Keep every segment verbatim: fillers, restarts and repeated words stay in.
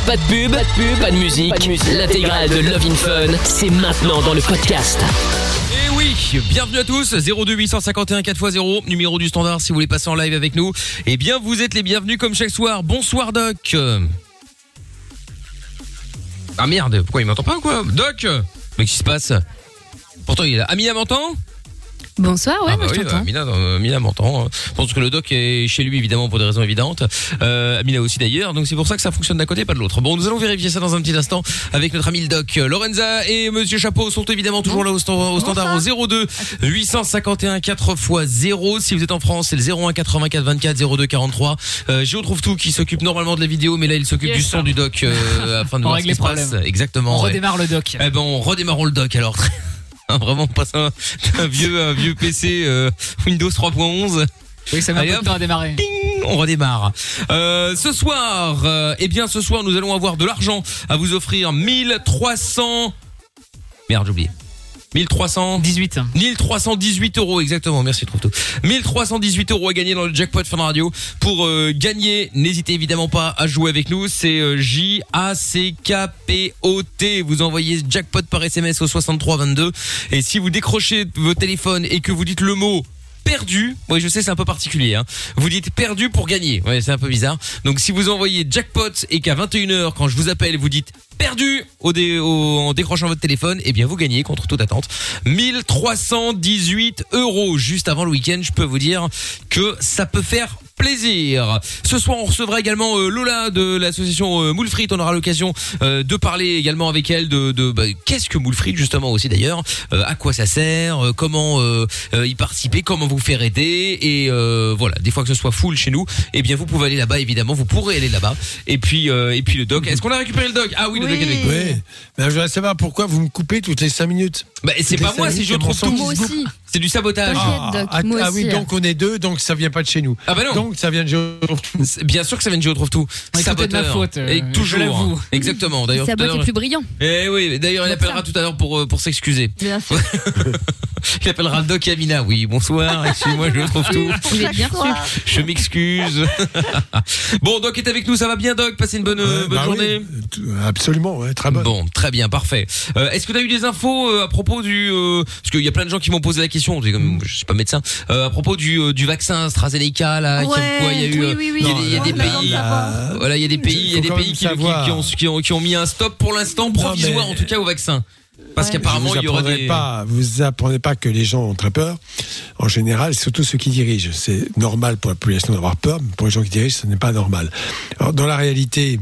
Pas de pub, pas de pub, pas de musique. Pas de musique. L'intégrale de Love in Fun, c'est maintenant dans le podcast. Et oui, bienvenue à tous, zéro deux huit cent cinquante et un quatre fois zéro, numéro du standard si vous voulez passer en live avec nous. Eh bien, vous êtes les bienvenus comme chaque soir. Bonsoir Doc. Ah merde, pourquoi il m'entend pas ou quoi? Doc, mais qu'est-ce qui se passe? Pourtant il est là. Amina m'entend? Bonsoir, ouais, ah bah moi oui, je t'entends. Amina, euh, Amina m'entend. Je pense que le doc est chez lui évidemment pour des raisons évidentes. Euh, Amina aussi d'ailleurs, donc c'est pour ça que ça fonctionne d'un côté pas de l'autre. Bon, nous allons vérifier ça dans un petit instant avec notre ami le doc. Lorenza et Monsieur Chapeau sont évidemment toujours là au, stand, au standard au zéro deux huit cent cinquante et un quatre fois zéro. Si vous êtes en France, c'est le zéro un quatre-vingt-quatre vingt-quatre zéro deux quarante-trois. Euh, Géo trouve tout qui s'occupe normalement de la vidéo, mais là il s'occupe yes. du son du doc euh, afin de voir ce qui se passe. Exactement. On ouais. redémarre le doc. Eh ben on redémarrons le doc alors. Vraiment pas un, un vieux un vieux P C euh, Windows trois point onze. Oui, ça met un peu de temps à démarrer. Ding, on redémarre. Euh, ce soir, euh, eh bien ce soir nous allons avoir de l'argent à vous offrir. Mille trois cents. Merde, j'ai oublié. mille trois cent dix-huit mille trois cent dix-huit euros exactement, merci trouve tout. mille trois cent dix-huit euros à gagner dans le jackpot Fun Radio. Pour euh, gagner, n'hésitez évidemment pas à jouer avec nous, c'est euh, J A C K P O T. Vous envoyez jackpot par S M S au soixante-trois vingt-deux et si vous décrochez votre téléphone et que vous dites le mot perdu, oui je sais c'est un peu particulier hein. Vous dites perdu pour gagner. Ouais, c'est un peu bizarre. Donc si vous envoyez jackpot et qu'à vingt et une heures quand je vous appelle vous dites perdu au dé, au, en décrochant votre téléphone, eh bien vous gagnez contre toute attente mille trois cent dix-huit euros juste avant le week-end. Je peux vous dire que ça peut faire plaisir. Ce soir, on recevra également euh, Lola de l'association euh, Moule Frites. On aura l'occasion euh, de parler également avec elle de, de bah, qu'est-ce que Moule Frites justement aussi d'ailleurs, euh, à quoi ça sert, euh, comment euh, euh, y participer, comment vous faire aider et euh, voilà. Des fois que ce soit full chez nous, eh bien vous pouvez aller là-bas évidemment. Vous pourrez aller là-bas. Et puis euh, et puis le doc. Est-ce qu'on a récupéré le doc? Ah oui, le oui. doc est avec nous. Oui. Ben, je voudrais savoir pourquoi vous me coupez toutes les cinq minutes. Bah, c'est pas moi si je trouve tout. Moi aussi. C'est du sabotage. Ah, doc, ah, moi ah aussi. oui, donc on est deux, donc ça vient pas de chez nous. Ah bah non. Donc ça vient de Géo trouve tout. Bien sûr que ça vient de Géo trouve tout. Ouais, Saboteur. de ma faute. Euh, et toujours. Je l'avoue. Exactement. D'ailleurs. Sabot est plus brillant. Eh oui. D'ailleurs, il appellera tout à l'heure pour pour s'excuser. Bien sûr. Il appellera le doc et Amina. Oui, bonsoir. Excusez-moi, je trouve tout. Vous êtes bien reçu. Je m'excuse. Bon, Doc est avec nous. Ça va bien, Doc? Passez une bonne Ouais, bonne bah journée. Oui, absolument, ouais, très bonne. Bon, très bien, parfait. Euh, Est-ce que tu as eu des infos euh, à propos du euh, parce qu'il y a plein de gens qui m'ont posé la question. Je suis pas médecin. Euh, à propos du euh, du vaccin AstraZeneca là, Ouais, qui, quoi, il y a eu, oui, oui, oui. il y a des, il y a des Non, pays, la- voilà, il y a des pays, il y a Faut des quand pays même qui, qui, savoir. qui ont, qui ont qui ont mis un stop pour l'instant provisoire mais- en tout cas au vaccin. Parce Ouais. qu'apparemment vous il y aura apprenez des pas, vous apprenez pas que les gens ont très peur. En général, surtout ceux qui dirigent. C'est normal pour la population d'avoir peur, mais pour les gens qui dirigent, ce n'est pas normal. Alors, dans la réalité,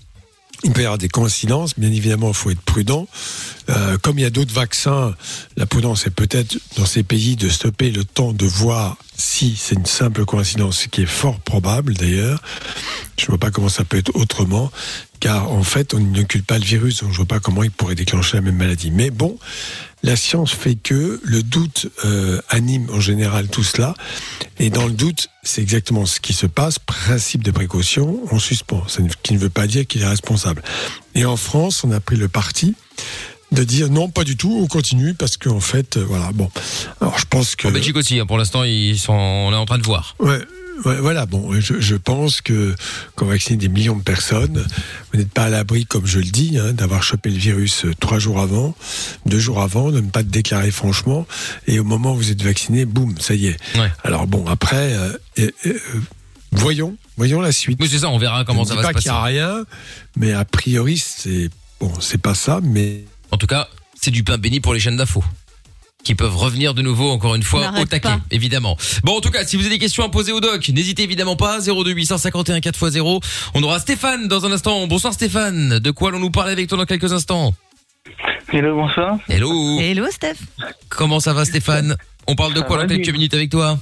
il peut y avoir des coïncidences. Bien évidemment, il faut être prudent. Euh, comme il y a d'autres vaccins, la prudence est peut-être dans ces pays de stopper le temps de voir si c'est une simple coïncidence, ce qui est fort probable d'ailleurs. Je ne vois pas comment ça peut être autrement, car en fait, on n'inocule pas le virus, donc je ne vois pas comment il pourrait déclencher la même maladie. Mais bon, la science fait que le doute euh, anime en général tout cela, et dans le doute, c'est exactement ce qui se passe. Principe de précaution, on suspend, ce qui ne veut pas dire qu'il est responsable. Et en France, on a pris le parti de dire non, pas du tout, on continue, parce qu'en fait, euh, voilà, bon. Alors je pense que... En Belgique aussi, hein, pour l'instant, ils sont, on est en train de voir. Ouais. Ouais, voilà, bon, je, je pense que qu'on va vacciner des millions de personnes. Vous n'êtes pas à l'abri, comme je le dis, hein, d'avoir chopé le virus trois jours avant, deux jours avant, de ne pas te déclarer franchement, et au moment où vous êtes vacciné, boum, ça y est. Ouais. Alors bon, après, euh, euh, euh, voyons, voyons la suite. Oui, c'est ça, on verra comment je ça ne va dis se pas qu'il passer. n'y a rien, mais a priori, c'est bon, c'est pas ça, mais En tout cas, c'est du pain béni pour les chaînes d'infos qui peuvent revenir de nouveau encore une fois N'arrête au taquet, pas. évidemment. Bon, en tout cas, si vous avez des questions à poser au doc, n'hésitez évidemment pas, zéro deux huit cent cinquante et un quatre fois zéro. On aura Stéphane dans un instant. Bonsoir Stéphane, de quoi allons-nous parler avec toi dans quelques instants? Hello, bonsoir. Hello, Hello Steph. comment ça va Stéphane? On parle de Ça quoi va dans quelques bien. minutes avec toi?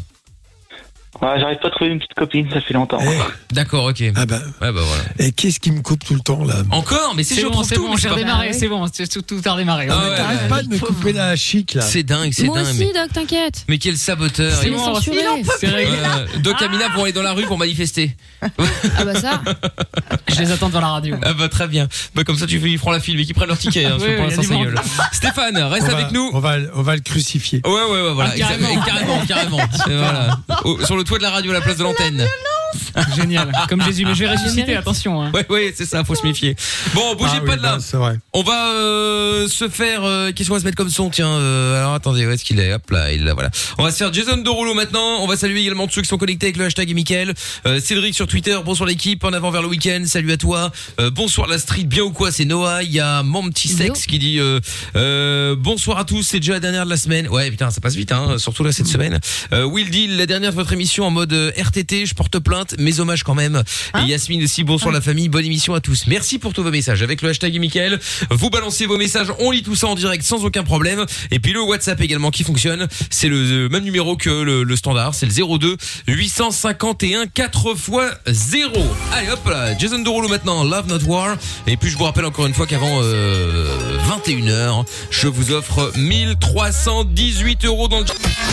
Ouais, j'arrive pas à trouver une petite copine, ça fait longtemps. eh, D'accord, ok. Ouais, ah ben, bah voilà. et qu'est-ce qui me coupe tout le temps là? Encore? Mais c'est C'est je bon, trouve c'est tout, bon, mais j'ai c'est pas- redémarré, c'est bon, c'est tout, tout a redémarré. Ah On ouais, est- T'arrêtes pas de me couper la chic là. C'est dingue, c'est Moi dingue. aussi, mais... Doc, t'inquiète. mais quel saboteur. C'est Il- bon, censuré. c'est réglé. Euh, Doc et Amina vont aller dans la rue pour manifester. Ah bah ça. Je les attends devant la radio. Ah bah très bien. Bah comme ça tu ils feront la file mais qu'ils prennent leur ticket hein, parce que Oui, pour oui, l'instant y a ça du gueule. Stéphane, reste On va- avec nous. On va, on va le crucifier. Ouais ouais ouais voilà, Ah, carrément. exactement, carrément carrément. Et voilà. Au- sur le toit de la radio à la place de l'antenne. chance. Génial. Comme Jésus, mais je vais ressusciter, attention. Hein. Ouais, ouais, c'est ça, faut se méfier. Bon, bougez Ah pas oui, de là. bah, c'est vrai. On va euh, se faire. Euh, Qu'est-ce qu'on va se mettre comme son? Tiens, euh, alors attendez, où est-ce qu'il est? Hop là, il là, voilà. On va se faire Jason Derulo maintenant. On va saluer également tous ceux qui sont connectés avec le hashtag et Mickaël. Euh, Cédric sur Twitter. Bonsoir l'équipe. En avant vers le week-end. Salut à toi. Euh, bonsoir la street. Bien ou quoi? C'est Noah. Il y a mon petit sexe qui dit euh, euh, bonsoir à tous. C'est déjà la dernière de la semaine. Ouais, putain, ça passe vite, hein. Surtout là cette semaine. Euh, Will Deal, la dernière de votre émission en mode euh, R T T. Je porte plainte. Mes hommages quand même. Hein et Yasmine aussi. Bonsoir Ah. la famille. Bonne émission à tous. Merci pour tous vos messages. Avec le hashtag et Mickaël, vous balancez vos messages. On lit tout ça en direct sans aucun problème. Et puis le WhatsApp également qui fonctionne. C'est le euh, même numéro que le, le standard. C'est le zéro deux huit cent cinquante et un quatre fois zéro. Allez hop là. Jason Derulo maintenant. Love Not War. Et puis je vous rappelle encore une fois qu'avant euh, vingt et une heures, je vous offre mille trois cent dix-huit euros dans le...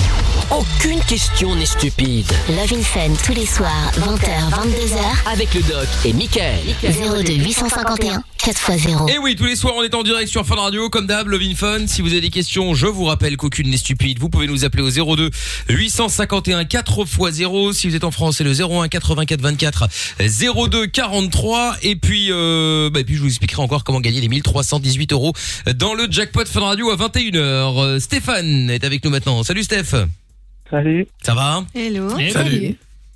Aucune question n'est stupide. Love in Fun tous les soirs, vingt heures, vingt-deux heures. Avec le doc et Mickaël. zéro deux huit cent cinquante et un quatre fois zéro. Et oui, tous les soirs on est en direct sur Fun Radio, comme d'hab, Love in Fun. Si vous avez des questions, je vous rappelle qu'aucune n'est stupide. Vous pouvez nous appeler au zéro deux huit cent cinquante et un quatre fois zéro. Si vous êtes en France, c'est le zéro un quatre-vingt-quatre vingt-quatre zéro deux quarante-trois. Et puis, euh, bah, et puis je vous expliquerai encore comment gagner les mille trois cent dix-huit euros dans le jackpot Fun Radio à vingt et une heures. Euh, Stéphane est avec nous maintenant. Salut Steph. Salut. Ça va? Hello. Et Salut.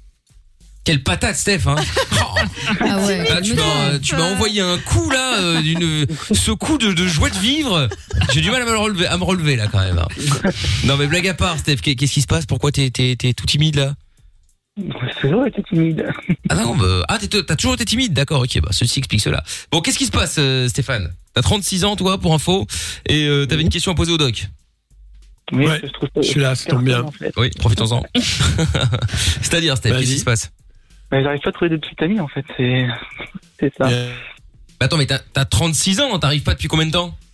Quelle patate Steph, hein. Oh. Ah ouais. Ah, tu m'as tu m'as envoyé un coup là euh, d'une ce coup de, de joie de vivre. J'ai du mal à me relever à me relever là quand même. Hein. Non mais blague à part Steph, qu'est-ce qui se passe? Pourquoi t'es t'es t'es tout timide là? C'est toujours été timide. Ah non, bah, ah t'es- t'as toujours été timide, d'accord, ok, bah ceci explique cela. Bon, qu'est-ce qui se passe euh, Stéphane? T'as trente-six ans toi pour info et euh, t'avais une question à poser au doc. Oui, Ouais, je trouve ça je suis là, ça tombe bien. en fait. Oui, profitons-en. C'est-à-dire Steph, Vas-y. qu'est-ce qui se passe? Mais j'arrive pas à trouver de petite amie en fait, c'est c'est ça. Euh, Bah attends, mais t'as t'as trente-six ans, t'arrives pas depuis combien de temps?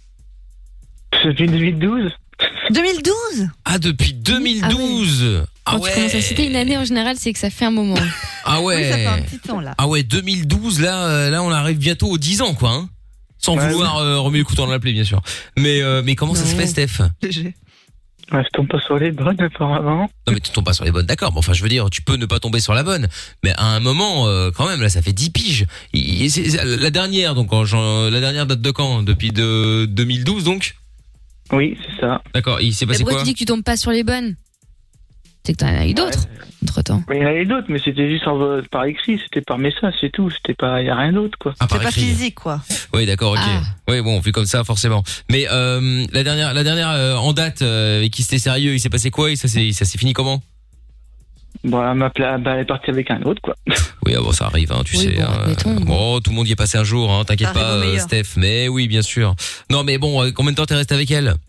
Depuis deux mille douze. deux mille douze. Ah, depuis deux mille douze. Ah Quand tu commences à citer une année en général, c'est que ça fait un moment. Ah ouais. Oui, ça fait un petit temps là. Ah ouais, deux mille douze, là, euh, là, on arrive bientôt aux dix ans, quoi. Hein. Sans Ouais, vouloir euh, remuer le couteau dans la plaie, bien sûr. Mais, euh, mais comment ça se Non. fait, Steph? Léger. Ouais, je tombe pas sur les bonnes apparemment. Non, mais tu tombes pas sur les bonnes, d'accord. Bon, enfin, je veux dire, tu peux ne pas tomber sur la bonne. Mais à un moment, euh, quand même, là, ça fait dix piges. Il- c'est- c'est- la dernière, donc, en, genre, la dernière date de quand? Depuis de, deux mille douze, donc? Oui, c'est ça. D'accord, il s'est Mais passé pourquoi quoi? tu dis que tu tombes pas sur les bonnes? C'est que t'en as eu d'autres entre temps. Mais il y en avait d'autres, mais c'était juste en, par écrit, c'était par message, c'est tout. C'était pas, il y a rien d'autre quoi. Ah, par C'est pas écrit. physique quoi. Oui, d'accord, ok. Ah. Oui, bon, on fait comme ça, forcément. Mais euh, la dernière, la dernière euh, en date, euh, avec qui c'était sérieux, il s'est passé quoi? Et ça s'est, ça s'est fini comment? Bon, elle m'a pla- bah, elle est partie avec un autre quoi. Oui, ah bon, ça arrive, hein, tu Oui, sais. bon, hein. admettons. Bon, tout le monde y est passé un jour, hein, t'inquiète Ça pas, arrive au euh, meilleur. Steph. Mais oui, bien sûr. Non, mais bon, euh, combien de temps t'es resté avec elle?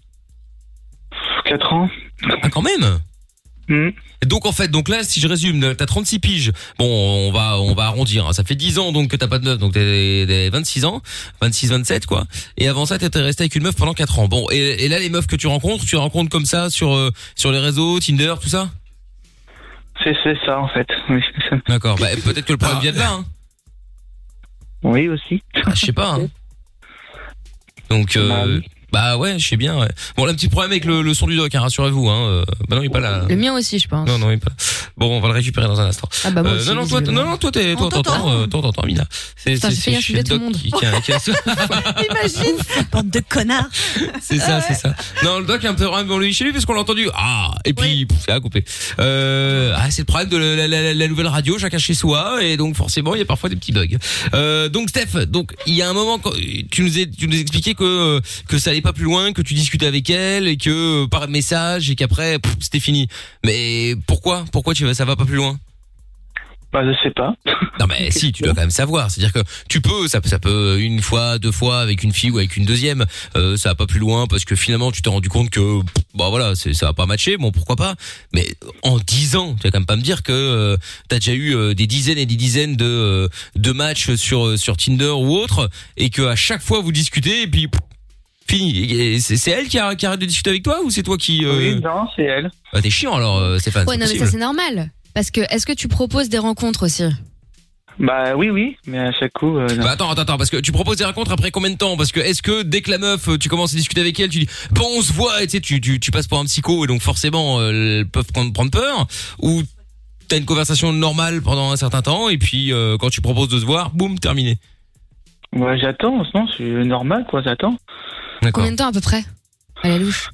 quatre ans. Ah, quand même. Hmm. Et donc en fait, donc là, si je résume, t'as trente-six piges. Bon, on va, on va arrondir. Hein. Ça fait dix ans donc que t'as pas de meuf, donc t'es, t'es vingt-six ans, vingt-six, vingt-sept quoi. Et avant ça, t'étais resté avec une meuf pendant quatre ans. Bon, et, et là, les meufs que tu rencontres, tu les rencontres comme ça sur euh, sur les réseaux, Tinder, tout ça? C'est, c'est ça en fait. Oui, c'est ça. D'accord. Bah peut-être que le problème vient de là. Hein. Oui aussi. Ah, je sais pas. Hein. Donc. Euh, Bah oui. Bah ouais, je sais bien. Ouais. Bon, là, un petit problème avec le, le son du doc, hein, rassurez-vous. Hein. Euh, bah non, il est pas là. Le mien aussi, je pense. Non, non, il est pas là. Bon, on va le récupérer dans un instant. Ah bah moi Euh, aussi, non, non, toi, visiblement. non, non, toi, t'es, toi, On t'entends, t'entend. euh, toi, t'entends, Mina. C'est, Putain, c'est, j'ai failli c'est chez insulter le tout le doc monde. qui, qui, a- qui a- Imagine, bande de connards. c'est ça, c'est ça. Non, le doc a un peu problème dans lui chez lui parce qu'on l'a entendu. Ah, et puis, pff, ça a coupé. Euh, ah, c'est le problème de la, la, la, la nouvelle radio, chacun chez soi, et donc forcément, il y a parfois des petits bugs. Euh, donc, Steph, donc, il y a un moment, quand, tu nous, es, tu nous expliquais que, que ça allait pas plus loin, que tu discutais avec elle, et que, par message, et qu'après, pff, c'était fini. Mais pourquoi? Pourquoi tu, ça va pas plus loin? Bah je sais pas. Non mais si, tu dois quand même savoir. C'est-à-dire que tu peux, ça, ça peut une fois, deux fois avec une fille ou avec une deuxième, euh, ça va pas plus loin parce que finalement tu t'es rendu compte que, bah voilà, c'est, ça va pas matcher. Bon, pourquoi pas. Mais en dix ans, tu vas quand même pas me dire que euh, t'as déjà eu euh, des dizaines et des dizaines de euh, de matchs sur sur Tinder ou autre, et que à chaque fois vous discutez et puis pff, fini. Et c'est, c'est elle qui, a, qui arrête de discuter avec toi ou c'est toi qui euh... Oui, non, c'est elle. Bah, t'es chiant alors, euh, Stéphane. Ouais, c'est non, mais possible. ça c'est normal. Parce que est-ce que tu proposes des rencontres aussi? Bah oui, oui, mais à chaque coup. Euh, non. Bah attends, attends, attends, parce que tu proposes des rencontres après combien de temps? Parce que est-ce que dès que la meuf, tu commences à discuter avec elle, tu dis bon on se voit, et tu sais, tu, tu, tu passes pour un psycho et donc forcément euh, elles peuvent prendre, prendre peur, ou t'as une conversation normale pendant un certain temps et puis euh, quand tu proposes de se voir, boum, terminé. Ouais, j'attends, non, c'est normal, quoi, j'attends. D'accord. Combien de temps à peu près à la louche?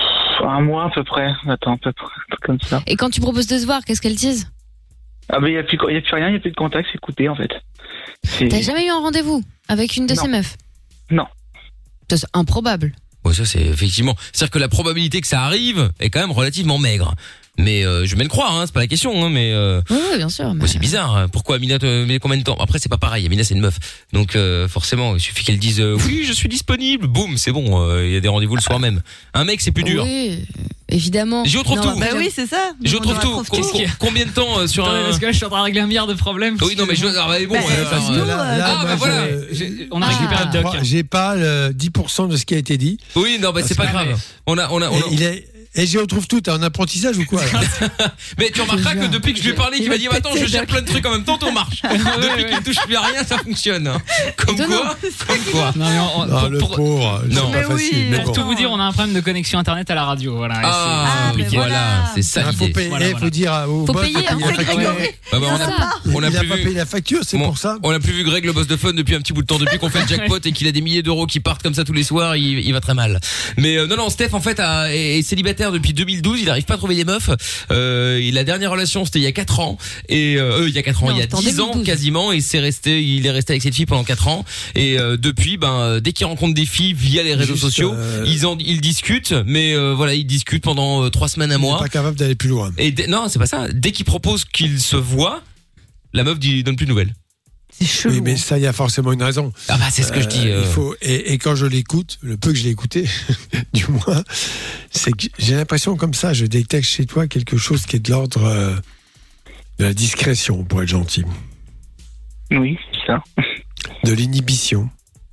Un mois à peu près, j'attends à peu près, un truc comme ça. Et quand tu proposes de se voir, qu'est-ce qu'elles disent? Ah ben, il n'y a, plus- y a plus rien, il n'y a plus de contact, c'est coupé, en fait. C'est... T'as jamais eu un rendez-vous avec une de Non. ces meufs? Non. Ça, c'est improbable. Bon, ça c'est effectivement, c'est-à-dire que la probabilité que ça arrive est quand même relativement maigre. Mais euh, je vais le croire, hein, c'est pas la question, hein, mais euh, Oui, oui, bien sûr. Mais... ouais, c'est bizarre. Hein. Pourquoi Amina te met combien de temps? Après c'est pas pareil, Amina c'est une meuf, donc euh, forcément il suffit qu'elle dise euh, oui je suis disponible, boum c'est bon, il euh, y a des rendez-vous le soir même. Un mec c'est plus dur. Oui, évidemment. J'y retrouve Non, tout. Bah oui, c'est ça. Je On retrouve en tout. retrouve Com- com- combien de temps euh, sur Attendez, un parce que là, je suis en train de régler un milliard de problèmes. Oui non mais je ah, bah, bon Bah, euh, parce alors, que euh, nous, là, là, ah, moi, bah, voilà. je- J'ai- On a Ah. récupéré le doc. Moi, J'ai pas le dix pour cent de ce qui a été dit. oui non bah c'est pas grave. On a on a, on a- Et, il est, et j'y retrouve tout. T'es en apprentissage ou quoi là Mais tu remarqueras que depuis que je lui ai parlé, qu'il m'a dit attends je gère plein de trucs en même temps, tout marche. Depuis qu'il touche plus à rien, ça fonctionne. Comme Étonnant. quoi, comme quoi. Non, mais on- on- Non, pour- le pour- pauvre. Non. C'est Mais pas oui, facile. mais pour Pour bon. tout vous dire, on a un problème de connexion internet à la radio, voilà. et Ah, Ah, mais voilà, voilà. c'est ça Il faut l'idée. payer. Voilà, Il voilà. faut dire au Faut boss payer, de hein, payer la c'est facture. Grégory. Ah bah, on C'est a ça. on a Il a plus pas vu payé la facture, c'est Bon, pour ça. on a plus vu Greg le boss de fun depuis un petit bout de temps, depuis qu'on fait le jackpot et qu'il a des milliers d'euros qui partent comme ça tous les soirs, il, il va très mal. Mais euh, non non, Steph en fait a, est, est célibataire depuis deux mille douze, il arrive pas à trouver des meufs. Euh, et la dernière relation c'était il y a quatre ans et euh, euh, il y a quatre ans, Non, il y a c'était en dix ans deux mille douze. quasiment et c'est resté il est resté avec cette fille pendant quatre ans et euh, depuis ben euh, dès qu'il rencontre des filles via les réseaux Juste, sociaux, euh, ils en ils discutent mais euh, voilà, ils discutent pendant euh, trois semaines un Il est mois. pas capable d'aller plus loin. Et dès- non, c'est pas ça. Dès qu'il propose qu'il se voit, la meuf dit donne plus de nouvelles. C'est chelou. Oui, mais ça, il y a forcément une raison. Ah bah c'est ce que je dis. Euh, euh. Il faut et, et quand je l'écoute, le peu que je l'ai écouté, du moins, c'est que j'ai l'impression comme ça, je détecte chez toi quelque chose qui est de l'ordre euh, de la discrétion, pour être gentil, Oui, c'est ça. de l'inhibition.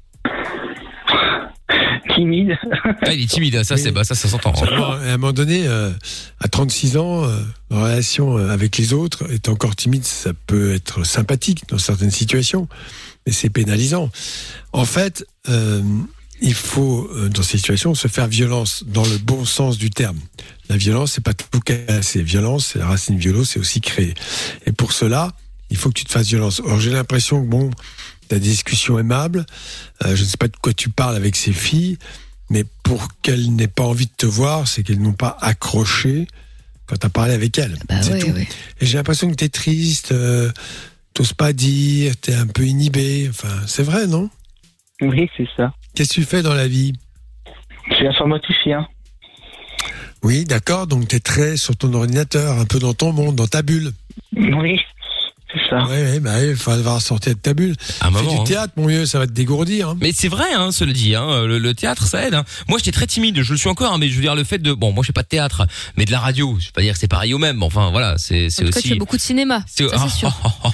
Timide. Ah, il est timide, ça Oui. c'est bah ça ça s'entend. Seulement, à un moment donné, euh, à trente-six ans, euh, en relation euh, avec les autres, être encore timide, ça peut être sympathique dans certaines situations, mais c'est pénalisant. En fait, euh, il faut, euh, dans ces situations, se faire violence dans le bon sens du terme. La violence, c'est pas tout casser. Violence, c'est la racine violo, c'est aussi créer. Et pour cela, il faut que tu te fasses violence. Or, j'ai l'impression que bon, t'as des discussions aimables. Euh, je ne sais pas de quoi tu parles avec ces filles, mais pour qu'elles n'aient pas envie de te voir, c'est qu'elles n'ont pas accroché quand t'as parlé avec elles. Bah c'est ouais, tout. ouais. Et j'ai l'impression que t'es triste, euh, t'oses pas dire, t'es un peu inhibé. Enfin, c'est vrai, non? Oui, c'est ça. Qu'est-ce que tu fais dans la vie? Je suis informaticien. Oui, d'accord, donc t'es très sur ton ordinateur, un peu dans ton monde, dans ta bulle. Oui, c'est ça. Ouais, ouais, bah oui, il faut avoir sortir de ta bulle. Un Fais moment. du hein. théâtre, mon vieux, ça va te dégourdir. Hein. Mais c'est vrai, hein, cela dit, hein, le, le théâtre ça aide. Hein. Moi j'étais très timide, je le suis encore, hein, mais je veux dire le fait de, bon, moi je fais pas de théâtre, mais de la radio, je vais pas dire que c'est pareil au même. Enfin voilà, c'est c'est En tout cas, tu aussi. fais beaucoup de cinéma. c'est- Ça, c'est sûr.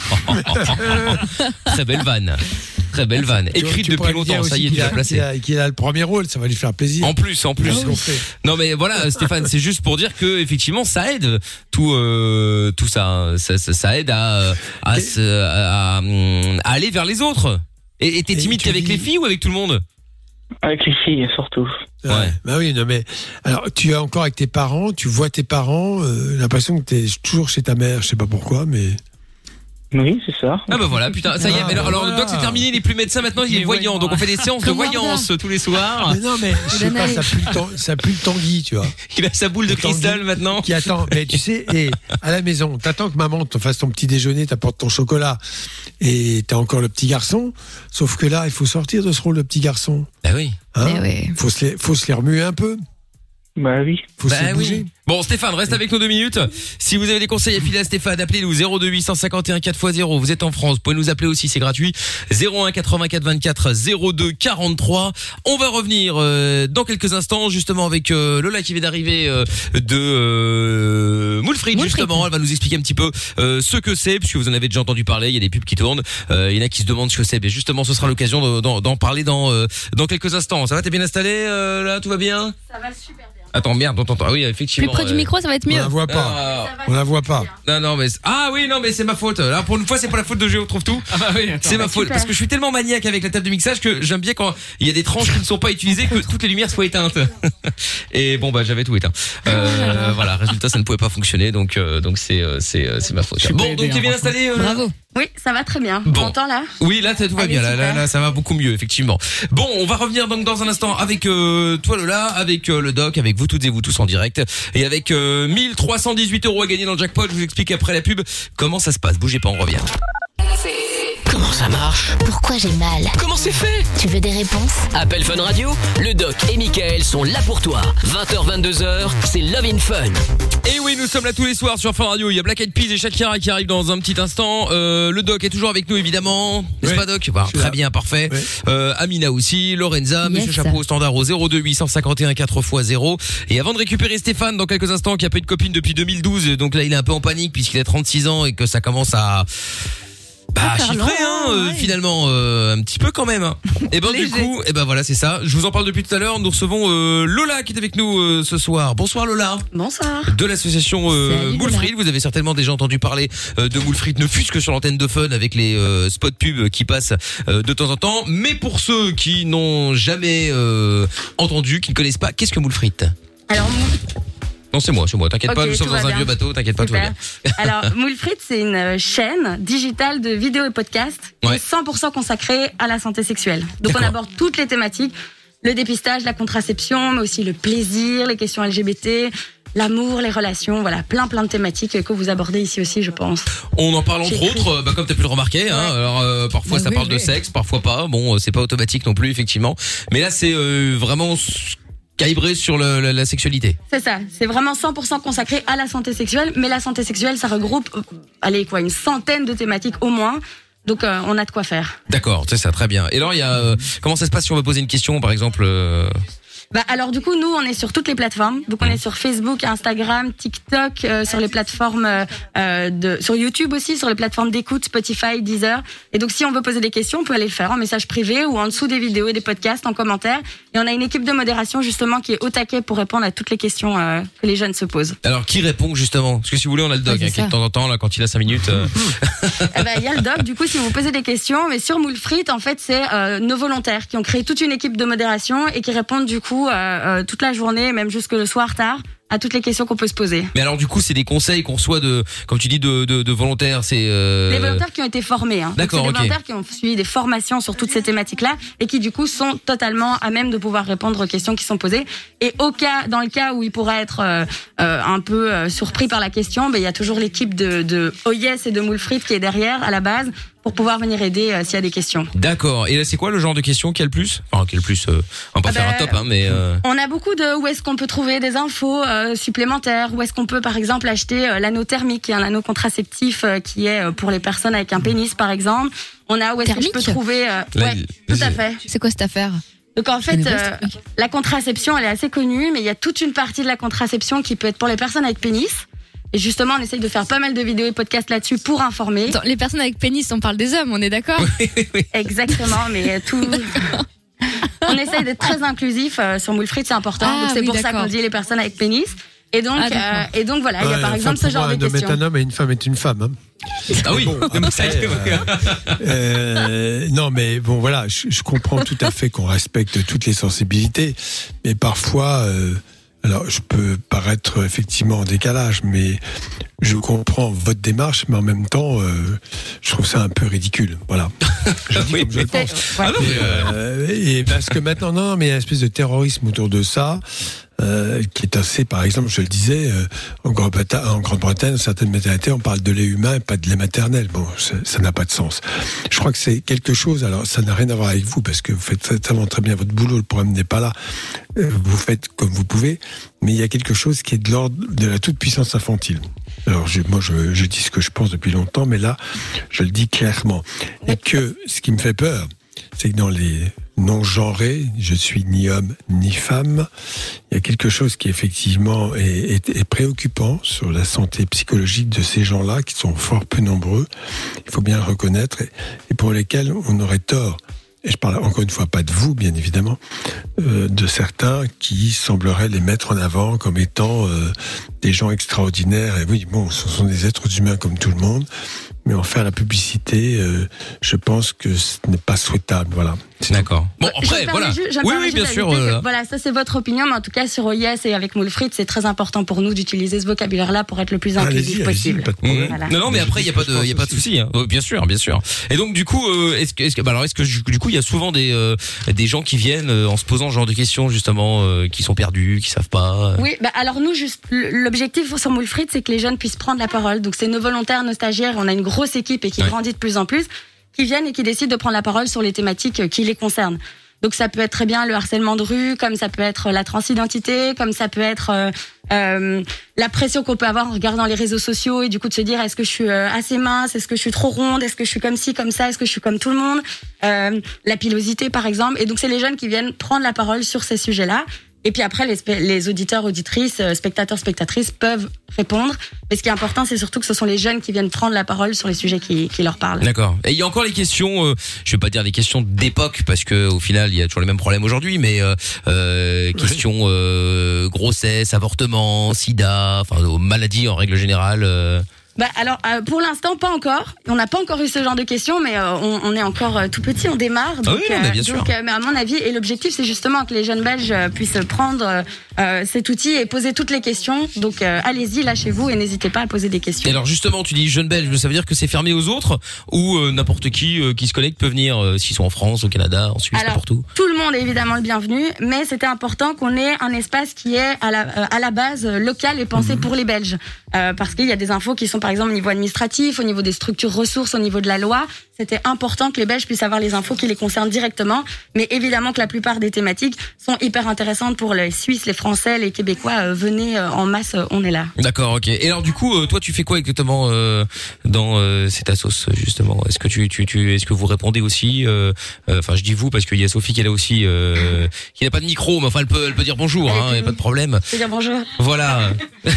Très belle vanne, très belle vanne. Tu- Écrite tu depuis pourrais lui dire longtemps, ça aussi y est, tu qu'il l'as a- placé. qu'il a- Qu'il a le premier rôle, ça va lui faire plaisir. En plus, en plus. C'est ce qu'on fait. Non mais voilà Stéphane, c'est juste pour dire que effectivement ça aide tout euh, tout ça, hein. ça, ça ça aide à à, Et- se- à, à, hum, à aller vers les autres. Et et t'es Et timide tu qu'avec dis- les filles ou avec tout le monde? Avec les filles, surtout. Ouais. Bah oui, non mais alors tu es encore avec tes parents, tu vois tes parents, euh, l'impression que t'es toujours chez ta mère, je sais pas pourquoi, mais Oui, c'est ça. Ah bah voilà, putain, ça y est, Ah, mais alors, alors voilà. le doc c'est terminé, il est plus médecin maintenant, il est Il est voyant, voyant, donc on fait des séances de Comme Warda. voyance tous les soirs. mais non mais je sais pas, ça pue le temps, ça pue le tanguy, tu vois. Il a sa boule de Le Tanguy cristal maintenant. Qui attend, mais tu sais, et à la maison, t'attends que maman te fasse ton petit déjeuner, t'apporte ton chocolat, et t'as encore le petit garçon. Sauf que là, il faut sortir de ce rôle de petit garçon. Bah oui. Hein Eh ouais. faut se les, faut se les remuer un peu, Bah oui. faut se Bah les bouger. oui. Bon Stéphane, reste avec nous deux minutes. Si vous avez des conseils à filer à Stéphane, appelez-nous zéro deux huit cent cinquante et un quatre fois zéro. Vous êtes en France, vous pouvez nous appeler aussi, c'est gratuit. zéro un quatre-vingt-quatre vingt-quatre zéro deux quarante-trois. On va revenir euh, dans quelques instants justement avec euh, Lola qui vient d'arriver euh, de euh, Moulfrid justement. Elle va nous expliquer un petit peu euh, ce que c'est, puisque vous en avez déjà entendu parler. Il y a des pubs qui tournent. Euh, il y en a qui se demandent ce que c'est. Mais justement, ce sera l'occasion de- d'en d'en parler dans euh, dans quelques instants. Ça va, t'es bien installé euh, là, tout va bien? Ça va super bien. Attends, merde, on t'entend. Ah oui, effectivement. Plus près du euh, micro, ça va être On mieux. la voit pas. Ah, On la voit pas. non, non, mais ah oui, non, mais c'est ma faute. Là, pour une fois, c'est pas la faute de Géo trouve tout. Ah bah oui, attends. C'est ma faute parce que je suis tellement maniaque avec la table de mixage que j'aime bien quand il y a des tranches qui ne sont pas utilisées que toutes les lumières soient éteintes. Et bon, bah j'avais tout éteint. Euh, voilà, résultat, ça ne pouvait pas fonctionner, donc euh, donc c'est euh, c'est euh, c'est ma faute. Je suis Bon, pas donc aidé, t'es bien hein, installé. Euh... Bravo. Oui, ça va très bien. Bon. On m'entend là? Oui, là, ça, tout va Allez, bien. Là, là, super. là, ça va beaucoup mieux, effectivement. Bon, on va revenir donc dans un instant avec euh, toi, Lola, avec euh, le doc, avec vous toutes et vous tous en direct, et avec euh, mille trois cent dix-huit euros à gagner dans le jackpot. Je vous explique après la pub comment ça se passe. Bougez pas, on revient. Comment ça marche? Pourquoi j'ai mal? Comment c'est fait? Tu veux des réponses? Appel Fun Radio, le doc et Michael sont là pour toi. vingt heures vingt-deux heures, c'est Love in Fun. Et oui, nous sommes là tous les soirs sur Fun Radio. Il y a Black Eyed Peas et Shakira qui arrivent dans un petit instant. Euh, le doc est toujours avec nous, évidemment. N'est-ce Oui. pas, doc? Bah, très là. bien, parfait. Oui. Euh, Amina aussi, Lorenza, Yes. Monsieur Chapeau au standard au zéro deux huit cent cinquante et un quatre fois zéro. Et avant de récupérer Stéphane dans quelques instants, qui a pas eu de copine depuis deux mille douze, donc là il est un peu en panique puisqu'il a trente-six ans et que ça commence à bah faire chiffrer long, hein, euh, ouais. finalement euh, un petit peu quand même. Hein. Et ben du Léger. coup, et ben voilà, c'est ça. Je vous en parle depuis tout à l'heure. Nous recevons euh, Lola qui est avec nous euh, ce soir. Bonsoir Lola. Bonsoir. De l'association euh, Salut, Moulfried. Vous avez certainement déjà entendu parler euh, de Moulfried, ne fût-ce que sur l'antenne de Fun avec les euh, spots pubs qui passent euh, de temps en temps. Mais pour ceux qui n'ont jamais euh, entendu, qui ne connaissent pas, qu'est-ce que Moulfried? Alors, Mou- Non, c'est moi, c'est moi. T'inquiète Ok, pas, nous tout sommes va dans un bien. vieux bateau. T'inquiète pas, tout va super. bien. Alors, Moulfried, c'est une euh, chaîne digitale de vidéos et podcasts qui Ouais. est cent pour cent consacrée à la santé sexuelle. Donc, on D'accord. aborde toutes les thématiques, le dépistage, la contraception, mais aussi le plaisir, les questions L G B T, l'amour, les relations, voilà, plein plein de thématiques que vous abordez ici aussi, je pense. On en parle entre J'ai écrit. autres, euh, bah, comme t'as pu le remarquer. Hein, Ouais. alors euh, parfois Bah ça oui, parle de oui. sexe, parfois pas. Bon, euh, c'est pas automatique non plus, effectivement. Mais là, c'est euh, vraiment s- calibré sur le, la, la sexualité. C'est ça, c'est vraiment cent pour cent consacré à la santé sexuelle, mais la santé sexuelle, ça regroupe, euh, allez quoi, une centaine de thématiques au moins. Donc, euh, on a de quoi faire. D'accord, c'est ça, très bien. Et alors, il y a euh, comment ça se passe si on veut poser une question, par exemple euh, Bah alors du coup nous on est sur toutes les plateformes, donc on est sur Facebook, Instagram, TikTok, euh, sur les plateformes euh, euh, de, sur YouTube aussi, sur les plateformes d'écoute, Spotify, Deezer. Et donc si on veut poser des questions, on peut aller le faire en message privé ou en dessous des vidéos et des podcasts en commentaire. Et on a une équipe de modération justement qui est au taquet pour répondre à toutes les questions euh, que les jeunes se posent. Alors, qui répond justement? Parce que si vous voulez, on a le doc Ouais, hein, c'est qui de ça. temps en temps là, quand il a cinq minutes. euh, Eh ben, il y a le doc, du coup, si vous posez des questions, mais sur Moulfried, en fait, c'est euh, nos volontaires qui ont créé toute une équipe de modération et qui répondent du coup euh, euh, toute la journée, même jusque le soir tard, à toutes les questions qu'on peut se poser. Mais alors, du coup, c'est des conseils qu'on reçoit de, comme tu dis, de, de, de volontaires. C'est euh... Les volontaires qui ont été formés. Hein. Donc, D'accord, c'est des ok. volontaires qui ont suivi des formations sur toutes ces thématiques-là et qui du coup sont totalement à même de pouvoir répondre aux questions qui sont posées. Et au cas, dans le cas où ils pourraient être euh, euh, un peu euh, surpris par la question, ben il y a toujours l'équipe de, de O Yes et de Moulfried qui est derrière à la base pour pouvoir venir aider euh, s'il y a des questions. D'accord. Et là, c'est quoi le genre de question qui a le plus? Enfin, qui a le plus euh, On va pas Ah faire bah, un top, hein, mais. Euh... On a beaucoup de où est-ce qu'on peut trouver des infos euh, supplémentaires, où est-ce qu'on peut par exemple acheter euh, l'anneau thermique, qui est un anneau contraceptif euh, qui est euh, pour les personnes avec un pénis par exemple. On a où est-ce que je peux Thermique trouver euh, Là, ouais, il- tout à fait. C'est quoi cette affaire? Donc en Je fait, connais pas ce euh, truc. la contraception, elle est assez connue, mais il y a toute une partie de la contraception qui peut être pour les personnes avec pénis. Et justement, on essaye de faire pas mal de vidéos et podcasts là-dessus pour informer. Attends, les personnes avec pénis, on parle des hommes, on est d'accord? Exactement, mais tout. On essaye d'être très inclusif euh, sur Moulfried, c'est important. Ah, donc c'est oui, pour ça d'accord. qu'on dit les personnes avec pénis. Et donc, Ah, d'accord. euh, et donc voilà, il y a Ouais, par enfin, exemple ce pour genre moi, de un homme est questions. un homme et une femme est une femme. Hein. Ah oui. Bon, Mais ça- après, euh, euh, non, mais bon, voilà, je, je comprends tout à fait qu'on respecte toutes les sensibilités, mais parfois, euh, alors je peux paraître effectivement en décalage, mais je comprends votre démarche, mais en même temps, euh, je trouve ça un peu ridicule. Voilà. Je dis Oui, comme je le C'est- pense. ouais. Ah non, mais, euh, Euh, et parce que maintenant, non, non, mais il y a une espèce de terrorisme autour de ça, euh, qui est assez, par exemple, je le disais, euh, en Grande-Bretagne, en Grande-Bretagne, dans certaines maternités, on parle de lait humain et pas de lait maternel. Bon, ça ça n'a pas de sens. Je crois que c'est quelque chose, alors ça n'a rien à voir avec vous, parce que vous faites vraiment très bien votre boulot, le problème n'est pas là. Euh, vous faites comme vous pouvez, mais il y a quelque chose qui est de l'ordre de la toute-puissance infantile. Alors, je, moi, je, je dis ce que je pense depuis longtemps, mais là, je le dis clairement. Et que ce qui me fait peur, c'est que dans les non-genrés, je suis ni homme ni femme, il y a quelque chose qui effectivement est, est, est préoccupant sur la santé psychologique de ces gens-là, qui sont fort peu nombreux, il faut bien le reconnaître, et, et pour lesquels on aurait tort et je parle encore une fois pas de vous, bien évidemment, euh, de certains qui sembleraient les mettre en avant comme étant euh, des gens extraordinaires. Et oui, bon, ce sont des êtres humains comme tout le monde, mais en faire la publicité, euh, je pense que ce n'est pas souhaitable. Voilà. D'accord. Bon, Je me après, permets voilà. ju- je me Oui, permets oui, juste bien sûr. d'ajouter que, euh, Voilà, ça c'est votre opinion, mais en tout cas sur O I S et avec Moulfried, c'est très important pour nous d'utiliser ce vocabulaire-là pour être le plus Allez-y, inclusif allez-y, possible. pas de problème. Voilà. Non, non, mais après, il y a pas de, il y a pas de souci. Hein. Euh, Bien sûr, bien sûr. Et donc, du coup, euh, est-ce que, est-ce que, bah alors, est-ce que du coup, il y a souvent des, euh, des gens qui viennent euh, en se posant ce genre de questions, justement, euh, qui sont perdus, qui savent pas. euh. Oui, bah alors nous, juste l'objectif sur Moulfried, c'est que les jeunes puissent prendre la parole. Donc c'est nos volontaires, nos stagiaires, on a une grosse équipe et qui Ouais. grandit de plus en plus, qui viennent et qui décident de prendre la parole sur les thématiques euh, qui les concernent. Donc ça peut être très bien le harcèlement de rue, comme ça peut être la transidentité, comme ça peut être euh, euh, la pression qu'on peut avoir en regardant les réseaux sociaux et du coup de se dire est-ce que je suis euh, assez mince, est-ce que je suis trop ronde, est-ce que je suis comme ci, comme ça, est-ce que je suis comme tout le monde, euh, la pilosité par exemple. Et donc c'est les jeunes qui viennent prendre la parole sur ces sujets-là. Et puis après, les, spe- les auditeurs, auditrices, euh, spectateurs, spectatrices peuvent répondre. Mais ce qui est important, c'est surtout que ce sont les jeunes qui viennent prendre la parole sur les sujets qui, qui leur parlent. D'accord. Et il y a encore les questions, euh, je vais pas dire des questions d'époque parce que au final il y a toujours les mêmes problèmes aujourd'hui, mais euh, euh, questions euh, grossesse, avortement, sida, enfin aux maladies en règle générale. Euh... Bah alors, euh, pour l'instant, pas encore. On n'a pas encore eu ce genre de questions, mais euh, on, on est encore euh, tout petit, on démarre. Donc, Ah oui, non, mais bien sûr. donc, euh, mais à mon avis, et l'objectif, c'est justement que les jeunes Belges euh, puissent prendre euh, cet outil et poser toutes les questions. Donc, euh, allez-y, lâchez-vous et n'hésitez pas à poser des questions. Et alors justement, tu dis jeune belge, ça veut dire que c'est fermé aux autres ou euh, n'importe qui euh, qui se connecte peut venir euh, s'ils sont en France, au Canada, en Suisse, Alors, n'importe où. tout le monde est évidemment le bienvenu, mais c'était important qu'on ait un espace qui est à la, euh, à la base euh, local et pensé pour les Belges. Euh, parce qu'il y a des infos qui sont par exemple au niveau administratif, au niveau des structures ressources, au niveau de la loi. C'était important que les Belges puissent avoir les infos qui les concernent directement. Mais évidemment que la plupart des thématiques sont hyper intéressantes pour les Suisses, les Français, les Québécois. Euh, venez euh, en masse, euh, on est là. D'accord, ok. Et alors du coup, euh, toi, tu fais quoi exactement euh, dans euh, cette assos justement? Est-ce que tu, tu, tu, est-ce que vous répondez aussi euh, euh, Enfin, je dis vous parce qu'il y a Sophie qui est là aussi, euh, qui n'a pas de micro, mais enfin, elle peut, elle peut dire bonjour, hein, y a pas de problème. Je veux dire bonjour. Voilà.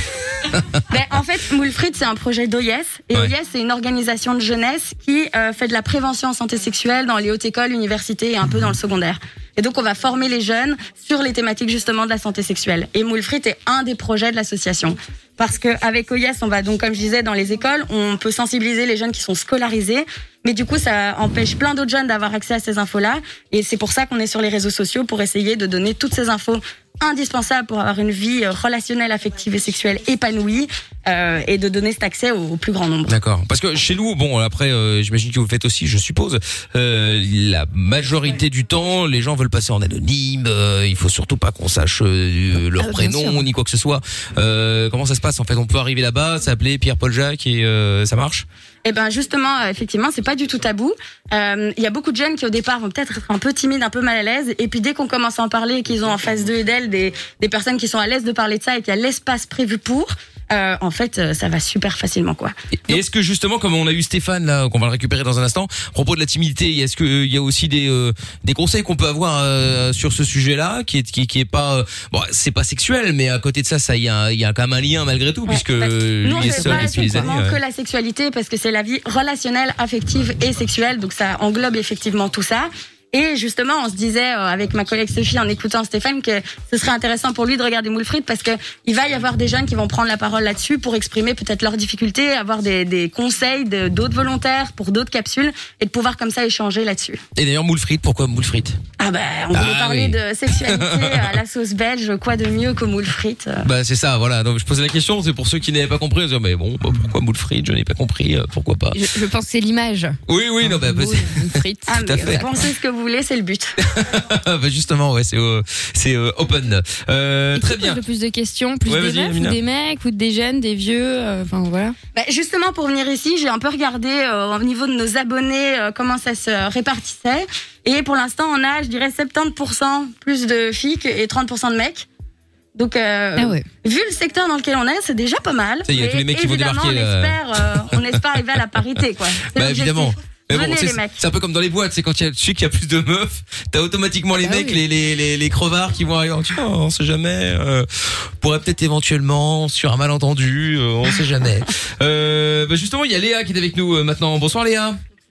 Ben, en fait, Moulfried, c'est un projet d'O I S. Et Ouais. O I S, c'est une organisation de jeunesse qui euh, fait de la prévention en santé sexuelle dans les hautes écoles, universités et un peu dans le secondaire. Et donc, on va former les jeunes sur les thématiques justement de la santé sexuelle. Et Moulfried est un des projets de l'association. Parce qu'avec O I S, on va donc, comme je disais, dans les écoles, on peut sensibiliser les jeunes qui sont scolarisés. Mais du coup, ça empêche plein d'autres jeunes d'avoir accès à ces infos-là. Et c'est pour ça qu'on est sur les réseaux sociaux pour essayer de donner toutes ces infos indispensables pour avoir une vie euh, relationnelle, affective et sexuelle épanouie euh, et de donner cet accès au, au plus grand nombre. D'accord. Parce que chez nous, bon, après, euh, j'imagine que vous faites aussi, je suppose, euh, la majorité du temps, les gens veulent passer en anonyme. Euh, il faut surtout pas qu'on sache euh, leur Ah, bien prénom sûr. ni quoi que ce soit. Euh, comment ça se passe en fait? On peut arriver là-bas, s'appeler Pierre-Paul Jacques et euh, ça marche? Eh ben justement, euh, effectivement, c'est pas du tout tabou. Euh, Il y a beaucoup de jeunes qui au départ vont peut-être être un peu timides, un peu mal à l'aise, et puis dès qu'on commence à en parler, et qu'ils ont en face d'eux et d'elles des, des personnes qui sont à l'aise de parler de ça et qu'il y a l'espace prévu pour, euh, en fait, euh, ça va super facilement, quoi. Et et est-ce que justement, comme on a eu Stéphane là, qu'on va le récupérer dans un instant, à propos de la timidité, est-ce que euh, il y a aussi des euh, des conseils qu'on peut avoir euh, sur ce sujet-là, qui est qui, qui est pas, euh, bon, c'est pas sexuel, mais à côté de ça, ça il y a il y a quand même un lien malgré tout, Ouais, puisque bah, lui nous, on est fait seul pas depuis des années. effectivement que ouais. la sexualité parce que c'est la vie relationnelle, affective et sexuelle, donc ça englobe effectivement tout ça. Et justement, on se disait euh, avec ma collègue Sophie en écoutant Stéphane que ce serait intéressant pour lui de regarder Moulfried parce que il va y avoir des jeunes qui vont prendre la parole là-dessus pour exprimer peut-être leurs difficultés, avoir des, des conseils de, d'autres volontaires pour d'autres capsules et de pouvoir comme ça échanger là-dessus. Et d'ailleurs, moule frites, pourquoi moule frites? Ah bah, on voulait Ah parler oui. de sexualité à la sauce belge, quoi de mieux que Moulfried euh. Bah c'est ça, voilà. Donc je posais la question, c'est pour ceux qui n'avaient pas compris. Ils disaient, mais bon, bah, pourquoi moule frites? Je n'ai pas compris. euh, Pourquoi pas? Je, je pense que c'est l'image. Oui, oui, non, bah, bah, c'est- Une frite. Ah tout à mais fait. pensez ce que vous voulez, c'est le but. bah justement, ouais, c'est euh, c'est euh, open. Euh, Et très qui bien. pose le plus de questions, plus Ouais, des vas-y, meufs Amina. ou des mecs ou des jeunes, des vieux, euh, enfin voilà. Bah, justement, pour venir ici, j'ai un peu regardé euh, au niveau de nos abonnés euh, comment ça se répartissait. Et pour l'instant, on a, je dirais, soixante-dix pour cent plus de filles que- et trente pour cent de mecs. Donc, euh, Ah ouais. vu le secteur dans lequel on est, c'est déjà pas mal. Ça y est, il y a Mais tous les mecs qui vont évidemment, débarquer, On là. espère, euh, on espère arriver à la parité, quoi. C'est Bah l'objectif. évidemment. Mais bon, Venez, c'est les mecs. c'est un peu comme dans les boîtes, c'est quand il y a, tu sais qu'il y a plus de meufs, t'as automatiquement les Ah mecs, oui. les, les, les, les crevards qui vont arriver, en disant, oh, on sait jamais, euh, pourrait peut-être éventuellement, sur un malentendu, euh, on sait jamais. euh, bah justement, il y a Léa qui est avec nous euh, maintenant. Bonsoir Léa.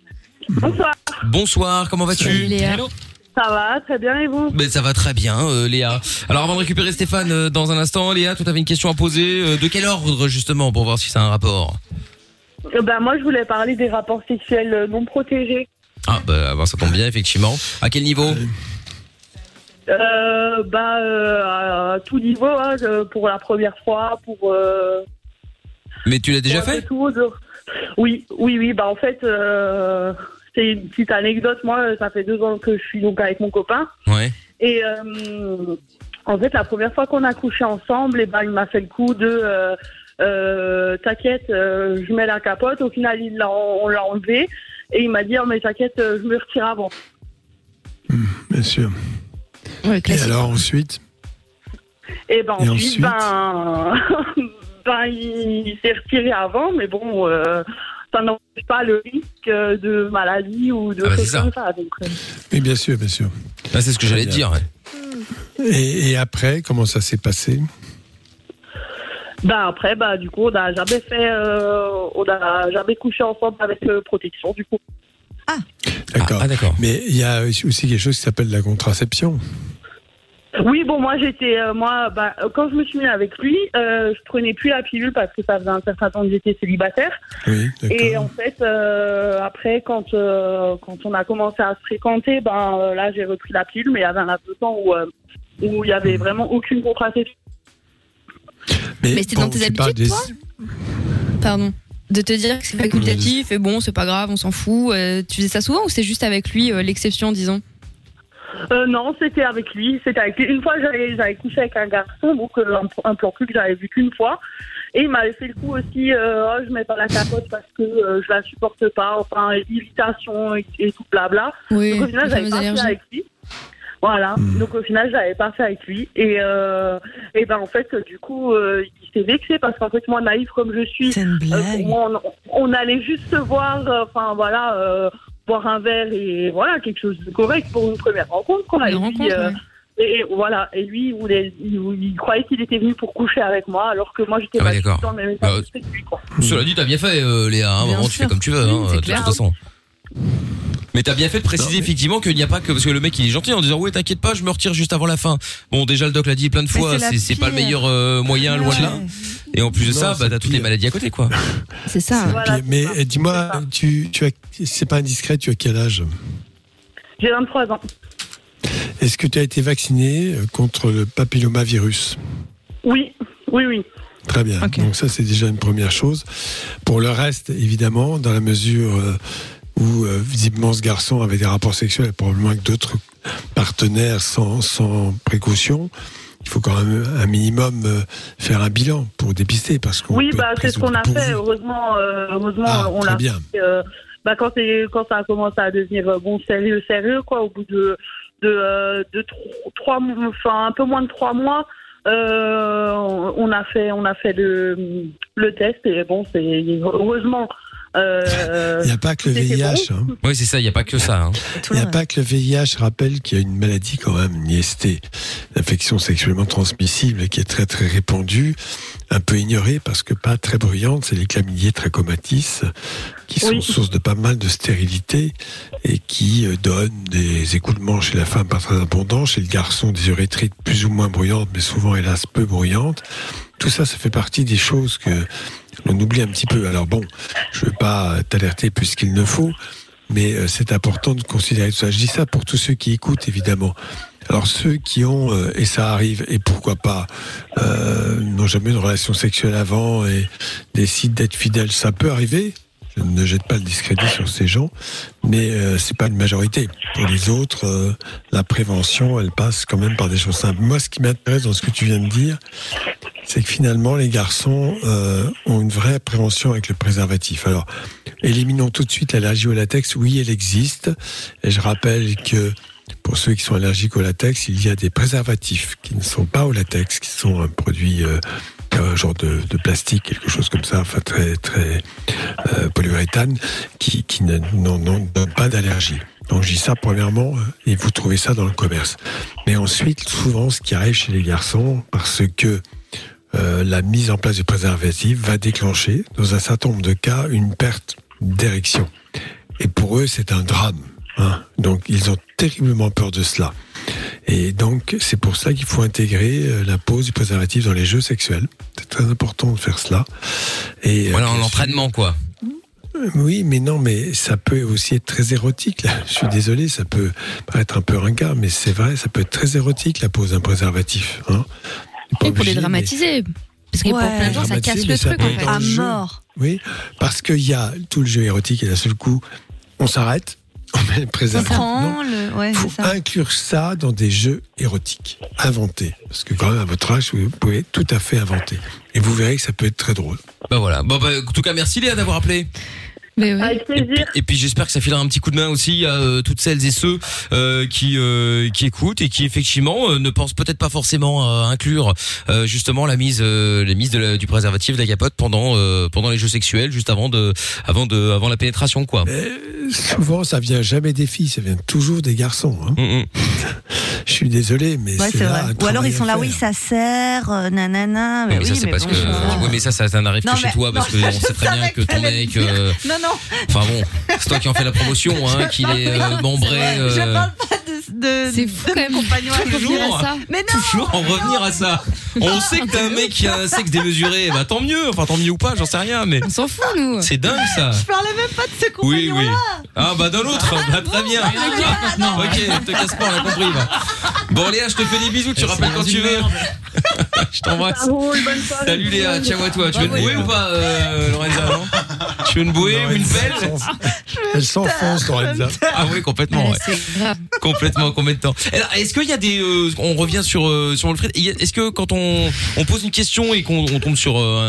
Bonsoir. Bonsoir, comment vas-tu? Salut, Léa. Hello. Ça va, très bien, et vous? Ben ça va très bien, euh, Léa. Alors avant de récupérer Stéphane euh, dans un instant, Léa, toi t'avais une question à poser. Euh, de quel ordre justement pour voir si ça a un rapport? Euh, ben, moi, je voulais parler des rapports sexuels euh, non protégés. Ah bah ben, ça tombe bien effectivement. À quel niveau? Euh, bah, euh, à tout niveau, hein, euh, pour la première fois, pour... Euh, Mais tu l'as déjà pour un fait? peu tout, de- Oui, oui, oui. Bah, en fait, euh, c'est une petite anecdote. Moi, ça fait deux ans que je suis donc avec mon copain. Ouais. Et euh, en fait, la première fois qu'on a couché ensemble, et ben, il m'a fait le coup de... Euh, euh, t'inquiète, euh, je mets la capote. Au final, il l'a, on l'a enlevé. Et il m'a dit, oh, mais t'inquiète, euh, je me retire avant. Bien sûr. Ouais, Et classique. alors ensuite? Et ben Et ensuite, ensuite ben, ben il, il s'est retiré avant, mais bon, euh, ça n'empêche pas le risque de maladie ou de Ah bah, choses c'est ça. comme ça. Donc, euh, Oui, bien sûr, bien sûr. Bah, c'est ce que Très j'allais te bien. dire. Ouais. Et, et après, comment ça s'est passé? ben après, ben, du coup, on n'a jamais fait, euh, on n'a jamais couché ensemble avec euh, protection, du coup. D'accord. Ah, ah, d'accord. Mais il y a aussi quelque chose qui s'appelle la contraception. Oui, bon, moi, j'étais, euh, moi, ben, quand je me suis mis avec lui, euh, je prenais plus la pilule parce que ça faisait un certain temps que j'étais célibataire. Oui, d'accord. Et en fait, euh, après, quand euh, quand on a commencé à se fréquenter, ben euh, là, j'ai repris la pilule, mais il y avait un laps de temps où euh, où il y avait vraiment aucune contraception. Mais c'était dans tes tu parles habitudes, toi Pardon. De te dire que c'est facultatif et bon, c'est pas grave, on s'en fout. Euh, tu faisais ça souvent ou c'est juste avec lui, euh, l'exception, disons? Euh, non, c'était avec lui. C'était avec lui. Une fois, j'avais j'avais couché avec un garçon, donc euh, un, un plan cul que j'avais vu qu'une fois. Et il m'avait fait le coup aussi. Euh, oh, je mets pas la capote parce que euh, je la supporte pas. Enfin, irritation et, et tout blabla. Oui, donc au final, les j'avais fameuses pas fait allergies. avec lui. Voilà. Mmh. Donc au final, j'avais pas fait avec lui. Et euh, et ben en fait, du coup, euh, il s'est vexé parce qu'en fait, moi, naïve comme je suis, C'est une euh, blague. pour moi, on, on allait juste se voir. Enfin voilà. Euh, boire un verre et voilà, quelque chose de correct pour une première rencontre, quoi. Une Et lui, rencontre, euh, ouais. et, et voilà, et lui, il, voulait, il, il croyait qu'il était venu pour coucher avec moi, alors que moi, j'étais Ah pas ouais, du tout d'accord. dans le même état Bah, d'esprit que lui, quoi. Cela dit, t'as bien fait, euh, Léa. Hein, Bien vraiment, tu sûr. fais comme tu veux, Oui, hein, c'est de clair. toute façon. Mais t'as bien fait de préciser Non, mais- effectivement qu'il n'y a pas que parce que le mec il est gentil en disant ouais t'inquiète pas je me retire juste avant la fin. Bon déjà le doc l'a dit plein de Mais fois c'est la c'est c'est pas le pire. meilleur euh, moyen loin de là. Ouais. Et en plus de Non, ça c'est bah t'as toutes les pire. maladies à côté quoi. C'est ça. Puis, Voilà, mais c'est ça. euh, dis-moi, C'est ça. tu, tu as, si c'est pas indiscret, tu as quel âge? J'ai vingt-trois ans. Est-ce que tu as été vacciné euh, contre le papillomavirus? Oui, oui, oui. Très bien. Ok. Donc ça, c'est déjà une première chose. Pour le reste, évidemment, dans la mesure euh, où euh, visiblement ce garçon avait des rapports sexuels probablement avec d'autres partenaires sans, sans précaution, il faut quand même un minimum euh, faire un bilan pour dépister parce qu'on Oui, peut bah être c'est ce qu'on a pourvu. fait. Heureusement, euh, heureusement, Ah, on très l'a bien. fait. Euh, bah quand c'est quand ça a commencé à devenir euh, bon sérieux, sérieux quoi, au bout de de euh, de tro- trois, mois, enfin un peu moins de trois mois. Euh, on a fait, on a fait le, le test et bon, c'est heureusement. Euh, Il n'y a pas que le V I H. Hein. Oui c'est ça il y a pas que ça. Hein. Il n'y a pas que le V I H. Je rappelle qu'il y a une maladie quand même, une I S T, l'infection sexuellement transmissible, qui est très très répandue, un peu ignorée parce que pas très bruyante. C'est les chlamydiés trachomatis, qui sont Oui. source de pas mal de stérilité et qui euh, donnent des écoulements chez la femme pas très abondants, chez le garçon des urétrites plus ou moins bruyantes, mais souvent hélas peu bruyantes. Tout ça, ça fait partie des choses que l'on oublie un petit peu. Alors bon, je ne veux pas t'alerter plus qu'il ne faut, mais euh, c'est important de considérer tout ça. Je dis ça pour tous ceux qui écoutent, évidemment. Alors ceux qui ont, euh, et ça arrive, et pourquoi pas, euh, n'ont jamais eu de relation sexuelle avant et décident d'être fidèles, ça peut arriver. Je ne jette pas le discrédit sur ces gens, mais euh, c'est pas une majorité. Pour les autres, euh, la prévention, elle passe quand même par des choses simples. Moi, ce qui m'intéresse dans ce que tu viens de dire, c'est que finalement, les garçons euh, ont une vraie prévention avec le préservatif. Alors, éliminons tout de suite l'allergie au latex. Oui, elle existe. Et je rappelle que pour ceux qui sont allergiques au latex, il y a des préservatifs qui ne sont pas au latex, qui sont un produit, euh, un genre de, de plastique, quelque chose comme ça, enfin très très euh, polyuréthane, qui, qui ne n'en- n'en donne pas d'allergie. Donc je dis ça premièrement, euh, et vous trouvez ça dans le commerce. Mais ensuite, souvent, ce qui arrive chez les garçons, parce que euh, la mise en place du préservatif va déclencher, dans un certain nombre de cas, une perte d'érection. Et pour eux, c'est un drame. Hein. Donc, ils ont terriblement peur de cela. Et donc, c'est pour ça qu'il faut intégrer euh, la pose du préservatif dans les jeux sexuels. C'est très important de faire cela. Et, Voilà, euh, en entraînement, quoi. Oui, mais non, mais ça peut aussi être très érotique. Là. Je suis désolé, ça peut paraître un peu ringard, mais c'est vrai, ça peut être très érotique, la pose d'un préservatif. Hein. Et pour les dramatiser. Parce que pour Ouais. plein de gens, ça casse le Ça truc, peut en être fait. dans À le jeu. mort. Oui, parce qu'il y a tout le jeu érotique et d'un seul coup, on s'arrête, on met le Ça préservatif. prend le. Ouais, Il faut c'est ça. inclure ça dans des jeux érotiques, inventés. Parce que quand même, à votre âge, vous pouvez tout à fait inventer. Et vous verrez que ça peut être très drôle. Bah voilà. Bon, bah, en tout cas, merci Léa d'avoir appelé. Mais oui. Avec plaisir. Et puis j'espère que ça filera un petit coup de main aussi à euh, toutes celles et ceux euh, qui euh, qui écoutent et qui effectivement euh, ne pensent peut-être pas forcément à inclure euh, justement la mise euh, la mise de la- du préservatif de la capote pendant euh, pendant les jeux sexuels juste avant de avant de avant la pénétration quoi. Euh, souvent, ça vient jamais des filles, ça vient toujours des garçons. Hein. Mm, mm. Je suis désolé, mais Ouais, c'est c'est là vrai. un Ou alors travail ils sont à là, faire. oui, ça sert, euh, nanana. Oui, mais oui, ça c'est mais parce bon, que ça- oui mais ça ça, ça n'arrive Non, que chez mais- toi parce non, que on je sait très bien savais que que ton t'allais mec le dire. euh, Non, non. enfin bon c'est toi qui en fais la promotion hein qu'il est euh, membré Je euh, parle pas de, de, C'est fou de quand même. mes compagnons à Toujours. revenir à ça. Mais non. toujours en revenir à ça. On sait que t'es un mec qui a un sexe démesuré, bah tant mieux, enfin tant mieux ou pas, j'en sais rien, mais On s'en fout, nous. c'est dingue ça. Je parlais même pas de ce Oui, compagnon-là. oui. Ah bah d'un autre, bah très bien. non. Ok, te casse pas, on a compris. Bah. Bon Léa, je te fais des bisous, tu rappelles quand tu veux. Je t'embrasse. Ça roule, bonne soirée. Salut Léa, ciao à toi. Tu veux une bouée ou pas, euh, Lorenza, non Tu veux une bouée ou une pelle Elle s'enfonce, Lorenza. Ah oui, complètement. Ouais. C'est grave. Complètement, combien de temps Alors, est-ce qu'il y a des euh, on revient sur euh, sur le fait est-ce que quand on on pose une question et qu'on on tombe sur euh,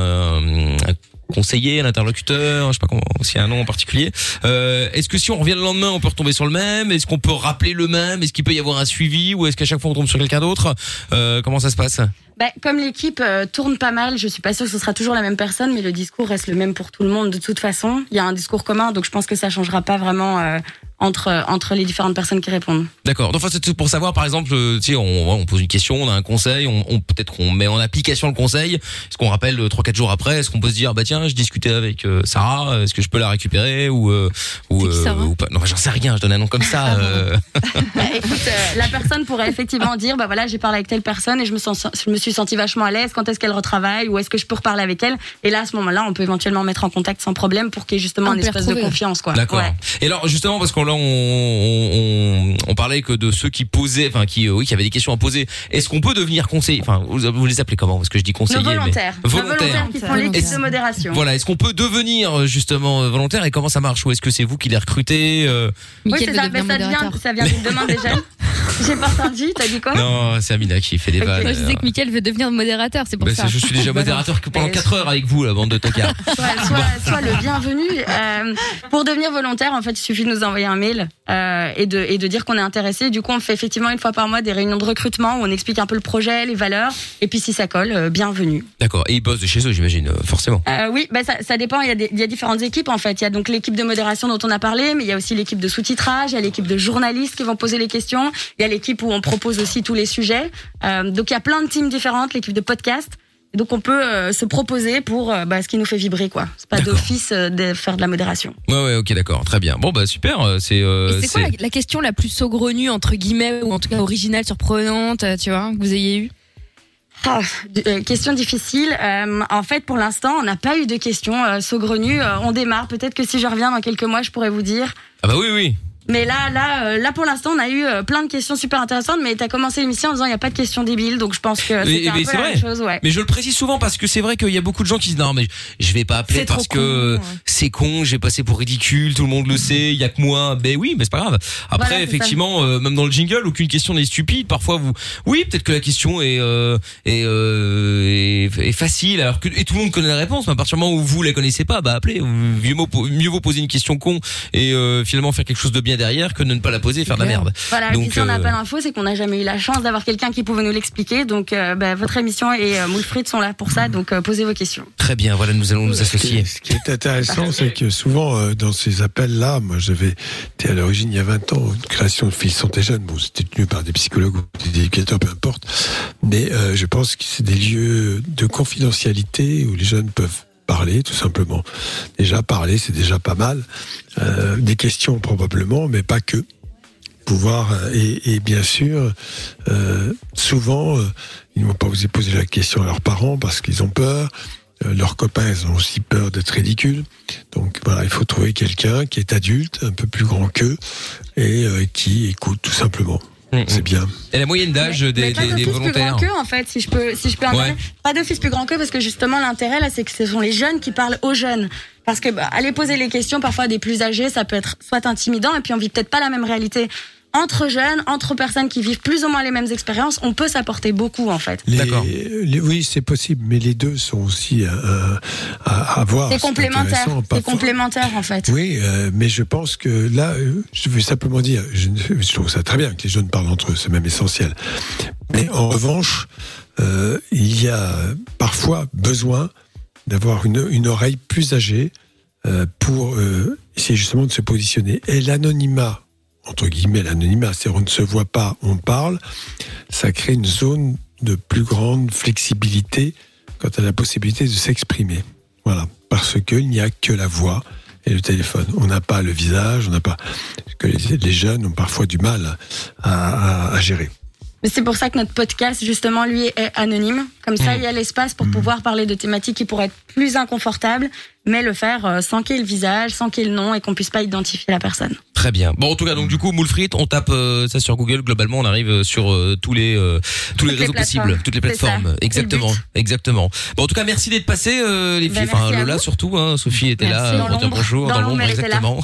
un, un conseiller, un interlocuteur, je sais pas comment, s'il y a un nom en particulier, euh, est-ce que si on revient le lendemain, on peut retomber sur le même? Est-ce qu'on peut rappeler le même? Est-ce qu'il peut y avoir un suivi ou est-ce qu'à chaque fois on tombe sur quelqu'un d'autre? euh, Comment ça se passe? Bah, comme l'équipe euh, tourne pas mal, je suis pas sûre que ce sera toujours la même personne, mais le discours reste le même pour tout le monde de toute façon. Il y a un discours commun, donc je pense que ça changera pas vraiment euh, entre entre les différentes personnes qui répondent. D'accord. Donc, enfin, c'est pour savoir, par exemple, euh, tu sais, on, on pose une question, on a un conseil, on, on peut-être qu'on met en application le conseil. Est-ce qu'on rappelle trois quatre jours après? Est-ce qu'on peut se dire, bah tiens, je discutais avec euh, Sarah, est-ce que je peux la récupérer ou euh, ou, C'est qui, Sarah ou pas? Non, bah, j'en sais rien. Je donne un nom comme ça. euh. Bah, écoute, euh, la personne pourrait effectivement dire, bah voilà, j'ai parlé avec telle personne et je me sens, je me suis sentie vachement à l'aise. Quand est-ce qu'elle retravaille ou est-ce que je peux reparler avec elle? Et là, à ce moment-là, on peut éventuellement mettre en contact sans problème pour qu'il y ait justement On un peut espace de retrouver. confiance, quoi. D'accord. Ouais. Et alors justement parce qu'on là on, on, on, on parlait que de ceux qui posaient, enfin qui euh, oui qui avaient des questions à poser. Est-ce qu'on peut devenir conseiller? Enfin vous, vous les appelez comment? Parce que je dis conseiller. Nos volontaires. Mais... Nos Volontaires. volontaires qui font l'équipe Est-ce- de modération. Voilà. Est-ce qu'on peut devenir euh, justement euh, volontaire et comment ça marche? Ou est-ce que c'est vous qui les recrutez? euh Oui, Mickaël c'est veut ça, devenir mais ça vient, modérateur. ça vient d'une demande des jeunes. J'ai pas entendu, t'as dit quoi? Non, c'est Amina qui fait des Ok. vannes. Moi, je disais que Mickaël veut devenir modérateur, c'est pour Bah, ça. c'est- je suis déjà modérateur que pendant Mais- quatre heures avec vous, la bande de tocards. Soit, soit, soit le bienvenu. Euh, pour devenir volontaire, en fait, il suffit de nous envoyer un mail euh, et, de, et de dire qu'on est intéressé. Du coup, on fait effectivement une fois par mois des réunions de recrutement où on explique un peu le projet, les valeurs. Et puis, si ça colle, euh, bienvenue. D'accord. Et ils bossent de chez eux, j'imagine, euh, forcément. Euh, oui, bah ça, ça dépend. Il y, a des, il y a différentes équipes en fait. Il y a donc l'équipe de modération dont on a parlé, mais il y a aussi l'équipe de sous-titrage, il y a l'équipe de journalistes qui vont poser les questions, il y a l'équipe où on propose aussi tous les sujets. Euh, donc il y a plein de teams différentes, l'équipe de podcast. Et donc on peut euh, se proposer pour euh, bah, ce qui nous fait vibrer, quoi. C'est pas D'accord. d'office euh, de faire de la modération. Ouais, ouais, ok, d'accord, très bien. Bon, bah super. euh, C'est. Euh, Et c'est quoi la, la question la plus saugrenue, entre guillemets, ou en tout cas originale, surprenante, euh, tu vois, que vous ayez eu? Ah, d- euh, question difficile. Euh, en fait, pour l'instant, on n'a pas eu de questions euh, saugrenues. Euh, on démarre. Peut-être que si je reviens dans quelques mois, je pourrais vous dire. Ah bah oui, oui. Mais là, là, euh, là, pour l'instant, on a eu euh, plein de questions super intéressantes. Mais t'as commencé l'émission en disant il n'y a pas de questions débiles, donc je pense que Mais- c'était un mais peu c'est la vrai. même chose, ouais. Mais je le précise souvent parce que c'est vrai qu'il y a beaucoup de gens qui disent non mais je vais pas appeler C'est trop parce que con, ouais. c'est con, j'ai passé pour ridicule, tout le monde le sait, il y a que moi. Ben oui, mais c'est pas grave. Après Voilà, c'est effectivement, euh, même dans le jingle, aucune question n'est stupide. Parfois vous, oui, peut-être que la question est euh, est, euh, est est facile alors que et tout le monde connaît la réponse. Mais à partir du moment où vous la connaissez pas, bah appelez. Mieux vaut mieux vaut poser une question con et euh, finalement faire quelque chose de bien derrière que de ne pas la poser et faire de la merde. Voilà, Donc, et puis si on n'a euh, pas l'info, c'est qu'on n'a jamais eu la chance d'avoir quelqu'un qui pouvait nous l'expliquer. Donc, euh, bah, votre émission et euh, Moule Frites sont là pour ça. Donc, euh, posez vos questions. Très bien, voilà, nous allons nous Ce qui associer. est, ce qui est intéressant, c'est que souvent, euh, dans ces appels-là, moi j'avais été à l'origine il y a vingt ans, une création de Fils Santé Jeune. Bon, c'était tenu par des psychologues ou des éducateurs, peu importe. Mais euh, je pense que c'est des lieux de confidentialité où les jeunes peuvent parler, tout simplement. Déjà, parler, c'est déjà pas mal. Euh, des questions, probablement, mais pas que. Pouvoir, et, et bien sûr, euh, souvent, euh, ils ne vont pas vous poser la question à leurs parents parce qu'ils ont peur. Euh, leurs copains, ils ont aussi peur d'être ridicules. Donc voilà, il faut trouver quelqu'un qui est adulte, un peu plus grand qu'eux, et euh, qui écoute, tout simplement. Mmh. C'est bien. Et la moyenne d'âge mais, des, mais pas des, des d'office volontaires. plus grand qu'eux, en fait, si je peux, si je peux intervenir. Ouais. Pas d'office plus grand qu'eux, parce que justement, l'intérêt, là, c'est que ce sont les jeunes qui parlent aux jeunes. Parce que, bah, aller poser les questions, parfois, des plus âgés, ça peut être soit intimidant, et puis on vit peut-être pas la même réalité. Entre jeunes, entre personnes qui vivent plus ou moins les mêmes expériences, on peut s'apporter beaucoup, en fait. Les, D'accord. les, oui, c'est possible, mais les deux sont aussi euh, à, à voir. C'est complémentaire. C'est complémentaire, en fait. Oui, euh, mais je pense que là, euh, je veux simplement dire, je, je trouve ça très bien que les jeunes parlent entre eux, c'est même essentiel. Mais en revanche, euh, il y a parfois besoin d'avoir une, une oreille plus âgée euh, pour euh, essayer justement de se positionner. Et l'anonymat, entre guillemets, l'anonymat, c'est-à-dire on ne se voit pas, on parle, ça crée une zone de plus grande flexibilité quant à la possibilité de s'exprimer. Voilà, parce qu'il n'y a que la voix et le téléphone. On n'a pas le visage, on n'a pas... que les, les jeunes ont parfois du mal à, à, à gérer. Mais c'est pour ça que notre podcast, justement, lui, est anonyme. Comme ça, Mmh. il y a l'espace pour mmh. pouvoir parler de thématiques qui pourraient être plus inconfortables, mais le faire sans qu'il y ait le visage, sans qu'il y ait le nom et qu'on puisse pas identifier la personne. Très bien. Bon, en tout cas, donc du coup, Moule Frites, on tape euh, ça sur Google. Globalement, on arrive sur euh, tous les euh, tous les Toutes réseaux les possibles, toutes les plateformes. Exactement, exactement. Bon, en tout cas, merci d'être passé, euh, les filles. Ben, enfin, merci à Lola vous. surtout. Hein, Sophie était Merci. là Dans pour dire l'ombre. bonjour Dans dans l'ombre, l'ombre, elle était là. exactement.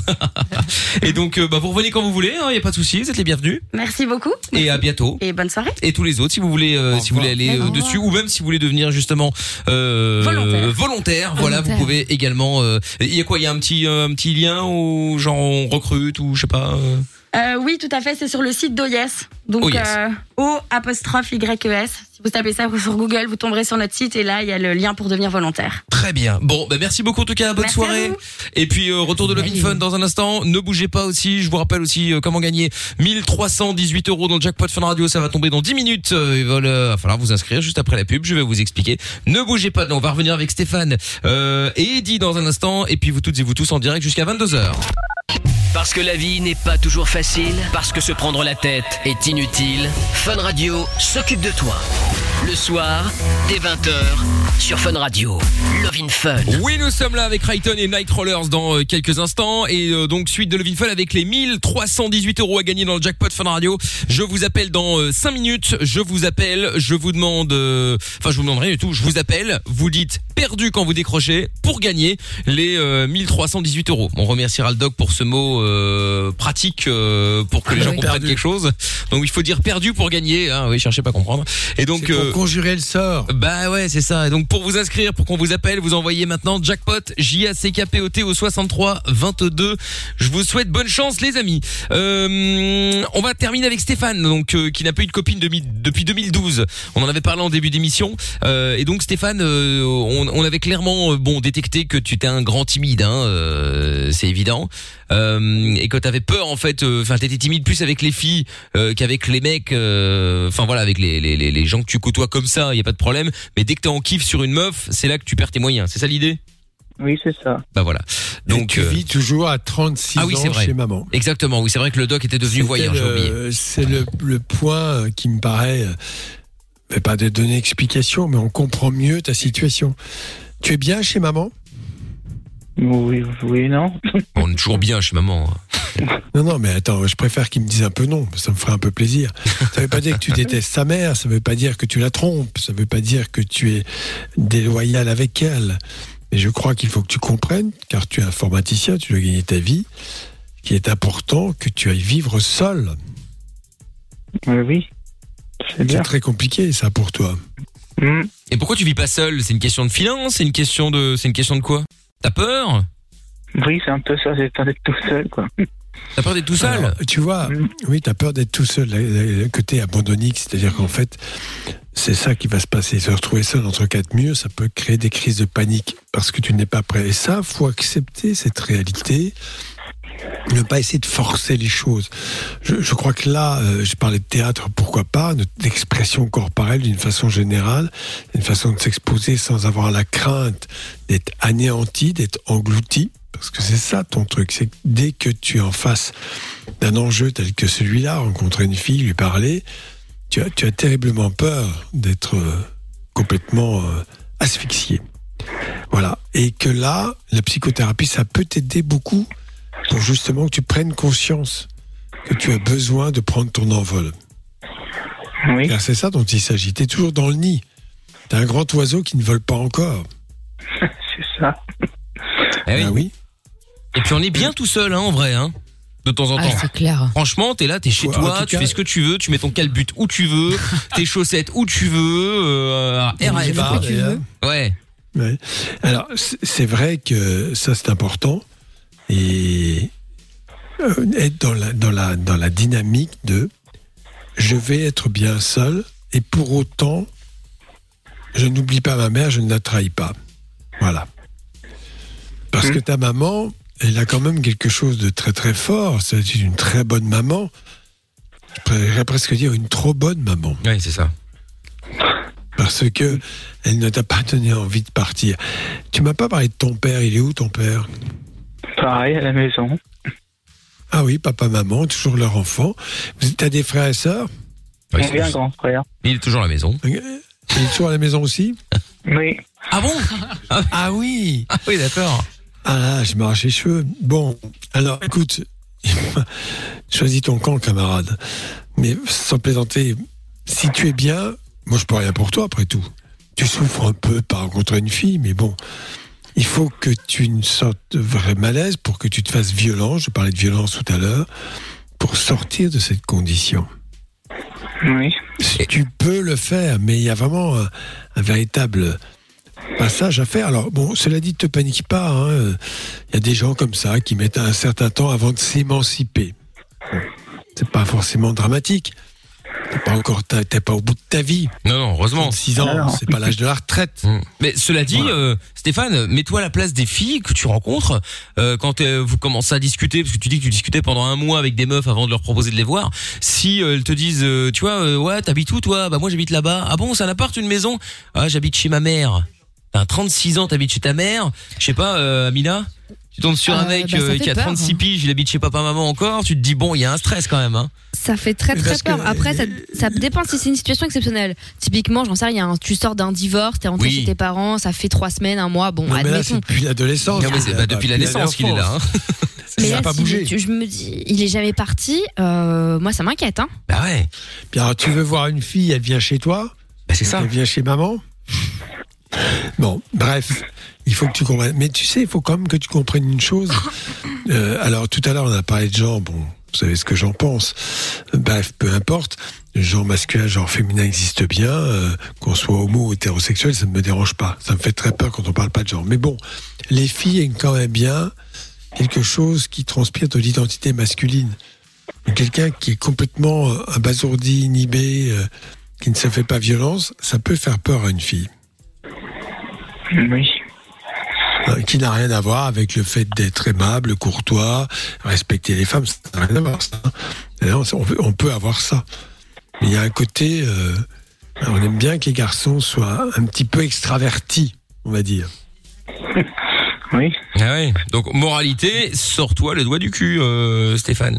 Et donc, euh, bah, vous revenez quand vous voulez. Il y a pas de souci. Vous êtes les bienvenus. Merci beaucoup. Et à bientôt. Et bonne soirée. Et tous les autres, si vous voulez, euh, si vous voulez aller euh, dessus, ou même si vous voulez devenir justement euh, Volontaire. volontaire, voilà, Volontaire. vous pouvez également. euh, Il y a quoi Il y a un petit euh, un petit lien où genre on recrute ou je sais pas. euh, Euh, oui, tout à fait, c'est sur le site d'O Y S. Donc, O Y S. euh, O apostrophe Y E S. Si vous tapez ça sur Google, vous tomberez sur notre site et là, il y a le lien pour devenir volontaire. Très bien. Bon, bah merci beaucoup en tout cas. Bonne Merci soirée. à vous. Et puis euh, retour de Love in Fun dans un instant. Ne bougez pas aussi. Je vous rappelle aussi euh, comment gagner mille trois cent dix-huit euros dans le jackpot Fun Radio. Ça va tomber dans dix minutes. Euh, il va, le- va falloir vous inscrire juste après la pub. Je vais vous expliquer. Ne bougez pas. On va revenir avec Stéphane euh, et Eddie dans un instant. Et puis vous toutes et vous tous en direct jusqu'à vingt-deux heures. Parce que la vie n'est pas toujours facile, parce que se prendre la tête est inutile, Fun Radio s'occupe de toi. Le soir, dès vingt heures, sur Fun Radio. Love in Fun. Oui, nous sommes là avec Rayton et Night Rollers dans euh, quelques instants. Et euh, donc, suite de Love in Fun avec les mille trois cent dix-huit euros à gagner dans le jackpot Fun Radio. Je vous appelle dans euh, cinq minutes. Je vous appelle, je vous demande... euh, Enfin, je vous demande rien du tout. Je vous appelle. Vous dites perdu quand vous décrochez pour gagner les euh, mille trois cent dix-huit euros. On remerciera le doc pour ce mot euh, pratique euh, pour que les gens oui, comprennent perdu. quelque chose. Donc, il faut dire perdu pour gagner. Hein, oui, cherchez pas à comprendre. Et donc... C'est pour euh, conjurer le sort. Bah ouais, c'est ça. Et donc pour vous inscrire, pour qu'on vous appelle, vous envoyez maintenant jackpot J A C K P O T au soixante-trois vingt-deux. Je vous souhaite bonne chance les amis. Euh, on va terminer avec Stéphane, donc euh, qui n'a pas eu de copine de mi- depuis deux mille douze. On en avait parlé en début d'émission. Euh, et donc Stéphane, euh, on, on avait clairement euh, bon détecté que tu étais un grand timide, hein, euh, c'est évident. Euh, et que t'avais peur en fait. Enfin, euh, t'étais timide plus avec les filles euh, qu'avec les mecs. Enfin euh, voilà, avec les, les les les gens que tu côtoies comme ça, il y a pas de problème. Mais dès que t'es en kiff sur une meuf, c'est là que tu perds tes moyens. C'est ça l'idée? Oui, c'est ça. Bah voilà. Donc Donc tu euh, vis toujours à trente-six ah oui, c'est ans vrai. chez maman. Exactement. Oui, c'est vrai que le doc était devenu C'était voyant. J'ai le- oublié. C'est le, le point qui me paraît, euh, mais pas de donner explication, mais on comprend mieux ta situation. Tu es bien chez maman? Oui, oui, non. On est toujours bien chez maman. Non, non, mais attends, je préfère qu'il me dise un peu non, ça me ferait un peu plaisir. Ça veut pas dire que tu détestes sa mère, ça veut pas dire que tu la trompes, ça veut pas dire que tu es déloyal avec elle. Mais je crois qu'il faut que tu comprennes, car tu es informaticien, tu dois gagner ta vie, qu'il est important que tu ailles vivre seul. Oui, oui. C'est C'est bien. très compliqué, ça, pour toi. Hmm. Et pourquoi tu vis pas seul? C'est une question de finance? C'est une question de, c'est une question de quoi? T'as peur? Oui, c'est un peu ça, j'ai peur d'être tout seul, quoi. T'as peur d'être tout seul? Alors, tu vois, Mm. oui, tu as peur d'être tout seul, le le côté abandonnique, c'est-à-dire qu'en fait, c'est ça qui va se passer. Se retrouver seul entre quatre murs, ça peut créer des crises de panique parce que tu n'es pas prêt. Et ça, faut accepter cette réalité. Ne pas essayer de forcer les choses. je, je crois que là, euh, je parlais de théâtre, pourquoi pas, d'expression corporelle d'une façon générale, une façon de s'exposer sans avoir la crainte d'être anéanti, d'être englouti. Parce que c'est ça ton truc, c'est que dès que tu es en face d'un enjeu tel que celui-là, rencontrer une fille, lui parler, tu as, tu as terriblement peur d'être euh, complètement euh, asphyxié. Voilà. Et que là, la psychothérapie, ça peut t'aider beaucoup pour justement que tu prennes conscience que tu as besoin de prendre ton envol. Oui. Car c'est ça dont il s'agit. Tu es toujours dans le nid. Tu es un grand oiseau qui ne vole pas encore. C'est ça. Eh oui. Ah oui. Et puis on est bien tout seul, hein, en vrai, hein, de temps en Ah, temps. c'est clair. Franchement, t'es là, t'es chez Ouais, en toi, tout tu cas- fais ce que tu veux, tu mets ton calbut où tu veux, tes chaussettes où tu veux, euh, R On y F va, A. tu veux. d'ailleurs. Ouais. Ouais. Alors, c'est c'est vrai que ça, c'est important. Et euh, être dans la, dans, la, dans la dynamique de je vais être bien seul et pour autant, je n'oublie pas ma mère, je ne la trahis pas. Voilà. Parce Mmh. que ta maman, elle a quand même quelque chose de très très fort. C'est une très bonne maman. Je pourrais presque dire une trop bonne maman. Oui, c'est ça. Parce que elle ne t'a pas donné envie de partir. Tu m'as pas parlé de ton père. Il est où ton père? Pareil, à la maison. Ah oui, papa, maman, toujours leur enfant. Vous t'as des frères et sœurs? Oui, On c'est- est un grand frère. Il est toujours à la maison. Il est toujours à la maison aussi? Oui. Ah bon? Ah oui. Ah oui, d'accord. Ah là, je m'arrache les cheveux. Bon, alors écoute, choisis ton camp, camarade. Mais sans plaisanter, si tu es bien, moi je peux rien pour toi après tout. Tu souffres un peu par rencontrer une fille, mais bon, il faut que tu ne sortes de vrai malaise pour que tu te fasses violence. Je parlais de violence tout à l'heure, pour sortir de cette condition. Oui. Tu peux le faire, mais il y a vraiment un, un véritable passage à faire. Alors, bon, cela dit, ne te panique pas. hein. Il y a des gens comme ça qui mettent un certain temps avant de s'émanciper. Bon, c'est pas forcément dramatique. T'es pas encore, t'as- t'es pas au bout de ta vie. Non, non, heureusement. six ans, Alors. c'est pas l'âge de la retraite. Mm. Mais cela dit, Voilà. euh, Stéphane, mets-toi à la place des filles que tu rencontres euh, quand euh, vous commencez à discuter, parce que tu dis que tu discutais pendant un mois avec des meufs avant de leur proposer de les voir. Si euh, elles te disent, euh, tu vois, euh, ouais, t'habites où toi? Bah moi j'habite là-bas. Ah bon, c'est un appart, une maison? Ah, j'habite chez ma mère. T'as trente-six ans, t'habites chez ta mère. Je sais pas, euh, Amina, tu tombes sur un Euh, mec bah, ça euh, fait qui a peur, trente-six hein. piges, il habite chez papa-maman encore. Tu te dis bon, il y a un stress quand même, hein. Ça fait très Mais très parce peur. que- Après, ça, ça dépend si c'est une situation exceptionnelle. Typiquement, j'en sais rien, tu sors d'un divorce, t'es rentré Oui. chez tes parents, ça fait trois semaines, un mois, bon, Non, mais là, admettons. c'est depuis l'adolescence. Non, mais c'est- bah, depuis la naissance qu'il est là, hein. Il Mais n'a là, pas si bougé. tu- je me dis, il est jamais parti, euh, moi ça m'inquiète, hein. Bah ouais, Puis alors, tu veux voir une fille, elle vient chez toi? bah c'est ça. Elle vient chez maman. Bon, bref, il faut que tu comprennes. Mais tu sais, il faut quand même que tu comprennes une chose. Euh, alors, tout à l'heure, on a parlé de genre. Bon, vous savez ce que j'en pense. Bref, peu importe. Le genre masculin, le genre féminin existe bien. Euh, qu'on soit homo ou hétérosexuel, ça ne me dérange pas. Ça me fait très peur quand on parle pas de genre. Mais bon, les filles aiment quand même bien quelque chose qui transpire de l'identité masculine. Quelqu'un qui est complètement euh, abasourdi, inhibé, euh, qui ne se fait pas violence, ça peut faire peur à une fille. Oui. Euh, qui n'a rien à voir avec le fait d'être aimable, courtois, respecter les femmes, ça n'a rien à voir. Ça. Non, on, peut, on peut avoir ça. Mais il y a un côté, euh, on aime bien que les garçons soient un petit peu extravertis, on va dire. Oui. Ah ouais. Donc moralité, sors-toi le doigt du cul, euh, Stéphane.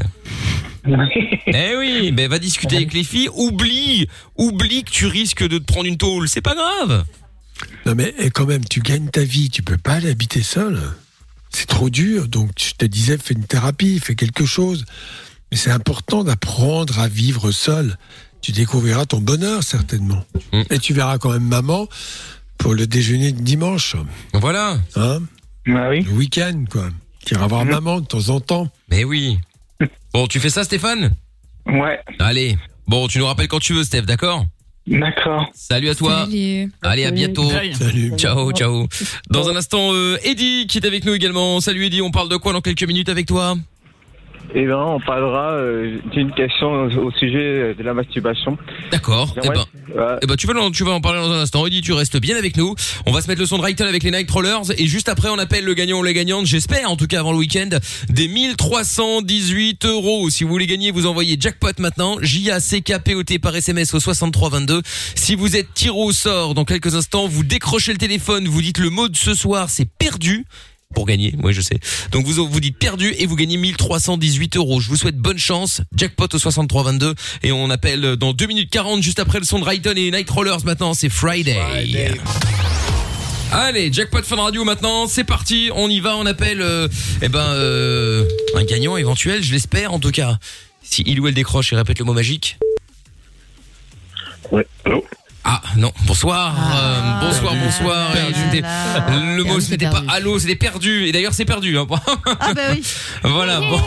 Eh oui, ben va discuter avec les filles. Oublie, oublie que tu risques de te prendre une tôle. C'est pas grave. Non mais et quand même, tu gagnes ta vie, tu peux pas aller habiter seul. C'est trop dur, donc je te disais, fais une thérapie, fais quelque chose. Mais c'est important d'apprendre à vivre seul. Tu découvriras ton bonheur, certainement. Mm. Et tu verras quand même maman pour le déjeuner de dimanche. Voilà. Hein, Bah oui. le week-end, quoi. Tu iras voir Mm. maman de temps en temps. Mais oui. Bon, tu fais ça, Stéphane? Ouais. Allez. Bon, tu nous rappelles quand tu veux, Steph, d'accord? D'accord. Salut à toi. Salut. Allez, à bientôt. Salut. Ciao, ciao. Dans un instant, euh, Eddie qui est avec nous également. Salut Eddie, on parle de quoi dans quelques minutes avec toi? Eh ben, on parlera euh, d'une question au sujet de la masturbation. D'accord. Eh ben, Ouais. eh ben, tu vas, tu vas en parler dans un instant. Rudy, tu restes bien avec nous. On va se mettre le son de Rayton avec les Nightcrawlers et juste après, on appelle le gagnant ou la gagnante. J'espère, en tout cas, avant le week-end, des mille trois cent dix-huit euros. Si vous voulez gagner, vous envoyez jackpot maintenant. J A C K P O T par S M S au soixante-trois vingt-deux. Si vous êtes tiré au sort dans quelques instants, vous décrochez le téléphone, vous dites le mot de ce soir, c'est perdu. Pour gagner, oui je sais. Donc vous vous dites perdu et vous gagnez mille trois cent dix-huit euros. Je vous souhaite bonne chance. Jackpot au soixante-trois vingt-deux et on appelle dans deux minutes quarante juste après le son de Rayton et Nightcrawlers. Maintenant c'est Friday. Friday. Allez, Jackpot Fun Radio maintenant, c'est parti. On y va, on appelle euh, eh ben euh, un gagnant éventuel, je l'espère en tout cas. Si il ou elle décroche et répète le mot magique. Ouais. Allô. Ah non, bonsoir, ah, euh, bonsoir, bonsoir. Là, C'était- là, là. le mot Perdu, c'était pas perdu. allô, c'était perdu. Et d'ailleurs c'est perdu. Hein. Ah bah oui. Voilà, bon.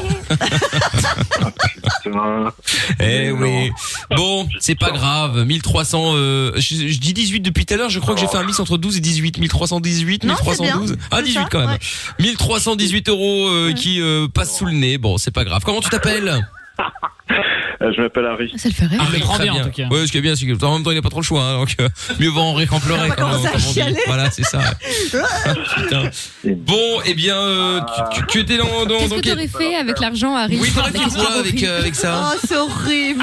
Eh oui. Bon, c'est pas grave. mille trois cents. Euh, je, je dis dix-huit depuis tout à l'heure. Je crois que j'ai fait un mix entre douze et dix-huit. mille trois cent dix-huit, Non, mille trois cent douze. c'est bien. Ah, C'est dix-huit ça, quand même. ouais. mille trois cent dix-huit euros euh, qui euh, passent sous le nez. Bon, c'est pas grave. Comment tu t'appelles? Euh, je m'appelle Harry. Ça le fait rire. Ah, mais prend très bien, bien. en tout cas. Ouais, ce qui est bien, c'est que en même temps, il n'a pas trop le choix. Hein, donc, euh, mieux vaut en rire qu'en pleurer. On va comme, commencer à comme on dit. chialer. Voilà, c'est ça. ouais. Putain. Bon, eh bien, euh, tu, tu, tu étais dans, dans, Qu'est-ce dans que quel- t'aurais fait avec l'argent, Harry? Oui, t'aurais fait Mais qu'est-ce quoi que avec, t'aurais euh, avec ça? Oh, c'est horrible.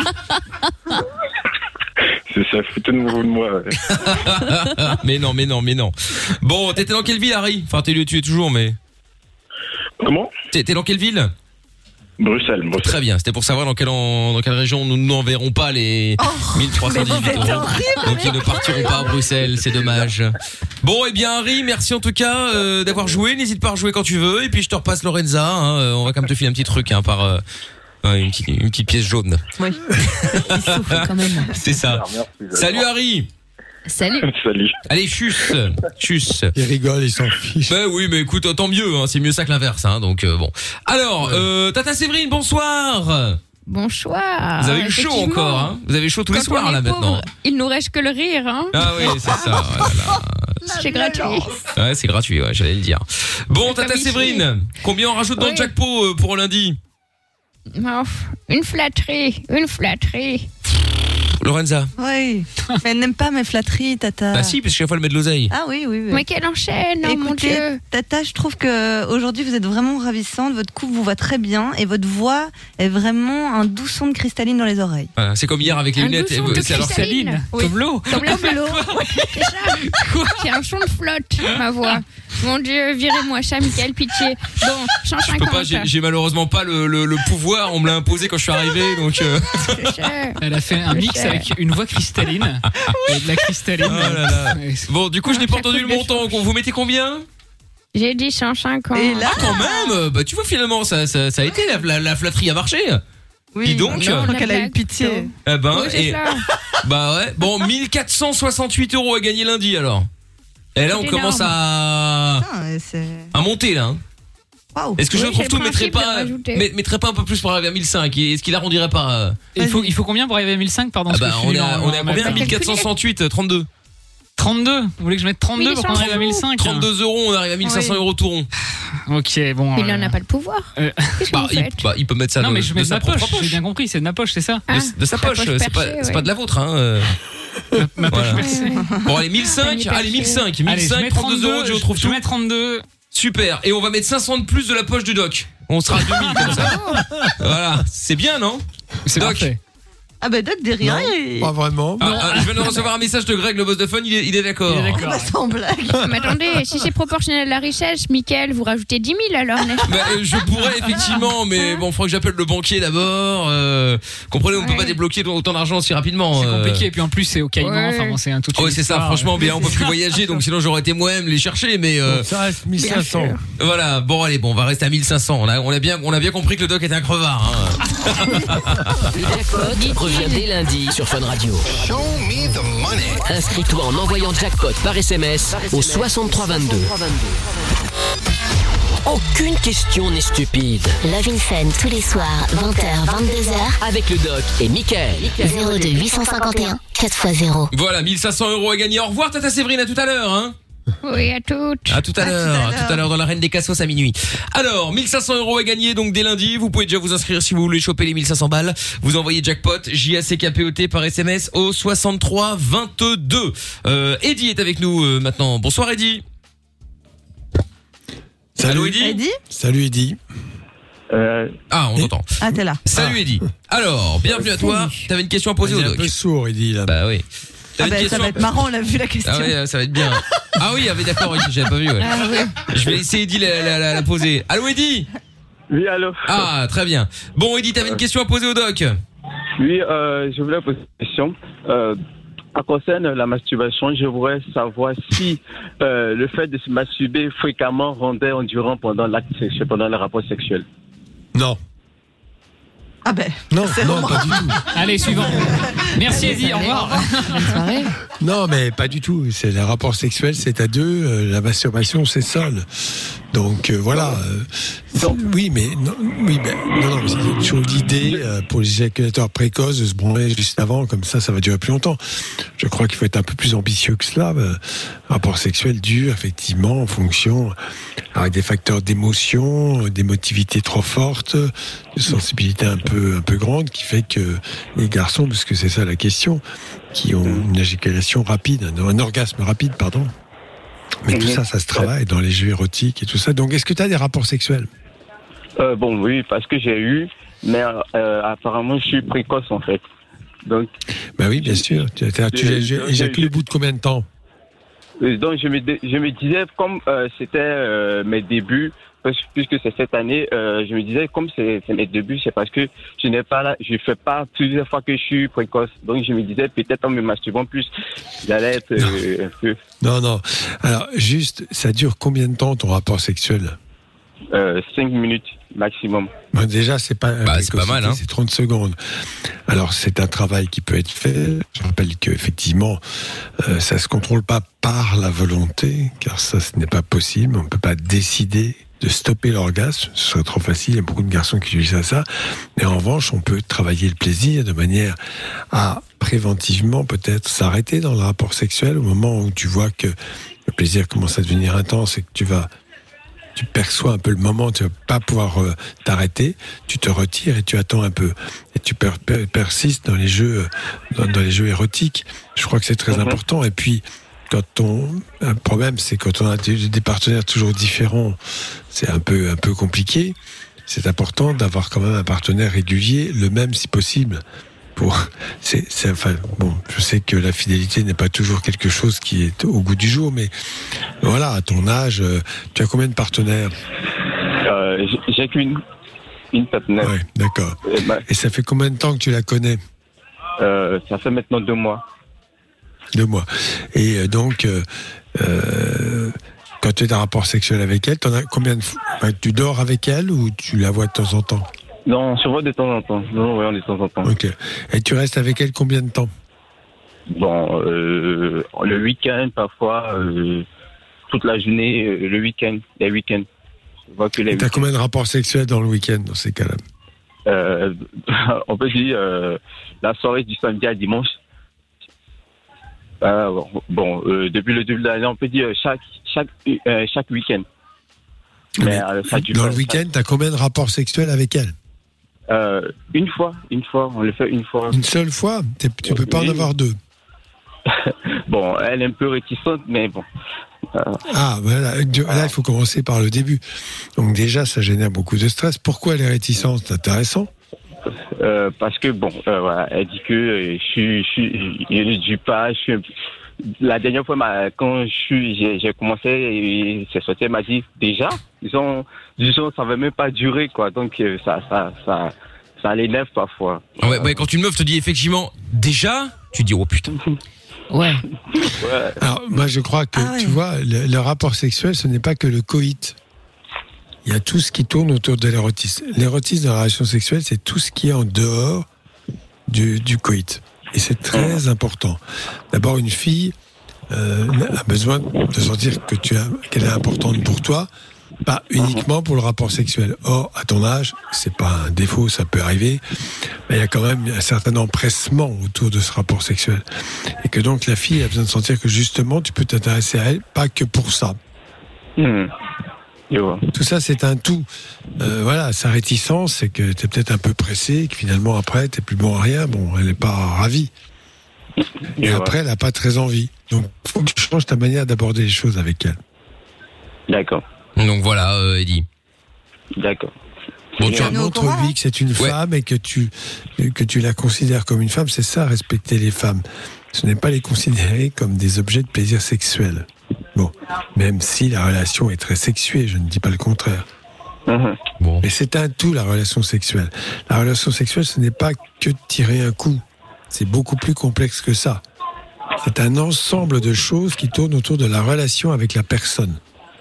C'est ça, foutez de moi de moi. Ouais. Mais non, mais non, mais non. Bon, t'étais dans quelle ville, Harry? Enfin, t'es, tu es toujours, mais... Comment? T'es, t'es dans quelle ville? Bruxelles, Bruxelles. Très bien, c'était pour savoir dans quelle, en- dans quelle région nous n'enverrons pas les mille trois cent dix-huit euros. Donc ils ne partiront pas à Bruxelles, c'est dommage. Bon, eh bien Harry, merci en tout cas euh, d'avoir joué. N'hésite pas à rejouer quand tu veux. Et puis je te repasse Lorenza. Hein, euh, on va quand même te filer un petit truc hein, par... Euh, ouais, une, petite, une petite pièce jaune. Oui. Il souffle quand même. C'est ça. Salut Harry. Salut. Salut. Allez, chus, chus. Il rigole, il s'en fiche. Ben oui, mais écoute, tant mieux, hein, c'est mieux ça que l'inverse, hein, donc euh, bon. Alors, euh, Tata Séverine, bonsoir. Bonsoir. Vous avez eu chaud Effectivement. encore, hein. Vous avez chaud tous les Quand soirs on est là pauvre, maintenant. Il nous reste que le rire, hein. Ah oui, c'est ça. Oh là là. C'est gratuit. Ouais, c'est gratuit, ouais, j'allais le dire. Bon, Tata Comme ici. Séverine, combien on rajoute dans le Oui. jackpot euh, pour lundi? Oh, une flatterie, une flatterie. Lorenza. Oui. Mais elle n'aime pas mes flatteries, Tata. Bah si, parce que chaque fois elle met de l'oseille. Ah oui, oui, oui. Mais qu'elle enchaîne, oh mon Écoutez, Dieu. Tata, je trouve que aujourd'hui vous êtes vraiment ravissante. Votre coupe vous va très bien et votre voix est vraiment un doux son de cristalline dans les oreilles. Voilà, c'est comme hier avec les Un lunettes. doux son de C'est alors cristalline. Oui. Comme l'eau. Comme la vélo. C'est ça. C'est un son de flotte, ma voix. Mon Dieu, virez-moi ça, Michael, pitié. Bon, cent je peux cinquante. pas, j'ai j'ai malheureusement pas le, le, le pouvoir, on me l'a imposé quand je suis arrivé, donc. Euh... Je sais. Elle a fait un Je mix sais. avec une voix cristalline et de la cristalline. Oh là là. Ouais. Bon, du coup, je n'ai pas Ça entendu le coûte de montant. Vous mettez combien? J'ai dit cent cinquante. Et là, Ah, quand même. Bah, tu vois, finalement, ça, ça, ça a été la, la, la flatterie a marché. oui, Dis donc. je crois La qu'elle a eu blague, pitié. plutôt. Eh ben, Oui, c'est et ça. bah ouais. Bon, mille quatre cent soixante-huit euros à gagner lundi alors. Et là, on C'est commence énorme. à Putain, et c'est... à monter là. hein. Waouh. Est-ce que je Oui, trouve c'est tout le mettrait principe de pas, rajouter. met- mettrait pas un peu plus pour arriver à mille cinq? Et est-ce qu'il arrondirait pas euh, Et il faut, Vas-y. il faut combien pour arriver à mille cinq, pardon? Ah parce bah que je on suis est à, nul en- on est à en combien? maths. mille quatre cent soixante-huit, trente-deux. trente-deux. Vous voulez que je mette trente-deux Mais il pour s'en qu'on arrive à fout. mille cinq? trente-deux euros, on arrive à mille cinq cents Oui. euros tout rond. Ok, bon. Mais il euh, n'en a pas le pouvoir. euh, Qu'est-ce que Bah vous il, faites? bah, il peut mettre ça Non, de, mais je mets de de sa ma poche. propre J'ai bien compris, c'est de ma poche, c'est ça? De, Ah, de sa ta poche, poche c'est pas, perchée, c'est ouais. pas de la vôtre, hein. euh. Ma, ma poche Voilà. percée. Ouais, ouais. Bon, allez, mille cinq, Panier allez, mille cinq, mille Allez, je cinq, mets trente-deux euros, trente-deux, je retrouve je tout. mets trente-deux. Super. Et on va mettre cinq cents de plus de la poche du doc. On sera à deux mille comme ça. Voilà. C'est bien, non? C'est Doc. parfait. Ah bah Doc, derrière, Non, il... pas vraiment. Ah, ah, je viens de recevoir un message de Greg, le boss de Fun, il est, il est d'accord. Il est Ah d'accord. bah sans blague. Mais attendez, si c'est proportionnel à la richesse, Michael, vous rajoutez dix mille alors, n'est-ce pas? Bah, euh, je pourrais effectivement, mais bon, faudrait que j'appelle le banquier d'abord. Euh, comprenez, on ne peut Ouais. pas débloquer autant d'argent si rapidement. C'est euh. compliqué, et puis en plus, c'est au Caïman. Ouais. Enfin, bon, c'est un tout. Ouais, c'est ça. Franchement, bien, on peut plus voyager, donc sinon j'aurais été moi-même les chercher, mais euh, Donc, ça reste mille Bien cinq cents. sûr. voilà. Bon, allez, bon, on va rester à mille cinq cents. On a, on a bien, on a bien compris que le doc était un crevard. Hein. Le jackpot revient dès lundi sur Fun Radio. Inscris-toi en envoyant jackpot par S M S au soixante-trois vingt-deux. Aucune question n'est stupide. Love in Fun tous les soirs, vingt heures, vingt-deux heures. Avec le doc et Mickaël. zéro deux huit cent cinquante et un quatre fois zéro. Voilà, mille cinq cents euros à gagner. Au revoir, Tata Séverine, à tout à l'heure. Hein. Oui, à toutes. À tout à l'heure, à tout à l'heure dans la Reine des Cassos à minuit. Alors, mille cinq cents euros à gagner donc dès lundi. Vous pouvez déjà vous inscrire si vous voulez choper les mille cinq cents balles. Vous envoyez jackpot J A C K P O T par S M S au soixante-trois vingt-deux. Euh, Eddy est avec nous euh, maintenant. Bonsoir Eddy. Salut Allô Eddy. Eddy Salut Eddy. Euh, Ah, on t'entend. Ah, t'es là. Salut Eddy. Alors, bienvenue à toi. T'avais une question à poser Il au est un doc. peu sourd, Eddy, là. Bah oui. Ah T'avais bah, une ça question va à- être marrant, on a vu la question. Ah oui, ça va être bien. Ah oui, ah oui, d'accord, oui, j'avais pas vu. Ouais. Ah oui. Je vais laisser Eddy la, la, la, la poser. Allô Eddy. oui, allô. Ah, très bien. Bon Eddy, t'avais une question à poser au doc. Oui, euh, je voulais poser une question. Euh, en concerne la masturbation, je voudrais savoir si euh, le fait de se masturber fréquemment rendait endurant pendant l'acte sexuel, pendant le rapport sexuel. Non. Ah ben. Non, C'est non, vraiment- pas du tout. Allez, suivant. Merci Eddy, au revoir. Bonne soirée. Non, mais pas du tout. C'est le rapport sexuel, c'est à deux. euh, la masturbation, c'est seul. Donc euh, voilà. euh, c'est- oui, mais non, oui, ben, non, non, mais c'est toujours l'idée euh, pour les éjaculateurs précoces de se branler juste avant, comme ça, ça va durer plus longtemps. Je crois qu'il faut être un peu plus ambitieux que cela. Euh, rapport sexuel dure effectivement en fonction avec des facteurs d'émotion, euh, d'émotivité trop forte, de sensibilité un peu un peu grande, qui fait que les garçons, parce que c'est ça la question, qui ont une éjaculation rapide, un, un orgasme rapide, pardon. Mais tout ça, ça se travaille dans les jeux érotiques et tout ça. Donc, est-ce que tu as des rapports sexuels? Euh, bon, oui, parce que j'ai eu, mais euh, apparemment, je suis précoce en fait. Donc, Ben oui, bien sûr. Tu, tu, tu Je- éjacules je- au bout de combien de temps? euh, donc je me, dé- je me disais, comme euh, c'était euh, mes débuts, parce- puisque c'est cette année, euh, je me disais, comme c'est c'est mes débuts, c'est parce que je n'ai pas, là, je fais pas plusieurs fois que je suis précoce. Donc je me disais, peut-être en me masturbant plus, j'allais être euh, un peu. Non, non. Alors, juste, ça dure combien de temps ton rapport sexuel? Euh, cinq minutes maximum. Bon, déjà, c'est pas, Bah, c'est pas mal, hein. C'est trente secondes. Alors, c'est un travail qui peut être fait. Je rappelle qu'effectivement, euh, ça se contrôle pas par la volonté, car ça, ce n'est pas possible. On ne peut pas décider de stopper l'orgasme. Ce serait trop facile. Il y a beaucoup de garçons qui utilisent ça. Mais en revanche, on peut travailler le plaisir de manière à préventivement peut-être s'arrêter dans le rapport sexuel au moment où tu vois que le plaisir commence à devenir intense et que tu vas tu perçois un peu le moment, tu vas pas pouvoir euh, t'arrêter, tu te retires et tu attends un peu. Et tu per- per- persistes dans les jeux, euh, dans, dans les jeux érotiques. Je crois que c'est très Mhm. important. Et puis, quand on, un problème, c'est quand on a des, des partenaires toujours différents, c'est un peu, un peu compliqué. C'est important d'avoir quand même un partenaire régulier, le même si possible. Pour, c'est, c'est, enfin, bon, je sais que la fidélité n'est pas toujours quelque chose qui est au goût du jour, mais voilà, à ton âge, euh, tu as combien de partenaires? Euh, j'ai- j'ai qu'une une partenaire. Ouais, d'accord. Euh, bah, Et ça fait combien de temps que tu la connais? euh, ça fait maintenant deux mois. Deux mois. Et euh, donc, euh, euh, quand tu es en rapport sexuel avec elle, t'en as combien de fois? Enfin, tu dors avec elle ou tu la vois de temps en temps? Non, on se voit de temps en temps. Non, voyons de temps en temps. Ok. Et tu restes avec elle combien de temps? Bon, euh, le week-end, parfois, euh, toute la journée, euh, le week-end, les week-ends. Je vois que les Et t'as week-ends. combien de rapports sexuels dans le week-end, dans ces cas-là? Euh, on peut dire euh, la soirée du samedi à dimanche. Euh, bon, bon euh, depuis le début de l'année, on peut dire chaque chaque euh, chaque week-end. Mais euh, ça dure Dans pas- le week-end, t'as combien de rapports sexuels avec elle? Euh, une fois, une fois, on le fait une fois. Une seule fois? T'es- Tu peux pas en Oui. avoir deux. Bon, elle est un peu réticente, mais bon. Euh, Ah, voilà. Du- Là, il faut commencer par le début. Donc déjà, ça génère beaucoup de stress. Pourquoi elle est réticente? C'est intéressant. euh, parce que bon, euh, voilà, elle dit que euh, je suis, je suis, je ne dis pas, je suis. un peu- La dernière fois, ma- quand je suis, j'ai, j'ai commencé, et c'est sorti, elle m'a dit déjà, disons, disons, ça va même pas durer, quoi. Donc euh, ça, ça, ça, ça l'énerve parfois. Ah ouais, ouais, quand une meuf te dit effectivement déjà, tu dis oh putain. Ouais. Ouais. Alors, moi, je crois que, Ah ouais. tu vois, le, le rapport sexuel, ce n'est pas que le coït. Il y a tout ce qui tourne autour de l'érotisme. L'érotisme dans la relation sexuelle, c'est tout ce qui est en dehors du, du coït. Et c'est très important. D'abord, une fille euh, a besoin de sentir que tu as, qu'elle est importante pour toi, Pas uniquement pour le rapport sexuel. Or, à ton âge, c'est pas un défaut, ça peut arriver, mais il y a quand même un certain empressement autour de ce rapport sexuel. Et que donc la fille a besoin de sentir que justement, tu peux t'intéresser à elle, pas que pour ça. Mmh. Tout ça, c'est un tout. Euh, voilà, sa réticence, c'est que t'es peut-être un peu pressé, et que finalement, après, t'es plus bon à rien. Bon, elle n'est pas ravie. Et après, elle n'a pas très envie. Donc, il faut que tu changes ta manière d'aborder les choses avec elle. D'accord. Donc voilà, euh, Eddie. D'accord. Bon, tu montres-lui que c'est une Ouais. femme et que tu, que tu la considères comme une femme. C'est ça, respecter les femmes. Ce n'est pas les considérer comme des objets de plaisir sexuel. Bon, même si la relation est très sexuée, je ne dis pas le contraire. Mmh. Bon. Mais c'est un tout, la relation sexuelle. La relation sexuelle, ce n'est pas que de tirer un coup. C'est beaucoup plus complexe que ça. C'est un ensemble de choses qui tournent autour de la relation avec la personne.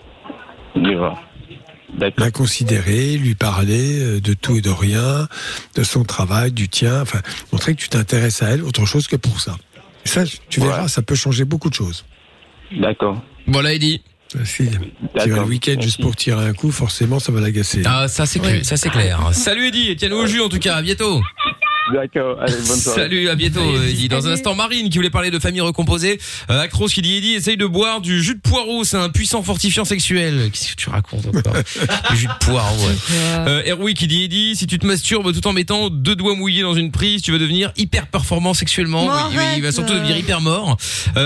La considérer, lui parler de tout et de rien, de son travail, du tien, enfin, montrer que tu t'intéresses à elle autre chose que pour ça. Et ça, tu verras, ouais. Ça peut changer beaucoup de choses. D'accord. Voilà, Eddie. Si tu vas le week-end juste pour tirer un coup, forcément, ça va l'agacer. Ah, ça c'est clair. Ça c'est clair. Salut Eddie, et tiens-nous au jus en tout cas. À bientôt. D'accord, allez, bonne soirée. Salut, à bientôt, Eddie. Dans un instant, Marine qui voulait parler de famille recomposée. Euh, Actros qui dit, Eddie, essaye de boire du jus de poireau, c'est un puissant fortifiant sexuel. Qu'est-ce que tu racontes encore? Du jus de poireau, ouais. Euh, Erwi qui dit, Eddie, si tu te masturbes tout en mettant deux doigts mouillés dans une prise, tu vas devenir hyper performant sexuellement. Oui, oui, il va surtout devenir hyper mort.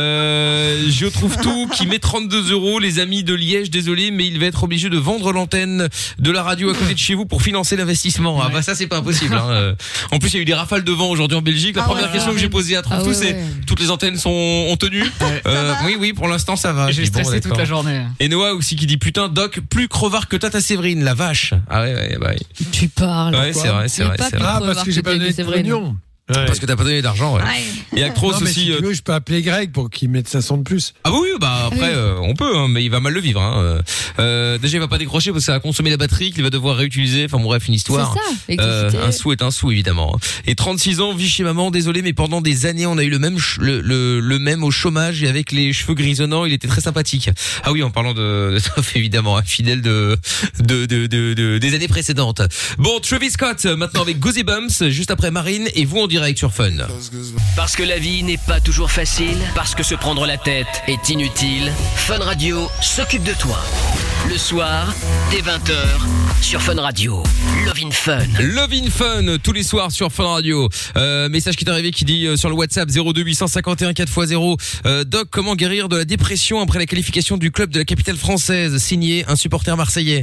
Euh, je trouve tout qui met trente-deux euros, les amis de Liège, désolé, mais il va être obligé de vendre l'antenne de la radio à côté de chez vous pour financer l'investissement. Ah bah ça, c'est pas impossible, hein. En plus, il y a eu des rafales de vent aujourd'hui en Belgique. La ah première ouais, question ouais. que j'ai posée à Trouve-Tout, ah ouais, c'est ouais. Toutes les antennes sont ont tenu. Ouais. Euh, oui, oui, pour l'instant ça va. J'ai stressé bon, toute la journée. Et Noah aussi qui dit putain Doc, plus crevard que Tata Séverine, la vache. Ah ouais, ouais, ouais. Tu parles. Ouais, c'est vrai, c'est vrai. C'est vrai. Ah parce que j'ai pas donné de pognon. Ouais. Parce que t'as pas donné d'argent, ouais. ouais. Et Actros non, mais aussi. Si tu veux, je peux appeler Greg pour qu'il mette cinq cents de plus. Ah oui, bah après, oui. euh, on peut, hein, mais il va mal le vivre. Hein. Euh, déjà, il va pas décrocher parce que ça va consommer la batterie qu'il va devoir réutiliser. Enfin, bon, bref, une histoire. C'est ça. Euh, un sou est un sou, évidemment. Et trente-six ans, vit chez maman. Désolé, mais pendant des années, on a eu le même, ch- le, le, le même au chômage et avec les cheveux grisonnants, il était très sympathique. Ah oui, en parlant de, de évidemment, un fidèle de, de, de, de, de, des années précédentes. Bon, Travis Scott, maintenant avec Goosey Bumps, juste après Marine, et vous en direct sur Fun. Parce que la vie n'est pas toujours facile, parce que se prendre la tête est inutile, Fun Radio s'occupe de toi. Le soir, dès vingt heures, sur Fun Radio. Love in Fun. Love in Fun, tous les soirs sur Fun Radio. Euh, message qui est arrivé qui dit euh, sur le WhatsApp zéro deux huit cent cinquante et un quatre fois zéro. Euh, Doc, comment guérir de la dépression après la qualification du club de la capitale française? Signé un supporter marseillais.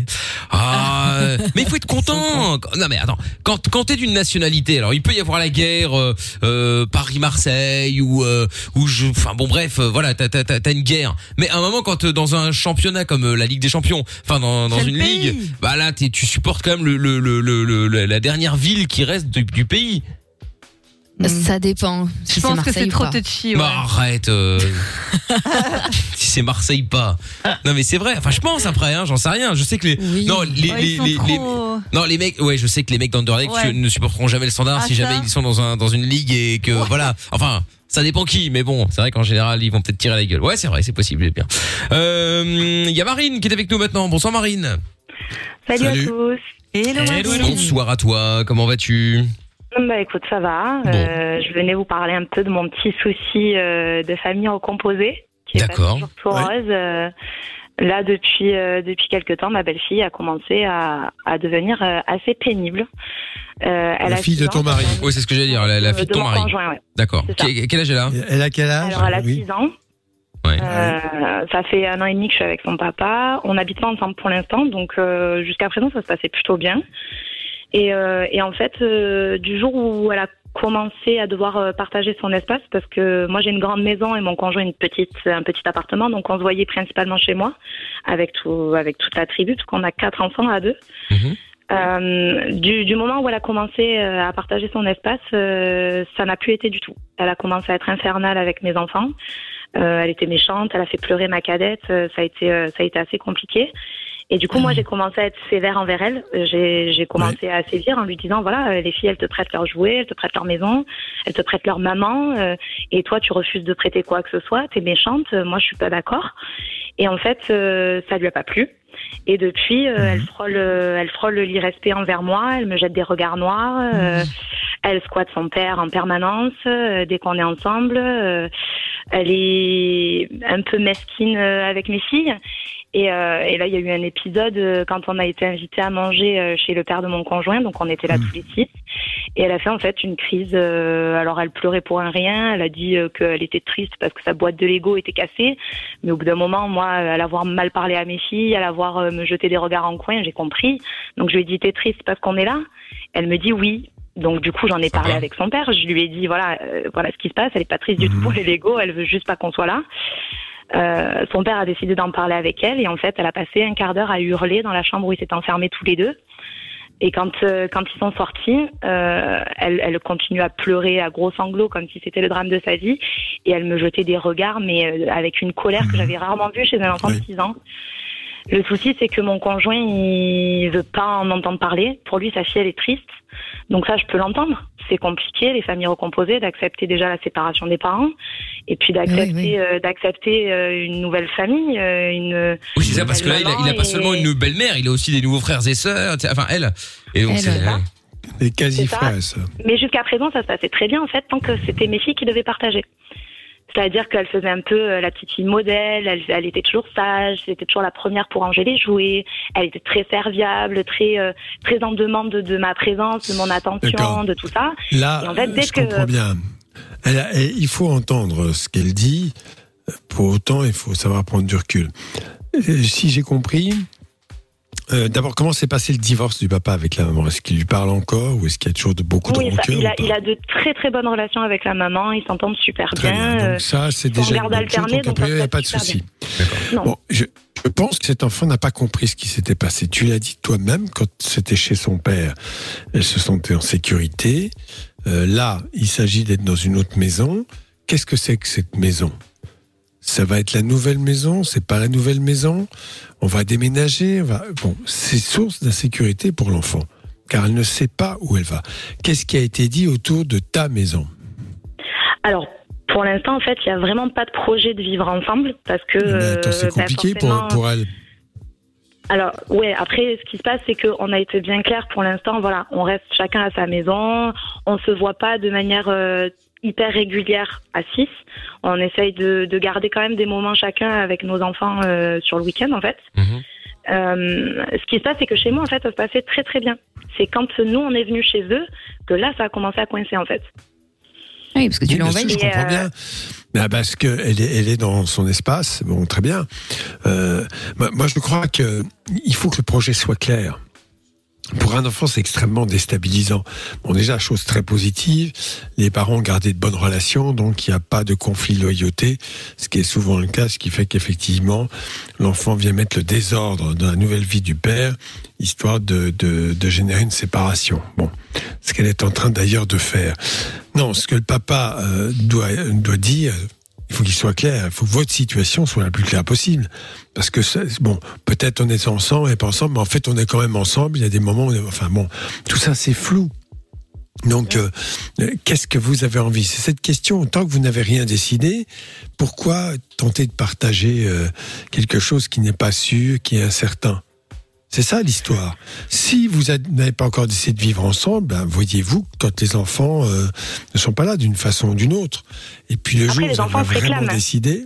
Ah, euh, mais il faut être content. Non mais attends, quand, quand t'es d'une nationalité, alors il peut y avoir la guerre euh, euh, Paris-Marseille ou euh, ou je, enfin bon bref, euh, voilà, t'as, t'as, t'as une guerre. Mais à un moment quand euh, dans un championnat comme euh, la Ligue des Champions, enfin dans, dans une pays. ligue, bah là t'es, tu supportes quand même le, le, le, le, le la dernière ville qui reste du, du pays. Ça dépend. Si Je pense que c'est trop pas. touchy. Ouais. Bah arrête. Euh... si c'est Marseille pas. Non mais c'est vrai. Enfin je pense après. Hein, j'en sais rien. Je sais que les oui. non les ouais, les ils sont les, trop... les non les mecs. Ouais je sais que les mecs d'Anderlecht ouais. ne supporteront jamais le Standard ah, si ça. jamais ils sont dans un dans une ligue et que ouais. voilà. Enfin. Ça dépend qui, mais bon, c'est vrai qu'en général, ils vont peut-être tirer la gueule. Ouais, c'est vrai, c'est possible, c'est bien. Euh, il y a Marine qui est avec nous maintenant. Bonsoir Marine. Salut, Salut. à tous. Hello, Hello, Marine. Bonsoir à toi, comment vas-tu? Bah écoute, ça va. Bon. Euh, je venais vous parler un peu de mon petit souci euh, de famille recomposée, qui est D'accord. pas toujours tout rose. Euh, là, depuis euh, depuis quelques temps, ma belle-fille a commencé à, à devenir euh, assez pénible. Euh, elle La a fille de ton mari. Oui, c'est ce que j'allais dire, la, la fille de, de ton mon mari. conjoint, ouais. D'accord. C'est ça. Quel, quel âge elle a? Elle a quel âge? Alors, elle a Oui. six ans. Ouais. Euh, ça fait un an et demi que je suis avec son papa. On n'habite pas ensemble pour l'instant, donc euh, jusqu'à présent, ça se passait plutôt bien. Et, euh, et en fait, euh, du jour où elle a commencé à devoir euh, partager son espace, parce que moi j'ai une grande maison et mon conjoint une petite, un petit appartement, donc on se voyait principalement chez moi, avec tout, avec toute la tribu, parce qu'on a quatre enfants à deux. Mm-hmm. Euh, du, du moment où elle a commencé euh, à partager son espace, euh, ça n'a plus été du tout. Elle a commencé à être infernale avec mes enfants. Euh, elle était méchante, elle a fait pleurer ma cadette. Euh, ça a été, euh, ça a été assez compliqué. Et du coup, moi, j'ai commencé à être sévère envers elle. J'ai, j'ai commencé ouais. à sévir en lui disant, voilà, les filles, elles te prêtent leurs jouets, elles te prêtent leur maison, elles te prêtent leur maman, euh, et toi, tu refuses de prêter quoi que ce soit, t'es méchante, moi, je suis pas d'accord. Et en fait, euh, ça lui a pas plu. Et depuis, euh, mmh. elle frôle, euh, elle frôle l'irrespect envers moi, elle me jette des regards noirs, euh, mmh. elle squatte son père en permanence, euh, dès qu'on est ensemble, euh, elle est un peu mesquine euh, avec mes filles. Et, euh, et là, il y a eu un épisode euh, quand on a été invité à manger euh, chez le père de mon conjoint, donc on était là mmh. tous les six. Et elle a fait en fait une crise. Euh, alors elle pleurait pour un rien. Elle a dit euh, qu'elle était triste parce que sa boîte de Lego était cassée. Mais au bout d'un moment, moi, à l'avoir mal parlé à mes filles, à l'avoir euh, me jeté des regards en coin, j'ai compris. Donc je lui ai dit, t'es triste parce qu'on est là? Elle me dit oui. Donc du coup, j'en ai parlé avec son père. Je lui ai dit voilà, euh, voilà ce qui se passe. Elle est pas triste du mmh. tout pour les Lego. Elle veut juste pas qu'on soit là. Euh, son père a décidé d'en parler avec elle et en fait elle a passé un quart d'heure à hurler dans la chambre où ils s'étaient enfermés tous les deux. Et quand euh, quand ils sont sortis, euh, elle, elle continue à pleurer à gros sanglots comme si c'était le drame de sa vie et elle me jetait des regards mais euh, avec une colère mmh. que j'avais rarement vue chez un enfant oui. de six ans. Le souci, c'est que mon conjoint, il veut pas en entendre parler. Pour lui, sa fille, elle est triste. Donc ça, je peux l'entendre. C'est compliqué, les familles recomposées, d'accepter déjà la séparation des parents, et puis d'accepter, oui, oui. Euh, d'accepter euh, une nouvelle famille, euh, une. Oui, c'est ça, parce que là, il a, il a pas seulement une belle-mère, il a aussi des nouveaux frères et sœurs. Enfin, elle. Et donc, elle, c'est ça. Des quasi-frères et sœurs. Mais jusqu'à présent, ça se passait très bien, en fait, tant que c'était mes filles qui devaient partager. C'est-à-dire qu'elle faisait un peu la petite fille modèle, elle, elle était toujours sage, c'était toujours la première pour ranger les jouets, elle était très serviable, très euh, très en demande de, de ma présence, de mon attention, D'accord. de tout ça. Là, et en fait, dès je que... comprends bien. Elle a, elle, il faut entendre ce qu'elle dit, pour autant il faut savoir prendre du recul. Si j'ai compris... Euh, d'abord, comment s'est passé le divorce du papa avec la maman? Est-ce qu'il lui parle encore ou est-ce qu'il y a toujours de beaucoup oui, de rancœur? Il a, il a de très très bonnes relations avec la maman, ils s'entendent super très bien. bien. Donc ça, c'est déjà garde alternée, donc il n'y a pas de souci. Bon, je, je pense que cet enfant n'a pas compris ce qui s'était passé. Tu l'as dit toi-même, quand c'était chez son père, elle se sentait en sécurité. Euh, là, il s'agit d'être dans une autre maison. Qu'est-ce que c'est que cette maison? Ça va être la nouvelle maison, c'est pas la nouvelle maison. On va déménager. On va... Bon, c'est source d'insécurité pour l'enfant, car elle ne sait pas où elle va. Qu'est-ce qui a été dit autour de ta maison? Alors, pour l'instant, en fait, il y a vraiment pas de projet de vivre ensemble, parce que. Mais attends, c'est compliqué ben, forcément... pour pour elle. Alors, ouais, après, ce qui se passe, c'est qu'on a été bien clair pour l'instant, voilà, on reste chacun à sa maison, on se voit pas de manière euh, hyper régulière à six. On essaye de, de garder quand même des moments chacun avec nos enfants euh, sur le week-end, en fait. Mmh. Euh, ce qui se passe, c'est que chez moi, en fait, ça se passait très très bien. C'est quand nous, on est venus chez eux, que là, ça a commencé à coincer, en fait. Oui, parce que tu oui, l'envahis. Je comprends euh... bien. Ben parce qu'elle est, elle est dans son espace. Bon, très bien. Euh, moi, je crois que il faut que le projet soit clair. Pour un enfant, c'est extrêmement déstabilisant. Bon, déjà, chose très positive, les parents ont gardé de bonnes relations, donc il n'y a pas de conflit de loyauté, ce qui est souvent le cas, ce qui fait qu'effectivement, l'enfant vient mettre le désordre dans la nouvelle vie du père, histoire de, de, de générer une séparation. Bon, ce qu'elle est en train d'ailleurs de faire. Non, ce que le papa euh, doit, doit dire... Il faut qu'il soit clair, il faut que votre situation soit la plus claire possible. Parce que, bon, peut-être on est ensemble et pas ensemble, mais en fait on est quand même ensemble, il y a des moments où on est... Enfin bon, tout ça c'est flou. Donc, euh, qu'est-ce que vous avez envie? C'est cette question, tant que vous n'avez rien décidé, pourquoi tenter de partager euh, quelque chose qui n'est pas sûr, qui est incertain? C'est ça l'histoire. Si vous n'avez pas encore décidé de vivre ensemble, ben voyez-vous quand les enfants euh, ne sont pas là d'une façon ou d'une autre. Et puis le Après, jour où vous avez vraiment décidé...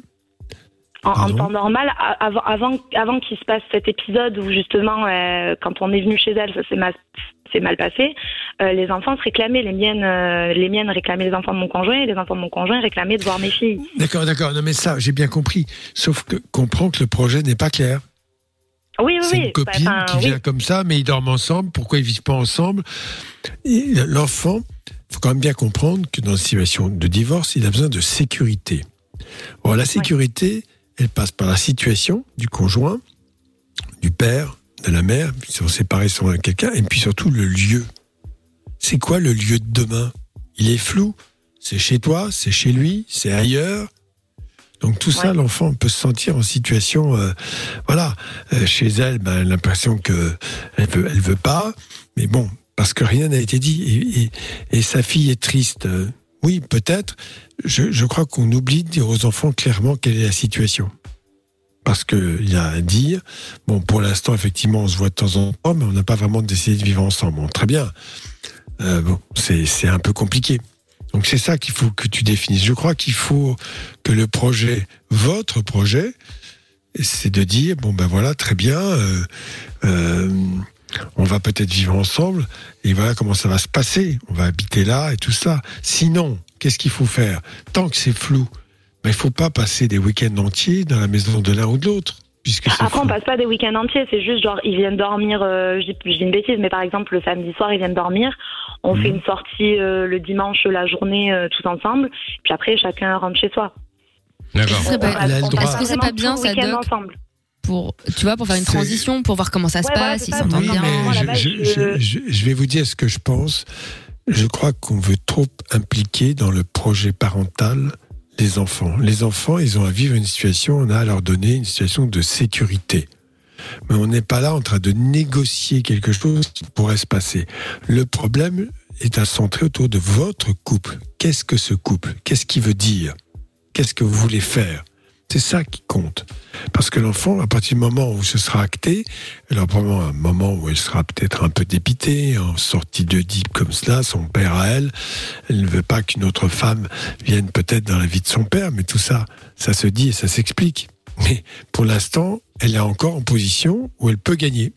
En, en temps normal, avant, avant, avant qu'il se passe cet épisode où justement, euh, quand on est venu chez elle, ça s'est mal, c'est mal passé, euh, les enfants se réclamaient, les miennes, euh, les miennes réclamaient les enfants de mon conjoint et les enfants de mon conjoint réclamaient de voir mes filles. D'accord, d'accord. Non mais ça, j'ai bien compris. Sauf que comprends que le projet n'est pas clair. Oui, oui, c'est oui. une copine enfin, qui vient oui. comme ça, mais ils dorment ensemble. Pourquoi ils vivent pas ensemble? Et l'enfant, il faut quand même bien comprendre que dans une situation de divorce, il a besoin de sécurité. Bon, la sécurité, ouais. elle passe par la situation du conjoint, du père, de la mère, ils sont séparés sur quelqu'un, et puis surtout le lieu. C'est quoi le lieu de demain? Il est flou. C'est chez toi, c'est chez lui, c'est ailleurs. Donc tout ça, Ouais. l'enfant peut se sentir en situation, euh, voilà, Euh, chez elle, ben, elle a l'impression que elle veut, elle veut pas, mais bon, parce que rien n'a été dit, et, et, et sa fille est triste. Euh, oui, peut-être. Je, je crois qu'on oublie de dire aux enfants clairement quelle est la situation. Parce que il y a à dire, bon, pour l'instant, effectivement, on se voit de temps en temps, mais on n'a pas vraiment décidé de vivre ensemble. Bon, très bien. Euh, bon, c'est, c'est un peu compliqué. Donc c'est ça qu'il faut que tu définisses. Je crois qu'il faut que le projet, votre projet, c'est de dire, bon ben voilà, très bien, euh, euh, on va peut-être vivre ensemble, et voilà comment ça va se passer. On va habiter là et tout ça. Sinon, qu'est-ce qu'il faut faire ? Tant que c'est flou, ben, il ne faut pas passer des week-ends entiers dans la maison de l'un ou de l'autre. Puisque c'est Après, flou. on passe pas des week-ends entiers, c'est juste genre, ils viennent dormir, euh, je, dis, je dis une bêtise, mais par exemple, le samedi soir, ils viennent dormir. On Mmh. fait une sortie euh, le dimanche, la journée, euh, tous ensemble. Puis après, chacun rentre chez soi. D'accord. Ce serait pas- Elle a le On droit. passe Est-ce que c'est vraiment pas bien, tout le ça, week-end Doc, ensemble. pour, tu vois, pour faire une C'est- transition, pour voir comment ça se Ouais, voilà, passe, c'est s'ils ça. s'entendent Oui, bien. mais là-bas, je, je- je- je- je- je vais vous dire ce que je pense. Je crois qu'on veut trop impliquer dans le projet parental les enfants. Les enfants, ils ont à vivre une situation, on a à leur donner une situation de sécurité. Mais on n'est pas là en train de négocier quelque chose qui pourrait se passer. Le problème est à centrer autour de votre couple. Qu'est-ce que ce couple ? Qu'est-ce qu'il veut dire ? Qu'est-ce que vous voulez faire ? C'est ça qui compte. Parce que l'enfant, à partir du moment où ce sera acté, alors probablement un moment où elle sera peut-être un peu dépitée, en sortie de deep comme cela, son père à elle, elle ne veut pas qu'une autre femme vienne peut-être dans la vie de son père, mais tout ça, ça se dit et ça s'explique. Mais pour l'instant, elle est encore en position où elle peut gagner.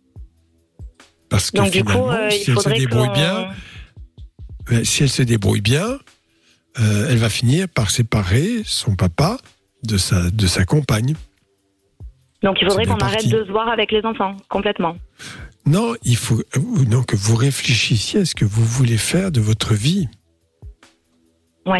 Parce que Donc du coup, finalement, euh, si il elle se faudrait débrouille qu'on... bien, euh, si elle se débrouille bien, euh, elle va finir par séparer son papa de sa, de sa compagne. Donc il faudrait C'est bien qu'on arrête parti. de se voir avec les enfants, complètement. Non, il faut euh, non, que vous réfléchissiez à ce que vous voulez faire de votre vie. Ouais.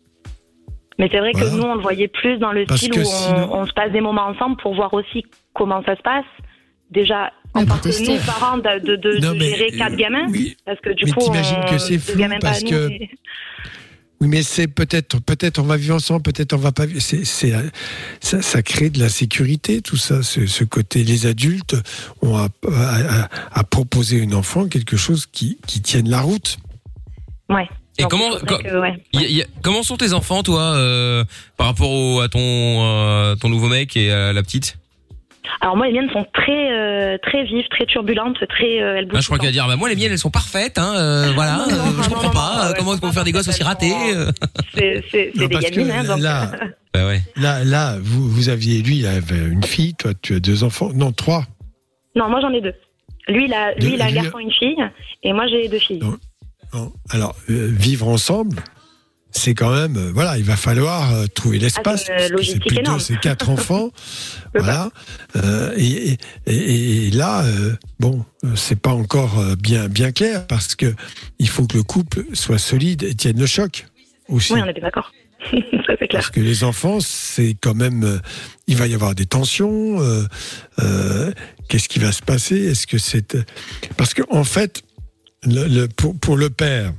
Mais c'est vrai Voilà. que nous, on le voyait plus dans le Parce style que où sinon- on, on se passe des moments ensemble pour voir aussi comment ça se passe. Déjà, en Ouais, tant pour que tester. nous, parents, de, de, de- Non, de mais, gérer quatre euh, gamins. oui. Parce que du Mais coup, t'imagines on- que c'est deux flou gamins pas parce à nous, que- mais- Oui, mais c'est peut-être, peut-être on va vivre ensemble, peut-être on va pas vivre. C'est, c'est, ça, ça crée de l'insécurité, tout ça, ce, ce côté. Les adultes ont à, à, à- à proposer à un enfant quelque chose qui, qui tienne la route. Ouais. Et Donc, comment, il faudrait co- que, ouais. y a- y a- comment sont tes enfants, toi, euh, par rapport au, à ton, euh, ton nouveau mec et à la petite? Alors moi, les miennes sont très, euh, très vives, très turbulentes, très. Euh, elles bougent Ah, je crois tout qu'il va le dire, bah, moi, les miennes, elles sont parfaites, hein, euh, voilà, non, non, euh, non, je non, comprends non, pas, non, euh, ouais, comment est-ce qu'on peut faire des gosses aussi ratés, euh. temps. C'est, c'est, c'est Non, des parce que gamines, hein, donc. là, Bah ouais. là, là, vous, vous aviez, lui, il avait une fille, toi, tu as deux enfants, non, trois. Non, moi j'en ai deux. Lui, il a, lui, Deux- il a un lui- garçon et une fille, et moi j'ai deux filles. Non. Non. Alors, euh, vivre ensemble, c'est quand même, euh, voilà, il va falloir euh, trouver l'espace. Ah, c'est une parce que c'est logistique plus deux, énorme. c'est quatre enfants, Le voilà. Euh, et, et, et- et là, euh, bon, euh, c'est pas encore euh, bien bien clair parce que il faut que le couple soit solide et tienne le choc aussi. Oui, on était d'accord. Ça c'est clair. Parce que les enfants, c'est quand même, euh, il va y avoir des tensions. euh, euh, Qu'est-ce qui va se passer ? Est-ce que c'est parce que en fait, le, le- pour, pour le père,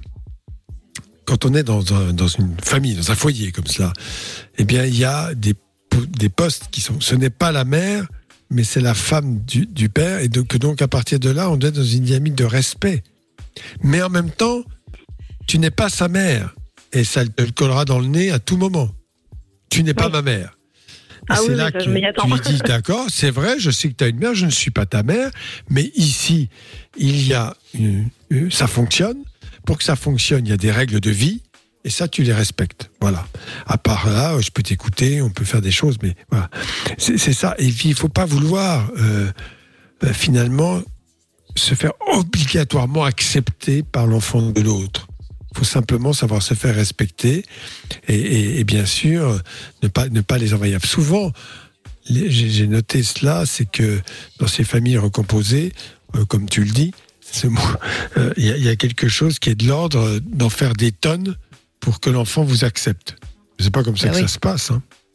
quand on est dans, un, dans une famille, dans un foyer comme cela, eh bien, il y a des, po- des postes qui sont. Ce n'est pas la mère, mais c'est la femme du, du père, et donc, donc à partir de là, on doit être dans une dynamique de respect. Mais en même temps, tu n'es pas sa mère, et ça te le collera dans le nez à tout moment. Tu n'es pas Oui. ma mère. Et Ah c'est oui, là oui, ça, que je m'y attends. tu lui dis, d'accord, c'est vrai, je sais que tu as une mère, je ne suis pas ta mère, mais ici, il y a une- une- ça fonctionne. Pour que ça fonctionne, il y a des règles de vie, et ça, tu les respectes. Voilà. À part là, je peux t'écouter, on peut faire des choses, mais voilà. C'est, c'est ça. Et puis, il ne faut pas vouloir, euh, euh, finalement, se faire obligatoirement accepter par l'enfant de l'autre. Il faut simplement savoir se faire respecter et, et- et bien sûr ne pas, ne pas les envahir. Souvent, les- j'ai, j'ai noté cela, c'est que dans ces familles recomposées, euh, comme tu le dis, ce mot, euh, il y, a- il y a quelque chose qui est de l'ordre d'en faire des tonnes pour que l'enfant vous accepte. C'est pas comme ça Ah que oui. ça se passe. Hein.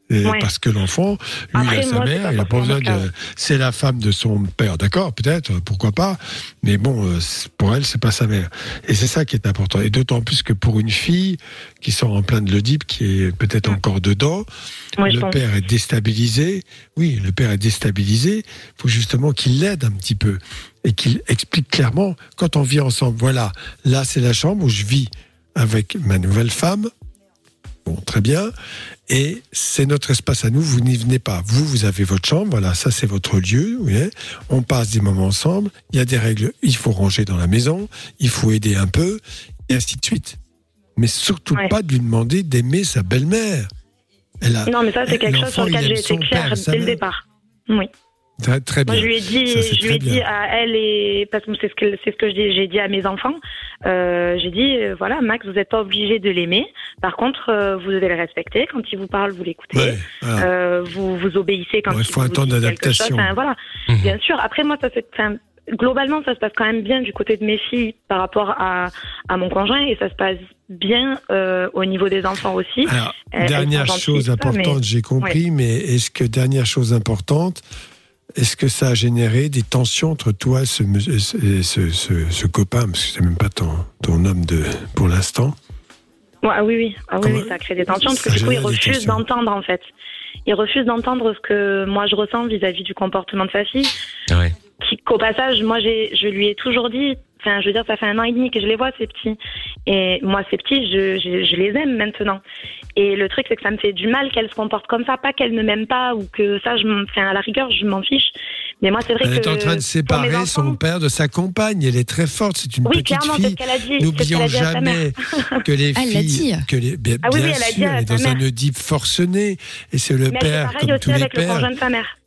Et Ouais. Parce que l'enfant, lui, Après, il a sa moi, c'est mère, pas il n'a pas besoin forcément le de. C'est la femme de son père, d'accord, peut-être, pourquoi pas. Mais bon, euh, c'est- pour elle, c'est pas sa mère. Et c'est ça qui est important. Et d'autant plus que pour une fille qui sort en plein de l'Oedipe, qui est peut-être encore dedans, Ouais, je le pense. père est déstabilisé. Oui, le père est déstabilisé. Il faut justement qu'il l'aide un petit peu et qu'il explique clairement quand on vit ensemble. Voilà, là, c'est la chambre où je vis avec ma nouvelle femme. Bon, très bien. Et c'est notre espace à nous, vous n'y venez pas. Vous, vous avez votre chambre, voilà, ça c'est votre lieu. Vous voyez. On passe des moments ensemble, il y a des règles, il faut ranger dans la maison, il faut aider un peu, et ainsi de suite. Mais surtout Ouais. pas de lui demander d'aimer sa belle-mère. Elle a, Non, mais ça, c'est quelque chose sur l'enfant, il lequel aime j'ai été son père claire et sa dès le mère. départ. Oui. Très, très bien. Moi, je lui ai dit, Ça, c'est je lui très ai dit bien. à elle et parce que c'est ce que c'est ce que je dis- j'ai dit à mes enfants. Euh, j'ai dit euh, voilà, Max, vous n'êtes pas obligé de l'aimer. Par contre, euh, vous devez le respecter. Quand il vous parle, vous l'écoutez. Ouais, voilà. Euh, vous vous obéissez quand Bon, il il faut vous un temps dit quelque d'adaptation. chose. Enfin, voilà, Mhm. bien sûr. Après, moi, ça c'est enfin, globalement, ça se passe quand même bien du côté de mes filles par rapport à à mon conjoint et ça se passe bien euh, au niveau des enfants aussi. Alors, Elles- elles dernière sont gentilles, chose tout ça, importante, mais- j'ai compris, Ouais. mais est-ce que, dernière chose importante, est-ce que ça a généré des tensions entre toi et ce, et ce, et ce, ce- ce copain, parce que c'est même pas ton, ton homme de, pour l'instant? Ouais, ah oui, oui, ah oui, Comment- oui, ça crée des tensions parce ça que du coup, il génère des refuse tensions. d'entendre en fait. Il refuse d'entendre ce que moi je ressens vis-à-vis du comportement de sa fille. Ouais. Qui, qu'au passage, moi, j'ai, je lui ai toujours dit. Enfin, je veux dire, ça fait un an et demi que je les vois, ces petits. Et moi, ces petits, je, je, je les aime maintenant. Et le truc, c'est que ça me fait du mal qu'elle se comporte comme ça. Pas qu'elle ne m'aime pas ou que ça, je m'en, enfin, à la rigueur, je m'en fiche. Mais moi, c'est vrai Elle que. est en train de pour mes séparer enfants- son père de sa compagne. Elle est très forte. C'est une Oui, petite clairement, c'est fille. ce qu'elle a dit. c'est ce qu'elle N'oublions a dit à sa jamais mère. que les Ah, elle l'a filles, dit. que les, bien, Ah oui, bien oui, elle a dit sûr, à elle est sa dans un mère. Oedipe forcené, et c'est le Mais elle fait père, pareil comme aussi tous les avec le pères. conjoint de sa mère.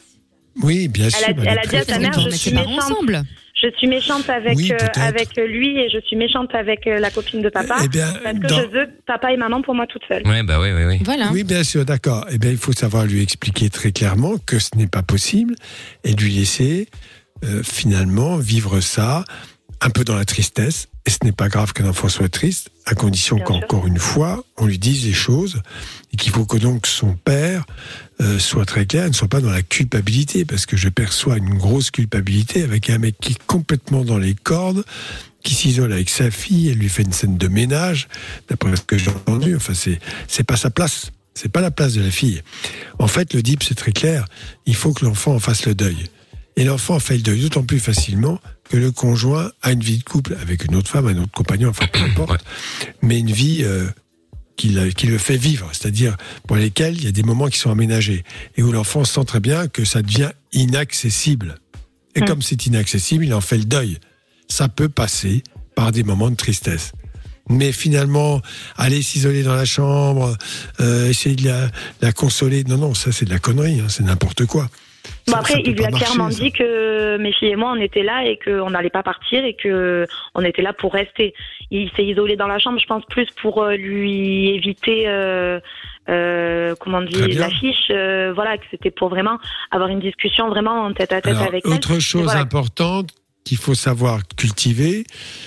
Oui, bien sûr. Elle a, elle elle est a dit très à sa forte. mère, je Mais suis c'est pas méchante. ensemble. Je suis méchante avec, Oui, euh, peut-être. avec lui et je suis méchante avec euh, la copine de papa. Eh bien, parce que dans- je veux papa et maman pour moi toute seule. Ouais, bah oui, oui, oui. Voilà. Oui, bien sûr, d'accord. Eh bien, il faut savoir lui expliquer très clairement que ce n'est pas possible et lui laisser euh, finalement vivre ça un peu dans la tristesse. Et ce n'est pas grave qu'un enfant soit triste, à condition Bien sûr. qu'encore une fois, on lui dise les choses et qu'il faut que donc son père euh, soit très clair, ne soit pas dans la culpabilité, parce que je perçois une grosse culpabilité avec un mec qui est complètement dans les cordes, qui s'isole avec sa fille, elle lui fait une scène de ménage, d'après ce que j'ai entendu. Enfin, c'est c'est pas sa place. C'est pas la place de la fille. En fait, le D I P, c'est très clair. Il faut que l'enfant en fasse le deuil. Et l'enfant en fait le deuil d'autant plus facilement que le conjoint a une vie de couple avec une autre femme, un autre compagnon, enfin peu importe, mais une vie euh, qui, la- qui le fait vivre, c'est-à-dire pour lesquels il y a des moments qui sont aménagés et où l'enfant sent très bien que ça devient inaccessible. Et Mm. comme c'est inaccessible, il en fait le deuil. Ça peut passer par des moments de tristesse. Mais finalement, aller s'isoler dans la chambre, euh, essayer de la, la consoler, non, non, ça c'est de la connerie, hein, c'est n'importe quoi. Bon, Ça- après, ça peut il lui a pas marcher, clairement ça. dit que mes filles et moi, on était là et qu'on n'allait pas partir et que on était là pour rester. Il s'est isolé dans la chambre, je pense, plus pour euh, lui éviter, euh, euh, comment on dit, Très bien. l'affiche. Euh, voilà, que c'était pour vraiment avoir une discussion vraiment en tête à tête Alors, avec elle. autre Mais chose voilà. importante qu'il faut savoir cultiver,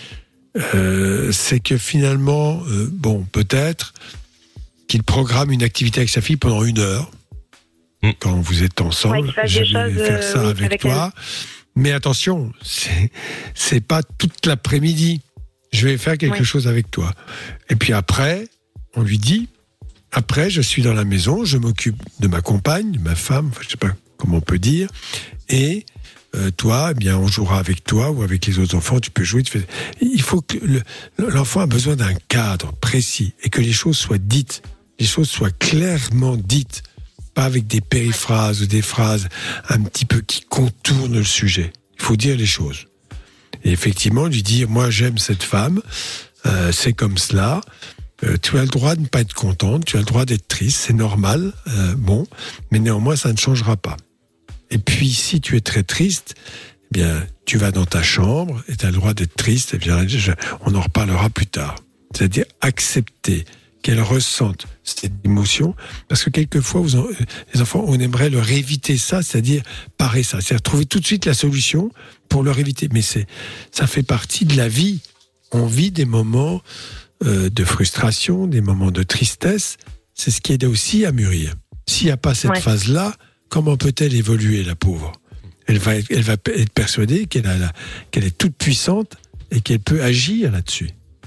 euh, c'est que finalement, euh, bon, peut-être qu'il programme une activité avec sa fille pendant une heure, Mm. quand vous êtes Ouais, ensemble. qu'il fasse je des vais choses, faire euh, ça oui, avec, avec toi. Mais attention, c'est c'est pas toute l'après-midi. Je vais faire quelque Oui. chose avec toi. Et puis après, on lui dit, après, je suis dans la maison, je m'occupe de ma compagne, de ma femme, enfin, je sais pas comment on peut dire, et euh, toi, eh bien, on jouera avec toi ou avec les autres enfants, tu peux jouer. Tu fais... Il faut que le- l'enfant a besoin d'un cadre précis et que les choses soient dites, les choses soient clairement dites, pas avec des périphrases ou des phrases un petit peu qui contournent le sujet. Il faut dire les choses. Et effectivement, lui dire, moi j'aime cette femme, euh, c'est comme cela. Euh, tu as le droit de ne pas être contente, tu as le droit d'être triste, c'est normal, euh, bon, mais néanmoins ça ne changera pas. Et puis si tu es très triste, eh bien tu vas dans ta chambre et tu as le droit d'être triste, et bien je- on en reparlera plus tard. C'est-à-dire accepter qu'elle ressente cette émotion, parce que quelquefois, vous en- les enfants, on aimerait leur éviter ça, c'est-à-dire parer ça, c'est-à-dire trouver tout de suite la solution pour leur éviter. Mais c'est, ça fait partie de la vie. On vit des moments euh, de frustration, des moments de tristesse. C'est ce qui aide aussi à mûrir. S'il n'y a pas cette Ouais. phase-là, comment peut-elle évoluer, la pauvre ? Elle va, être, elle va être persuadée qu'elle, a la, qu'elle est toute puissante et qu'elle peut agir là-dessus.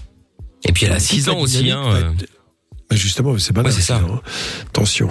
Et puis elle a six ans aussi, hein. euh. Bah justement, c'est pas Ouais, là, c'est ça. hein. Attention.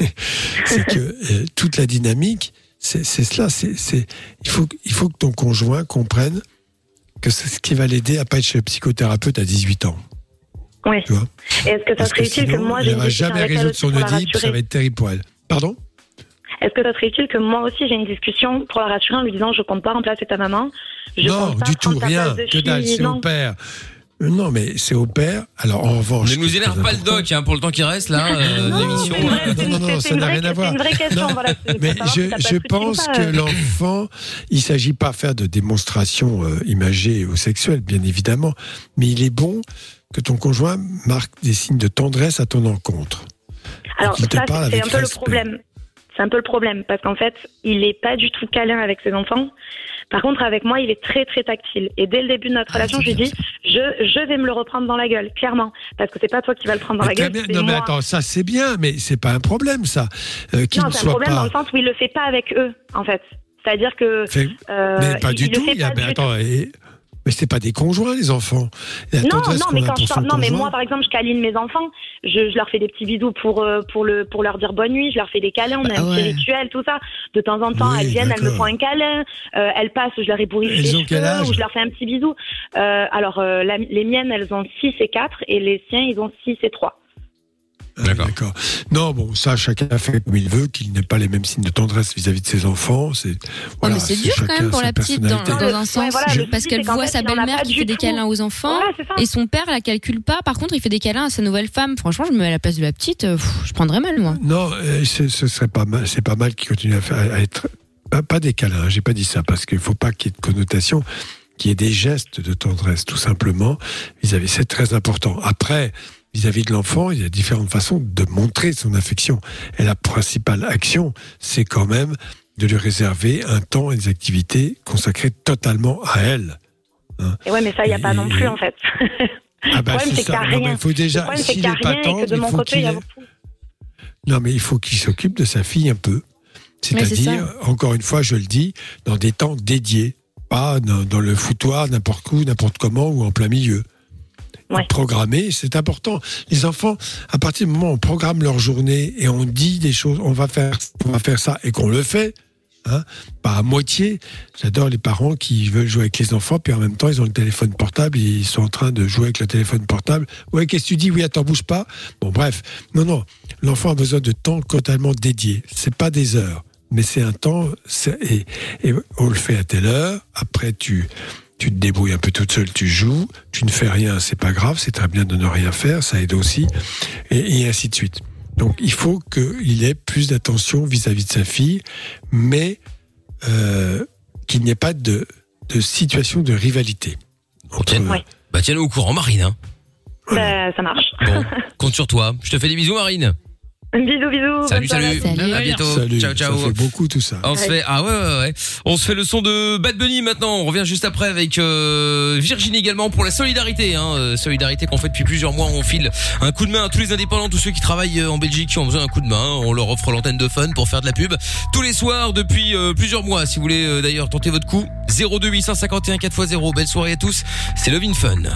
C'est que euh, toute la dynamique, c'est, c'est cela. C'est, c'est, il, faut, il faut que ton conjoint comprenne que c'est ce qui va l'aider à pas être chez le psychothérapeute à dix-huit ans. Oui. Tu vois ? Et est-ce que ça Parce serait que utile que sinon, moi elle j'ai une va discussion jamais avec elle résoudre aussi son pour la Oedipe, ça va rassurer ? être terrible pour elle. Pardon ? Est-ce que ça serait utile que moi aussi j'ai une discussion pour la rassurer en lui disant je compte pas remplacer ta maman, je Non, compte pas du tout, prendre ta rien. place de Que dalle, fille, c'est non. au père. Euh, Non, mais c'est au père. Alors, en revanche. Ne nous énerve pas le doc, hein, pour le temps qui reste, là, euh, Non, d'émission. c'est une vraie- Non, non, non, c'est ça une n'a vraie- rien à voir. C'est une vraie question, Non, voilà. c'est- mais faut savoir je, si t'as pas je de truc pense ou pas, que euh. l'enfant, il s'agit pas de faire de démonstrations euh, imagées ou sexuelles, bien évidemment, mais il est bon que ton conjoint marque des signes de tendresse à ton encontre. Alors qu'il te ça, parle c'est avec un peu le respect. problème. C'est un peu le problème parce qu'en fait, il est pas du tout câlin avec ses enfants. Par contre, avec moi, il est très très tactile. Et dès le début de notre Ah, relation, je lui dis, je je vais me le reprendre dans la gueule, clairement, parce que c'est pas toi qui vas le prendre dans Mais la très gueule. bien. c'est Non, mais moi. attends, ça c'est bien, mais c'est pas un problème, ça. Euh, qu'il Non, ne c'est un soit problème pas. dans le sens où il le fait pas avec eux, en fait. C'est-à-dire que. Fait- euh, mais pas il- du il le tout. fait Il y a, pas mais du attends, et- mais c'est pas des conjoints, les enfants. La Non, tendresse non, qu'on mais a quand pour je son sors- non, mais conjoint- moi, par exemple, je câline mes enfants, je, je leur fais des petits bisous pour euh, pour le pour leur dire bonne nuit, je leur fais des câlins, on a Bah un ouais. petit rituel, tout ça. De temps en temps, Oui, elles viennent, elles me d'accord. font un câlin, euh, elles passent, je leur ébouriffe Elles les ont quel cheveux, âge ou je leur fais un petit bisou. Euh, alors, euh, la- les miennes, elles ont six et quatre, et les siens, ils ont six et trois. Ah, D'accord. Non, bon, ça, chacun fait comme il veut, qu'il n'ait pas les mêmes signes de tendresse vis-à-vis de ses enfants. C'est, voilà, mais c'est dur quand chacun même pour sa la petite dans, personnalité. dans un sens, Ouais, voilà, le parce souci, qu'elle c'est qu'en voit fait, sa il en a belle-mère pas qui du fait des tout. câlins aux enfants Voilà, c'est ça. et son père la calcule pas. Par contre, il fait des câlins à sa nouvelle femme. Franchement, je me mets à la place de la petite, euh, pff, je prendrais mal moi. Non, euh, ce, ce serait pas mal. C'est pas mal qu'il continue à faire, à être pas, pas des câlins. J'ai pas dit ça parce qu'il faut pas qu'il y ait de connotation, qu'il y ait des gestes de tendresse, tout simplement. Vis-à-vis, c'est très important. Après, vis-à-vis de l'enfant, il y a différentes façons de montrer son affection. Et la principale action, c'est quand même de lui réserver un temps et des activités consacrées totalement à elle. Hein. Et ouais, mais ça, il n'y a pas Et- non plus, en fait. Ah bah, le problème, c'est c'est qu'il ça. n'y a Non, mais rien. il faut déjà, le problème, c'est s'il qu'il n'y a est pas rien et que tendre, de il mon faut côté, il y a qu'il ait- beaucoup. Non, mais il faut qu'il s'occupe de sa fille un peu. Ouais, c'est C'est-à-dire, encore une fois, je le dis, dans des temps dédiés. Pas dans, dans le foutoir, n'importe où, n'importe comment, ou en plein milieu. Ouais. Programmer, c'est important. Les enfants, à partir du moment où on programme leur journée et on dit des choses, on va faire, on va faire ça, et qu'on le fait, hein, pas à moitié. J'adore les parents qui veulent jouer avec les enfants, puis en même temps, ils ont le téléphone portable, et ils sont en train de jouer avec le téléphone portable. Ouais, qu'est-ce que tu dis? Oui, attends, bouge pas. Bon, bref. Non, non. L'enfant a besoin de temps totalement dédié. C'est pas des heures, mais c'est un temps, c'est- et, et on le fait à telle heure. Après, tu, tu te débrouilles un peu toute seule, tu joues. Tu ne fais rien, c'est pas grave. C'est très bien de ne rien faire, ça aide aussi. Et, et ainsi de suite. Donc, il faut qu'il ait plus d'attention vis-à-vis de sa fille, mais euh, qu'il n'y ait pas de, de situation de rivalité. Entre, Ouais. Bah tiens-nous au courant, Marine. Hein. Bah, ça marche. Bon, compte sur toi. Je te fais des bisous, Marine. Bisous, bisous. Salut, bonne soirée. salut. À bientôt. Salut, ciao, ciao. ça fait beaucoup tout ça. On se fait ah ouais ouais ouais. On se fait le son de Bad Bunny maintenant. On revient juste après avec euh, Virginie également pour la solidarité. Hein, euh, solidarité qu'on fait depuis plusieurs mois. On file un coup de main à tous les indépendants, tous ceux qui travaillent euh, en Belgique qui ont besoin d'un coup de main. On leur offre l'antenne de Fun pour faire de la pub tous les soirs depuis euh, plusieurs mois. Si vous voulez euh, d'ailleurs tenter votre coup, zéro deux huit cent cinquante et un quatre fois zéro. Belle soirée à tous. C'est Love in Fun.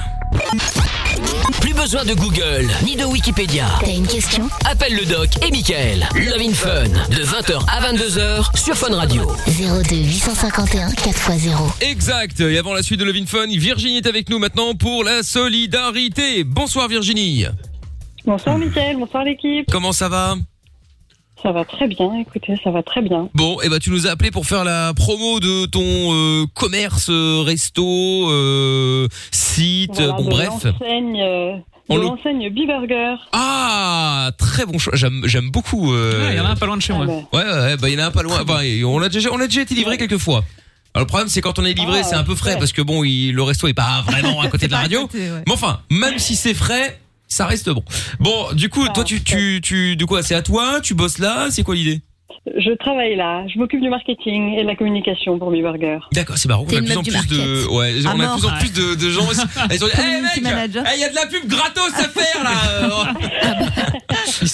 Plus besoin de Google, ni de Wikipédia. T'as une question? Appelle le doc et Mickaël. Love in Fun, de vingt heures à vingt-deux heures sur Fun Radio. zéro deux huit cent cinquante et un quatre fois zéro. Exact. Et avant la suite de Love in Fun, Virginie est avec nous maintenant pour la solidarité. Bonsoir Virginie. Bonsoir Mickaël, bonsoir l'équipe. Comment ça va? Ça va très bien, écoutez, ça va très bien. Bon, et ben tu nous as appelé pour faire la promo de ton euh, commerce, euh, resto, euh, site, Voilà, bon de bref. l'enseigne, euh, On de le- l'enseigne Biburger. Ah, très bon choix. J'aime, j'aime beaucoup. euh, Ouais, il y en a un pas loin de chez moi. Ah Ouais, ouais, ouais, bah il y en a un pas loin. Bah, on a déjà, on a déjà été livré quelques fois. Alors le problème c'est quand on est livré, Ah, c'est un peu frais ouais. parce que bon, il, le resto est pas vraiment à côté de la radio. côté, ouais. Mais enfin, même si c'est frais, ça reste bon. Bon, du coup, Ah, toi tu, tu, tu, de quoi? C'est à toi? Tu bosses là? C'est quoi l'idée? Je travaille là, je m'occupe du marketing et de la communication pour Biburger. D'accord, c'est marrant. On T'es a de une plus en meuf plus du de, ouais, À on a de mort. plus en plus de, de gens. Ils ont dit, hey Community mec, manager. il y a de la pub gratos à faire là. Ils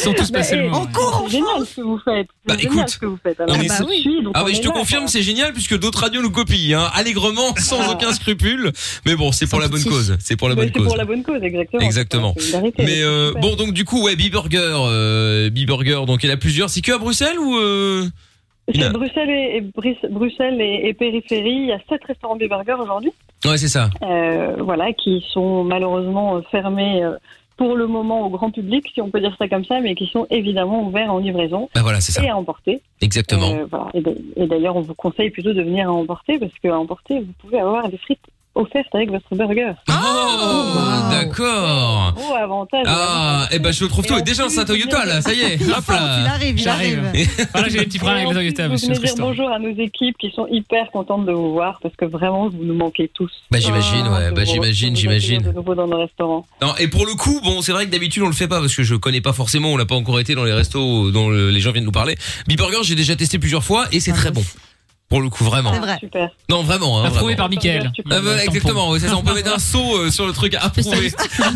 sont tous passés le moment. C'est génial ce que vous faites. C'est Bah, génial écoute, ce que vous faites. Alors, on on est- vous suit, donc Ah on bah je est te là, confirme, quoi. c'est génial puisque d'autres radios nous copient, hein, allègrement, sans aucun scrupule. Mais bon, c'est pour la bonne cause. C'est pour la Mais bonne c'est cause. pour la bonne cause, exactement. Exactement. C'est une vérité, Mais euh, super. bon, donc du coup, ouais, B-Burger, euh, B-Burger, donc il y en a plusieurs. C'est que à Bruxelles ou euh... il y en C'est a- Bruxelles et, et Bris- Bruxelles et, et périphérie. Il y a sept restaurants B-Burger aujourd'hui. Ouais, c'est ça. Euh, voilà, qui sont malheureusement euh, fermés euh, pour le moment au grand public, si on peut dire ça comme ça, mais qui sont évidemment ouverts en livraison Bah voilà, c'est ça. et à emporter. Exactement. Euh, voilà. Et d'a- et d'ailleurs, on vous conseille plutôt de venir à emporter, parce qu'à emporter, vous pouvez avoir des frites offertes avec votre burger. Oh, d'accord. Gros avantage. Ah, et ben je le trouve tout. Et déjà dans un Toyota là, ça y est. Hop là. Il arrive, il J'arrive. arrive. Voilà, j'ai des petits problèmes avec les Toyota, Vous monsieur venez dire Tristan. bonjour à nos équipes qui sont hyper contentes de vous voir, parce que vraiment, vous nous manquez tous. Bah j'imagine, ouais. Bah De vous- j'imagine, de vous accueillir j'imagine. De nouveau dans nos restaurants. Non, et pour le coup, bon, c'est vrai que d'habitude on le fait pas parce que je connais pas forcément, on n'a pas encore été dans les restos dont le- les gens viennent nous parler. B-Burger, j'ai déjà testé plusieurs fois et c'est très bon. Pour le coup, vraiment. C'est vrai. Super. Non, vraiment. Hein, Approuvé vraiment. par Mickaël. Ah, bah, exactement, ouais, c'est ça, on peut mettre un saut euh, sur le truc approuvé.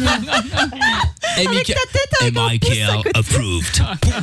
Hey, Mickaël. Hey, Michael, approved.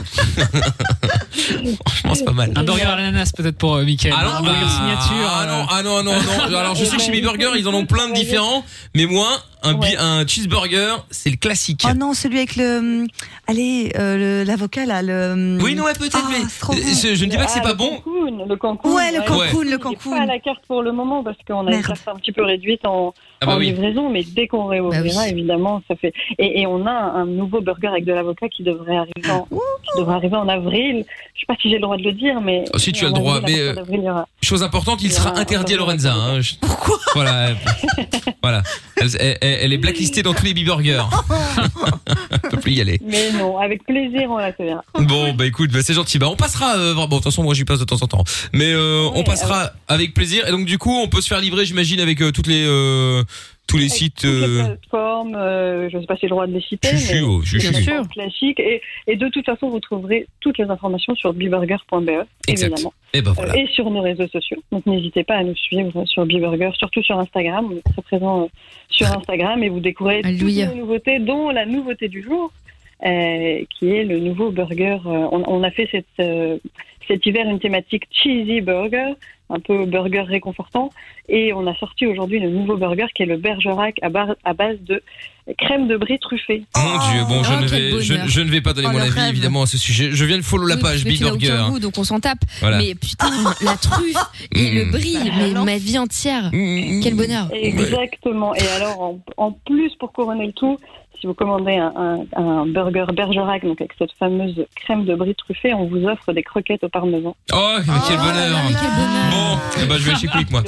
Franchement, c'est pas mal. Un burger à l'ananas peut-être pour euh, Mickaël. Ah non, un burger bah, signature. Ah euh, non, ah non, non, non. Alors je sais que chez B-Burger, ils en ont plein de différents, mais moi, un, bi- un cheeseburger, c'est le classique. Oh non, celui avec le. hum, Allez, euh, le- l'avocat là. Le... hum, Oui, non, ouais, peut-être, Ah, mais c'est trop bon. je, je ne dis pas que c'est Ah, pas le bon. Cancun, le Cancun. Ouais, le Cancun, Ouais. le Il est Cancun. pas à la carte pour le moment parce qu'on a une Merde. carte un petit peu réduite en, Ah bah en oui. livraison, mais dès qu'on réouvrira, Bah oui. évidemment, ça fait. Et, et on a un nouveau burger avec de l'avocat qui devrait arriver en, qui devrait arriver en avril. Je sais pas si j'ai le droit de le dire, mais. Oh, si, tu as le en droit, avril, mais, à euh, partir d'avril, il y aura- Chose importante, il Il y sera aura un interdit à burger. Lorenza. Hein. Je- Voilà, elle, voilà. Elle, elle- elle est blacklistée dans tous les B-Burgers. Elle peut plus y aller. Mais non, avec plaisir, on l'accueillera. Bon, bah écoute, bah, c'est gentil. Bah on passera. Euh, bon, de toute façon, moi j'y passe de temps en temps. Mais euh, on passera avec plaisir. Et donc du coup, on peut se faire livrer, j'imagine, avec euh, toutes les euh, tous les Avec sites. toutes les euh, plateformes, euh, je ne sais pas si j'ai le droit de les citer, Si, si, mais oh, si, les si. plateformes classiques. Et, et de toute façon, vous trouverez toutes les informations sur biburger point b e, Exact. évidemment. Et ben voilà. Euh, et sur nos réseaux sociaux. Donc n'hésitez pas à nous suivre sur biburger, surtout sur Instagram. On est très présent euh, sur Instagram et vous découvrez Alléluia. toutes nos nouveautés, dont la nouveauté du jour, euh, qui est le nouveau burger. Euh, on, on a fait cette, euh, cet hiver une thématique cheesy burger, un peu burger réconfortant, et on a sorti aujourd'hui le nouveau burger qui est le Bergerac à, bar- à base de crème de brie truffée. Mon Dieu, bon, je, Oh, ne quel vais, je, bonheur. je ne vais pas donner Oh, mon le avis rêve. évidemment à ce sujet. Je viens de follow la Oui, page mais tu n'as aucun B-Burger. goût, donc on s'en tape. Voilà. Mais putain, la truffe et le Mm. brie, mais ma vie entière. Quel bonheur. Exactement. Et alors, en, en plus, pour couronner le tout, si vous commandez un, un, un burger Bergerac, donc avec cette fameuse crème de brie truffée, on vous offre des croquettes au parmesan. Oh, mais quel bonheur. mais quel bonheur. Bon, eh ben, je vais chez Quick moi.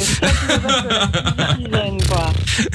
Cuisine, quoi.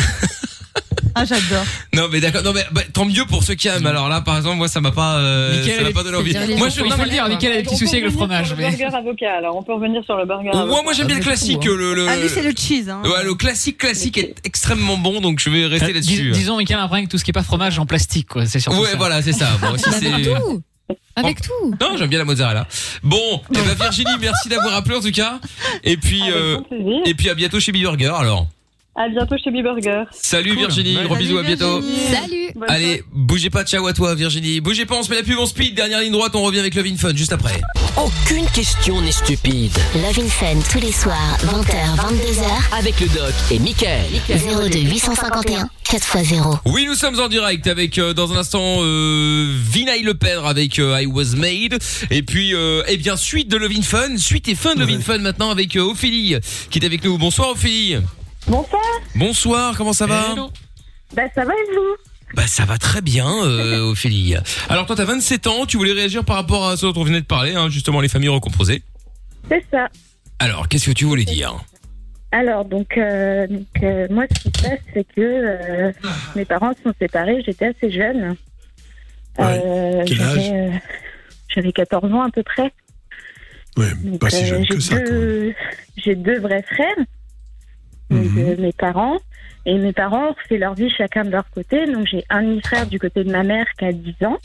Ah, j'adore. Non mais d'accord, non mais bah, tant mieux pour ceux qui aiment. Alors là par exemple moi ça m'a pas euh, Mickaël, ça m'a pas donné envie. c'est-à-dire les Moi gens je qui Il non, faut mais- le dire, Mickaël a des petits On peut soucis avec le revenir fromage. sur Mais... Le burger avocat, alors on peut revenir sur le burger Moi avocat. moi j'aime bien le Ah, mais c'est classique tout, hein. le, le Ah, lui, c'est le cheese. Hein. Ouais, le classique classique est extrêmement bon donc je vais rester Dis- là-dessus. disons, Mickaël a un problème avec tout ce qui est pas fromage en plastique, quoi. C'est surtout Ouais ça. voilà c'est ça. Bon, si Mais avec c'est tout. Avec tout. non j'aime bien la mozzarella. Bon eh ben, Virginie merci d'avoir appelé en tout cas et puis Avec euh, grand plaisir. et puis à bientôt chez B-Burger alors. À bientôt chez biburger. Salut Cool. Virginie, Ouais. gros Salut, bisous à bientôt. Virginie. Salut. Bonne Allez, bougez pas, ciao à toi Virginie. Bougez pas, on se met la pub en speed, dernière ligne droite, on revient avec Love in Fun juste après. Aucune question n'est stupide. Love in Fun tous les soirs, vingt heures, vingt-deux heures, Avec le doc et Mickaël. zéro deux huit cent cinquante et un quatre fois zéro. Oui, nous sommes en direct avec euh, dans un instant euh, Vinay Le Pèdre avec euh, I Was Made et puis euh, eh bien suite de Love in Fun, suite et fin de Love in Fun maintenant avec euh, Ophélie qui est avec nous. Bonsoir Ophélie. Bonsoir. Bonsoir, comment ça va? Bah ça va et vous? Bah ça va très bien euh, Ophélie. Alors toi t'as vingt-sept ans, tu voulais réagir par rapport à ce dont on venait de parler, hein, justement les familles recomposées. C'est ça. Alors qu'est-ce que tu voulais dire? Alors donc, euh, donc euh, moi ce qui se passe c'est que euh, mes parents se sont séparés, j'étais assez jeune. Ouais. Quel âge? j'avais, euh, j'avais quatorze ans à peu près. Ouais, Donc, pas si euh, jeune j'ai que ça. quand même. deux, j'ai deux vrais frères, donc, Mhm. euh, mes parents. Et mes parents ont fait leur vie chacun de leur côté. Donc j'ai un demi-frère du côté de ma mère qui a dix ans.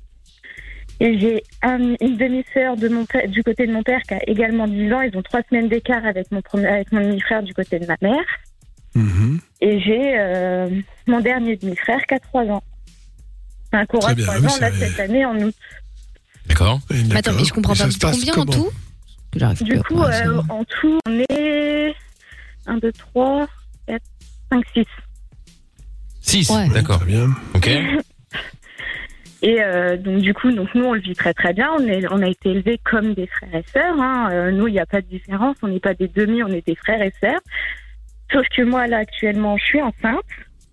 Et j'ai un- une demi-sœur de mon père, du côté de mon père qui a également dix ans. Ils ont trois semaines d'écart avec mon, premier, avec mon demi-frère du côté de ma mère. Mhm. Et j'ai euh, mon dernier demi-frère qui a trois ans. Un cours à Très bien, trois oui, ans, là, ça- cette année, en août. D'accord. Attends, mais je comprends Et pas. ça se passe Combien en comment tout Que j'arrive plus Du à coup, voir, euh, c'est- en tout, on est un, deux, trois, quatre, cinq, six. six, Ouais. d'accord. Très bien. Ok. Et euh, donc du coup, donc nous on le vit très très bien. On est, on a été élevés comme des frères et sœurs. Hein. Euh, nous, il n'y a pas de différence. On n'est pas des demi, on est des frères et sœurs. Sauf que moi là actuellement, je suis enceinte.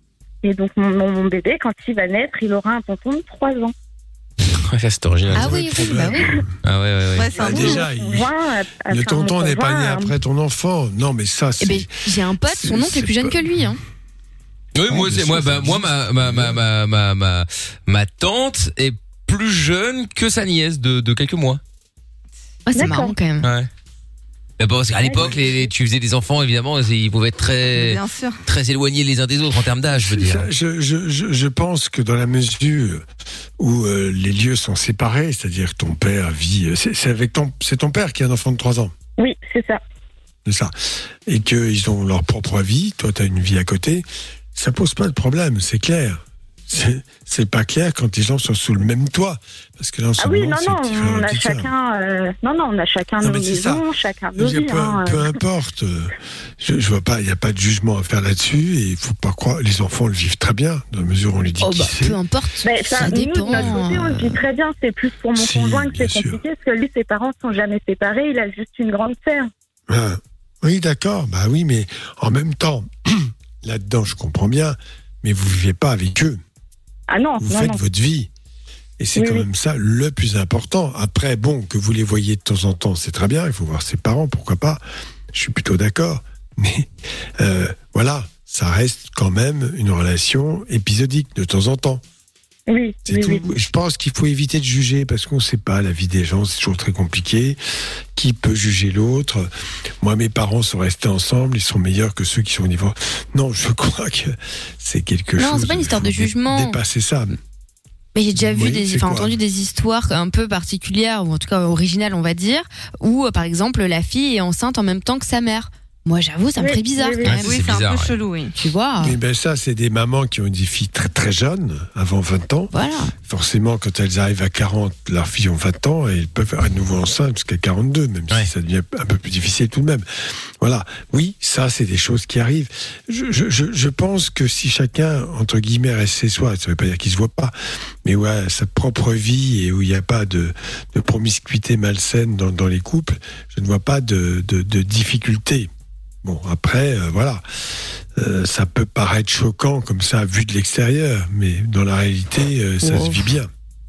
Et donc mon, mon, mon bébé, quand il va naître, il aura un tonton de trois ans. Ouais, ça, c'est original. Ah oui, oui, bah oui. Ah ouais, ouais, ouais. Ouais, c'est un Ah, bon déjà, nom. il- Conjoint, euh, le enfin, mon tonton n'est pas conjoint, né euh, après ton enfant. Non, mais ça, Eh c'est. ben, j'ai un pote, son c'est- oncle est plus c'est jeune pas- que lui. Hein. Oui, moi, bien c'est, moi, sûr, bah, ça moi, existe. ma, ma, ma, ma, ma, ma, ma tante est plus jeune que sa nièce de, de quelques mois. Ouais, c'est D'accord. marrant quand même. Ouais. Mais bon, parce qu'à l'époque, les, les- tu faisais des enfants, évidemment, ils pouvaient être très, Bien sûr. très éloignés les uns des autres en termes d'âge, je veux dire. Ça, Je, je, je, je pense que dans la mesure où euh, les lieux sont séparés, c'est-à-dire que ton père vit, c'est, c'est avec ton, c'est ton père qui a un enfant de trois ans, Oui, c'est ça. c'est ça, et qu'ils ont leur propre vie, toi tu as une vie à côté, ça pose pas de problème, c'est clair. C'est, c'est pas clair quand les gens sont sous le même toit, parce que là en ce Ah oui, moment, non, c'est non, petit frère, on a petite sœur. chacun, euh, non, non, on a chacun Non, nos mais c'est ça. maisons, chacun Je nos veux dire, vies. peu, hein, peu euh. importe, euh, je, je vois pas, il n'y a pas de jugement à faire là-dessus, et il faut pas croire, les enfants le vivent très bien, dans la mesure où on lui dit Oh qui bah, c'est. peu importe. Ben, Ça ça, nous, de dépend. notre côté, on le vit très bien. C'est plus pour mon Si, conjoint que bien c'est sûr. compliqué, parce que lui, ses parents sont jamais séparés. Il a juste une grande sœur. Ah, oui, d'accord, bah oui, mais en même temps, là-dedans, je comprends bien, mais vous vivez pas avec eux. Ah non, Vous non, faites non. votre vie. Et c'est Oui, quand oui. même ça le plus important. Après, bon, que vous les voyez de temps en temps, c'est très bien. Il faut voir ses parents, pourquoi pas. Je suis plutôt d'accord. Mais euh, voilà, ça reste quand même une relation épisodique de temps en temps. Oui, C'est oui, tout. oui. Je pense qu'il faut éviter de juger parce qu'on ne sait pas la vie des gens, c'est toujours très compliqué. Qui peut juger l'autre? Moi, mes parents sont restés ensemble, ils sont meilleurs que ceux qui sont au niveau. Non, je crois que c'est quelque chose. Non, c'est pas une histoire de faut dé- jugement. Dépasser ça. Mais j'ai déjà vu Oui, des, c'est enfin quoi entendu des histoires un peu particulières ou en tout cas originales, on va dire, où euh, par exemple la fille est enceinte en même temps que sa mère. Moi, j'avoue, ça me Oui, ferait bizarre oui, oui. quand Ouais, même. c'est Oui, c'est un bizarre, peu ouais. chelou, oui. Tu vois Mais ben ça, c'est des mamans qui ont des filles très très jeunes, avant vingt ans. Voilà. Forcément, quand elles arrivent à quarante, leurs filles ont vingt ans et elles peuvent être à nouveau enceintes jusqu'à quarante-deux, même Ouais. si ça devient un peu plus difficile tout de même. Voilà. Oui, ça, c'est des choses qui arrivent. Je, je, je, je pense que si chacun, entre guillemets, reste chez soi, ça ne veut pas dire qu'il ne se voit pas, mais ouais, sa propre vie et où il n'y a pas de, de promiscuité malsaine dans, dans les couples, je ne vois pas de, de, de difficulté. Bon, après, euh, voilà, euh, ça peut paraître choquant comme ça, vu de l'extérieur, mais dans la réalité, euh, ça Oh. se vit bien.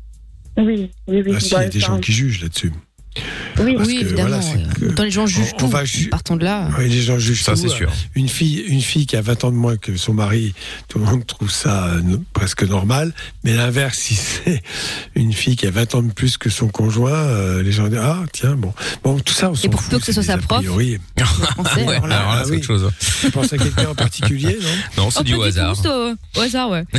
Oui, oui, oui. Ah, si, il y Ouais, a des enfin, gens qui jugent là-dessus. Oui, Parce oui, que, évidemment. voilà, c'est ouais. que- Autant les gens jugent on- tout. on va ju- Partons de là. Oui, les gens jugent Ça, tout. c'est sûr. Une fille, une fille qui a vingt ans de moins que son mari, tout le monde trouve ça euh, no- presque normal. Mais l'inverse, si c'est une fille qui a vingt ans de plus que son conjoint, euh, les gens disent ah tiens bon, bon tout ça on s'en pour fout, peu que ce c'est soit des sa a prof. priori. Français, Ouais, alors là. alors là, Ah c'est oui. autre chose. Tu penses à quelqu'un en particulier, non? Non, c'est Oh, du pas au du hasard. tout, c'est au, au hasard, ouais.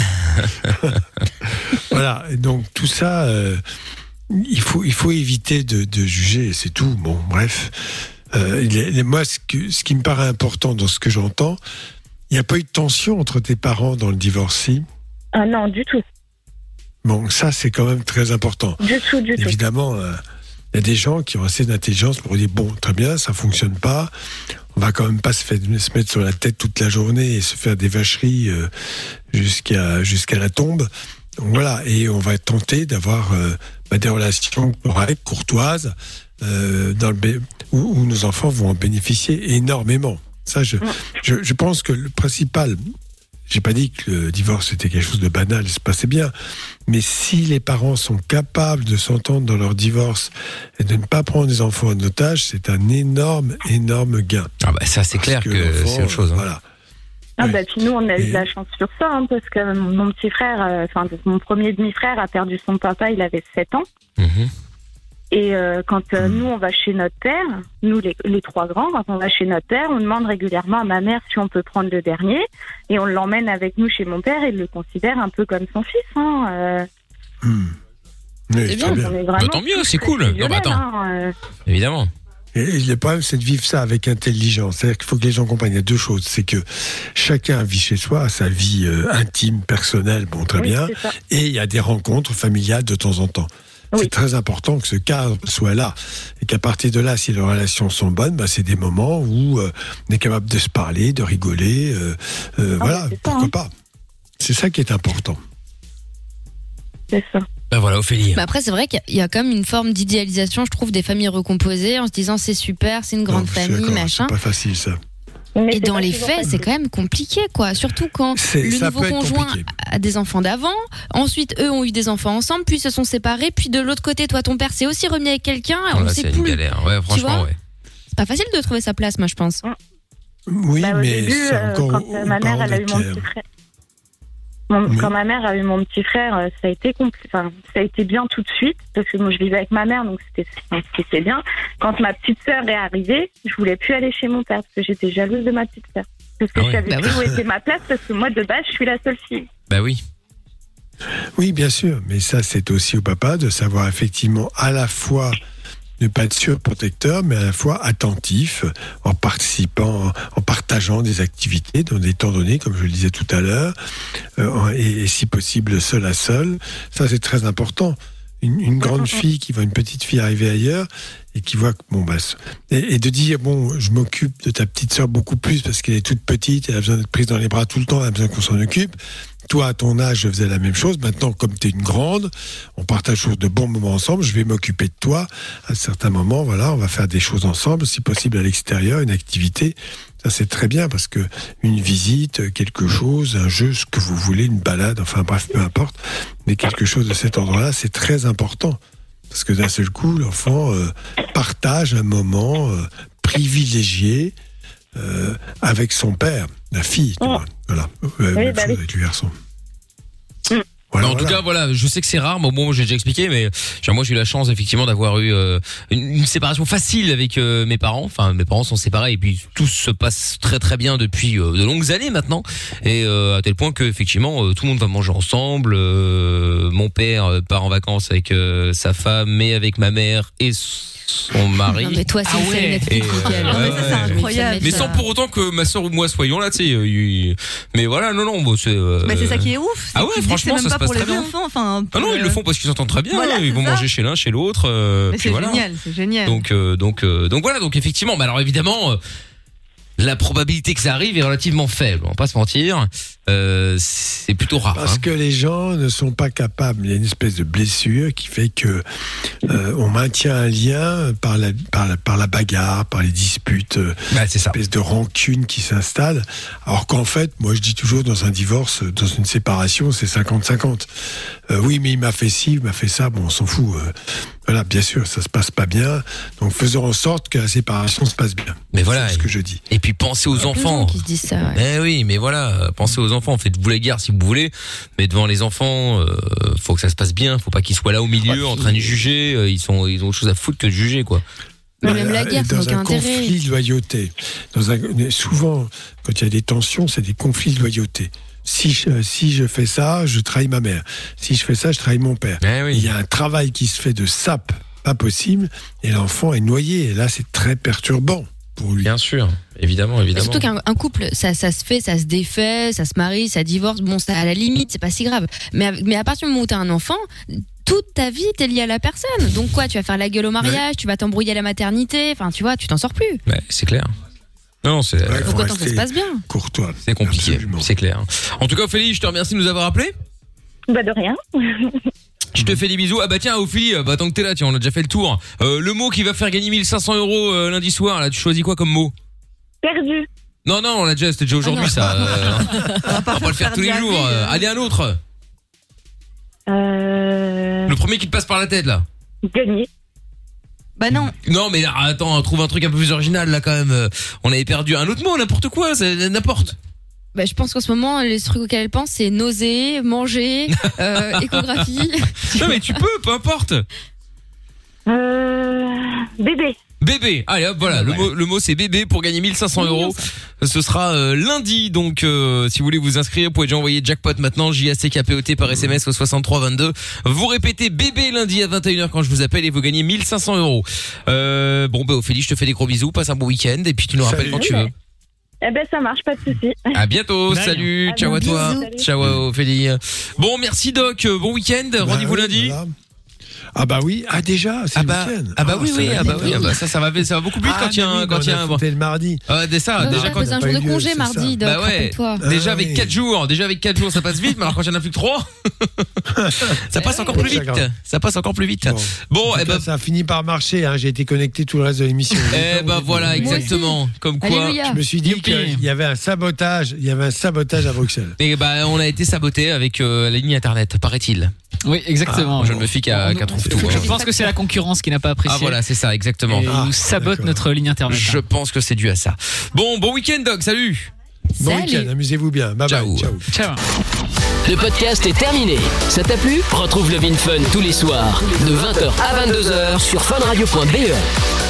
Voilà, et donc tout ça, euh, il, faut, il faut éviter de, de juger, c'est tout. Bon, bref. Euh, les- les- moi, ce, que- ce qui me paraît important dans ce que j'entends, il n'y a pas eu de tension entre tes parents dans le divorce, si? Ah non, du tout. Bon, ça, c'est quand même très important. Du tout, du tout. Évidemment, euh, il y a des gens qui ont assez d'intelligence pour dire bon, très bien, ça fonctionne pas. On va quand même pas se, fait, se mettre sur la tête toute la journée et se faire des vacheries euh, jusqu'à jusqu'à la tombe. Donc voilà, et on va être tenté d'avoir euh, bah, des relations correctes, courtoises, euh, dans le bé- où, où nos enfants vont en bénéficier énormément. Ça, je, je, je pense que le principal. J'ai pas dit que le divorce était quelque chose de banal, ça se passait bien. Mais si les parents sont capables de s'entendre dans leur divorce et de ne pas prendre des enfants en otage, c'est un énorme, énorme gain. Ah bah ça, c'est clair que, l'enfant, c'est autre chose. hein. Voilà. Ah Ouais. bah puis nous on a eu Et- de la chance sur ça hein, parce que mon, mon petit frère, euh, enfin mon premier demi-frère a perdu son papa, il avait sept ans. Mhm. Et euh, quand euh, nous on va chez notre père, nous les, les trois grands, quand on va chez notre père, on demande régulièrement à ma mère si on peut prendre le dernier et on l'emmène avec nous chez mon père et il le considère un peu comme son fils. Hein, euh, Hmm. Oui, C'est très bien, bien. on est vraiment Bah, tant mieux, tous c'est très cool. Non, bah, fusionnels, attends. hein, euh. Évidemment. Et le problème, c'est de vivre ça avec intelligence. C'est-à-dire qu'il faut que les gens comprennent. Il y a deux choses. C'est que chacun vit chez soi, sa vie euh, intime, personnelle, bon, très Oui, bien. c'est ça. Et il y a des rencontres familiales de temps en temps. Oui. C'est très important que ce cadre soit là. Et qu'à partir de là, si les relations sont bonnes, bah, c'est des moments où euh, on est capable de se parler, de rigoler. Euh, euh, Ah, voilà, mais c'est ça, pourquoi hein. pas. C'est ça qui est important. C'est ça. Ben voilà, Ophélie. Mais après, c'est vrai qu'il y a- il y a quand même une forme d'idéalisation, je trouve, des familles recomposées en se disant c'est super, c'est une grande Non, je suis famille, d'accord, machin. C'est pas facile, ça. Mais Et c'est dans pas les toujours faits, facile. c'est quand même compliqué, quoi. Surtout quand C'est- le ça nouveau peut être conjoint compliqué. a des enfants d'avant. Ensuite, eux ont eu des enfants ensemble, puis se sont séparés. Puis de l'autre côté, toi, ton père s'est aussi remis avec quelqu'un. et Oh on là, sait c'est une plus. galère. Ouais, franchement, vois ouais. C'est pas facile de trouver sa place, moi, je pense. Oui, Bah, au mais début, c'est euh, encore quand aux euh, ma mère parents elle a eu d'être mon clairs. petit frère. Mon- Oui. Quand ma mère a eu mon petit frère, euh, ça a été compli- enfin, ça a été bien tout de suite parce que moi je vivais avec ma mère, donc c'était enfin, c'était bien. Quand ma petite sœur est arrivée, je voulais plus aller chez mon père parce que j'étais jalouse de ma petite sœur. Parce que Ah je ouais. savais Bah plus oui. où était ma place parce que moi de base je suis la seule fille. Bah oui. Oui, bien sûr, mais ça, c'est aussi au papa de savoir effectivement à la fois ne pas être surprotecteur, mais à la fois attentif, en participant, en partageant des activités dans des temps donnés, comme je le disais tout à l'heure, euh, et, et si possible seul à seul. Ça, c'est très important. Une, une grande fille qui voit une petite fille arriver ailleurs et qui voit que bon bah et, et de dire bon je m'occupe de ta petite sœur beaucoup plus parce qu'elle est toute petite, elle a besoin d'être prise dans les bras tout le temps, elle a besoin qu'on s'en occupe. Toi à ton âge je faisais la même chose. Maintenant comme tu es une grande, on partage toujours de bons moments ensemble. Je vais m'occuper de toi à certains moments. Voilà, on va faire des choses ensemble, si possible à l'extérieur, une activité. Ça c'est très bien parce que une visite, quelque chose, un jeu, ce que vous voulez, une balade, enfin bref, peu importe, mais quelque chose de cet ordre-là, c'est très important. Parce que d'un seul coup, l'enfant euh, partage un moment euh, privilégié euh, avec son père, la fille, du moins. Voilà, Euh, Oui, même bah chose oui. avec le garçon. Mais Voilà, en tout voilà. cas, voilà, je sais que c'est rare, mais bon, j'ai déjà expliqué, mais genre, moi j'ai eu la chance effectivement d'avoir eu euh, une, une séparation facile avec euh, mes parents. Enfin, mes parents sont séparés et puis tout se passe très très bien depuis euh, de longues années maintenant. Et euh, à tel point que effectivement, euh, tout le monde va manger ensemble. Euh, mon père euh, part en vacances avec euh, sa femme, mais avec ma mère et son mari. Non, mais toi, c'est Ah une série ouais. Netflix, Et, euh, Mickaël. ouais, Non, mais ouais, ça, c'est ouais. incroyable. Mais ça. sans pour autant que ma soeur ou moi soyons là, tu sais. euh, il- Mais voilà, non, non, bon, c'est. euh, Bah, c'est ça qui est ouf. c'est Ah que ouais, tu te dis que franchement, c'est même ça pas se pour passe les très bien. enfants. Enfin, Ah non, pour ils le font parce qu'ils s'entendent très bien. Voilà, ils c'est vont ça. manger chez l'un, chez l'autre. euh, Mais puis c'est voilà. génial, c'est génial. Donc, euh, donc, euh, donc voilà. Donc effectivement, bah alors évidemment, euh, la probabilité que ça arrive est relativement faible. On va pas se mentir. Euh, c'est plutôt rare. Parce hein. que les gens ne sont pas capables. Il y a une espèce de blessure qui fait que euh, on maintient un lien par la, par la, par la bagarre, par les disputes, euh, Bah, c'est ça. une espèce de rancune qui s'installe. Alors qu'en fait, moi je dis toujours dans un divorce, dans une séparation, c'est cinquante cinquante. Euh, oui, mais il m'a fait ci, il m'a fait ça, bon, on s'en fout. euh. Voilà, bien sûr, ça se passe pas bien. Donc faisons en sorte que la séparation se passe bien. Mais voilà. C'est ce que je dis. Et puis pensez aux Il y a plein de gens enfants. qui se disent ça. ouais. Mais oui, mais voilà, pensez aux enfants. Faites-vous la guerre si vous voulez, mais devant les enfants, euh, faut que ça se passe bien. Faut pas qu'ils soient là au milieu en train de juger. Euh, Ils sont, ils ont autre chose à foutre que de juger, quoi. Mais même la guerre, ça n'a dans aucun un intérêt. conflit de loyauté. Dans un, souvent, quand il y a des tensions, c'est des conflits de loyauté. Si je, si je fais ça, je trahis ma mère. Si je fais ça, je trahis mon père. Eh oui. Il y a un travail qui se fait de sape, pas possible, et l'enfant est noyé. Et là, c'est très perturbant pour lui. Bien sûr, évidemment, Mais évidemment. surtout qu'un un couple, ça, ça se fait, ça se défait, ça se marie, ça divorce. Bon, ça à la limite, c'est pas si grave. Mais, à- mais à partir du moment où t'as un enfant, toute ta vie, t'es lié à la personne. Donc quoi, tu vas faire la gueule au mariage, tu vas t'embrouiller à la maternité. Enfin, tu vois, tu t'en sors plus. Ouais, c'est clair. Non, non, c'est, Ouais, faut Donc autant que ça rester se passe bien. courtois. c'est compliqué, Absolument. c'est clair. En tout cas, Ophélie, je te remercie de nous avoir appelés. Bah de rien. Je te fais des bisous. Ah bah tiens, Ophélie, bah tant que t'es là, tiens, on a déjà fait le tour. Euh, le mot qui va faire gagner mille cinq cents euros euh, lundi soir, là, tu choisis quoi comme mot? Perdu. Non, non, on l'a déjà, c'était déjà aujourd'hui, Ah ça. Euh, On va pas on va pas le faire tous les perdre la jours. vie, Euh, euh. Allez, un autre. Euh... Le premier qui te passe par la tête, là. Gagné. Bah non. Non, mais attends, trouve un truc un peu plus original, là, quand même. Euh, On avait perdu un autre mot, n'importe quoi, c'est n'importe. Bah, je pense qu'en ce moment, les trucs auxquels elle pense, c'est nauser, manger, euh, échographie. Non, mais tu peux, peu importe. Euh... Bébé. Bébé, allez hop, voilà, le mot, le mot c'est bébé pour gagner mille cinq cents euros. Ce sera euh, lundi, donc euh, si vous voulez vous inscrire, vous pouvez déjà envoyer jackpot maintenant, J A C K P O T par S M S au soixante-trois vingt-deux. Vous répétez bébé lundi à vingt et une heures quand je vous appelle et vous gagnez mille cinq cents euros. Euh, bon, bah Ophélie, je te fais des gros bisous, passe un bon week-end et puis tu nous rappelles Salut. quand tu veux. Eh ben ça marche, pas de souci. À bientôt, Bye. salut, À ciao à bientôt. toi, Salut. ciao à Ophélie. Bon, merci Doc, bon week-end, Bah rendez-vous oui, lundi. voilà. Ah bah oui, ah déjà, c'est Ah le bah, week-end. ah bah oui, ça oui, va ah bah vite. oui, ah bah ça, ça va, ça va beaucoup plus vite Ah, quand il y a mais un, oui, quand il y a on un, a bon. fêté le mardi. Ah, dès ça, Ouais, déjà ouais, quand, c'est un pas jour eu de lieu, congé c'est mardi, ça. Doc, bah ouais, rappelle-toi. déjà Ah avec oui. quatre jours, déjà avec quatre jours, ça passe vite, mais alors quand il y en a plus que trois, ça passe encore plus vite, ça passe encore plus vite. Bon, Bon, En tout eh ben, cas, ça a fini par marcher. Hein. J'ai été connecté tout le reste de l'émission. eh ben voilà, Moi aussi. exactement, comme quoi. Alléluia. Je me suis dit Youpi. qu'il y avait un sabotage. Il y avait un sabotage à Bruxelles. Et bah, on a été saboté avec euh, la ligne internet, paraît-il. Oui, exactement. Je ne me fie qu'à qu'à trouve tout. Je hein. pense que c'est la concurrence qui n'a pas apprécié. Ah voilà, c'est ça, exactement. Et Ah, nous sabote d'accord. notre ligne internet. Je pense que c'est dû à ça. Bon, bon week-end, Doc, salut. Bon Salut. week-end, amusez-vous bien. Bye Ciao. bye. Ciao. Ciao. Le podcast est terminé. Ça t'a plu? Retrouve le Vin Fun tous les soirs de vingt heures à vingt-deux heures sur funradio point b e.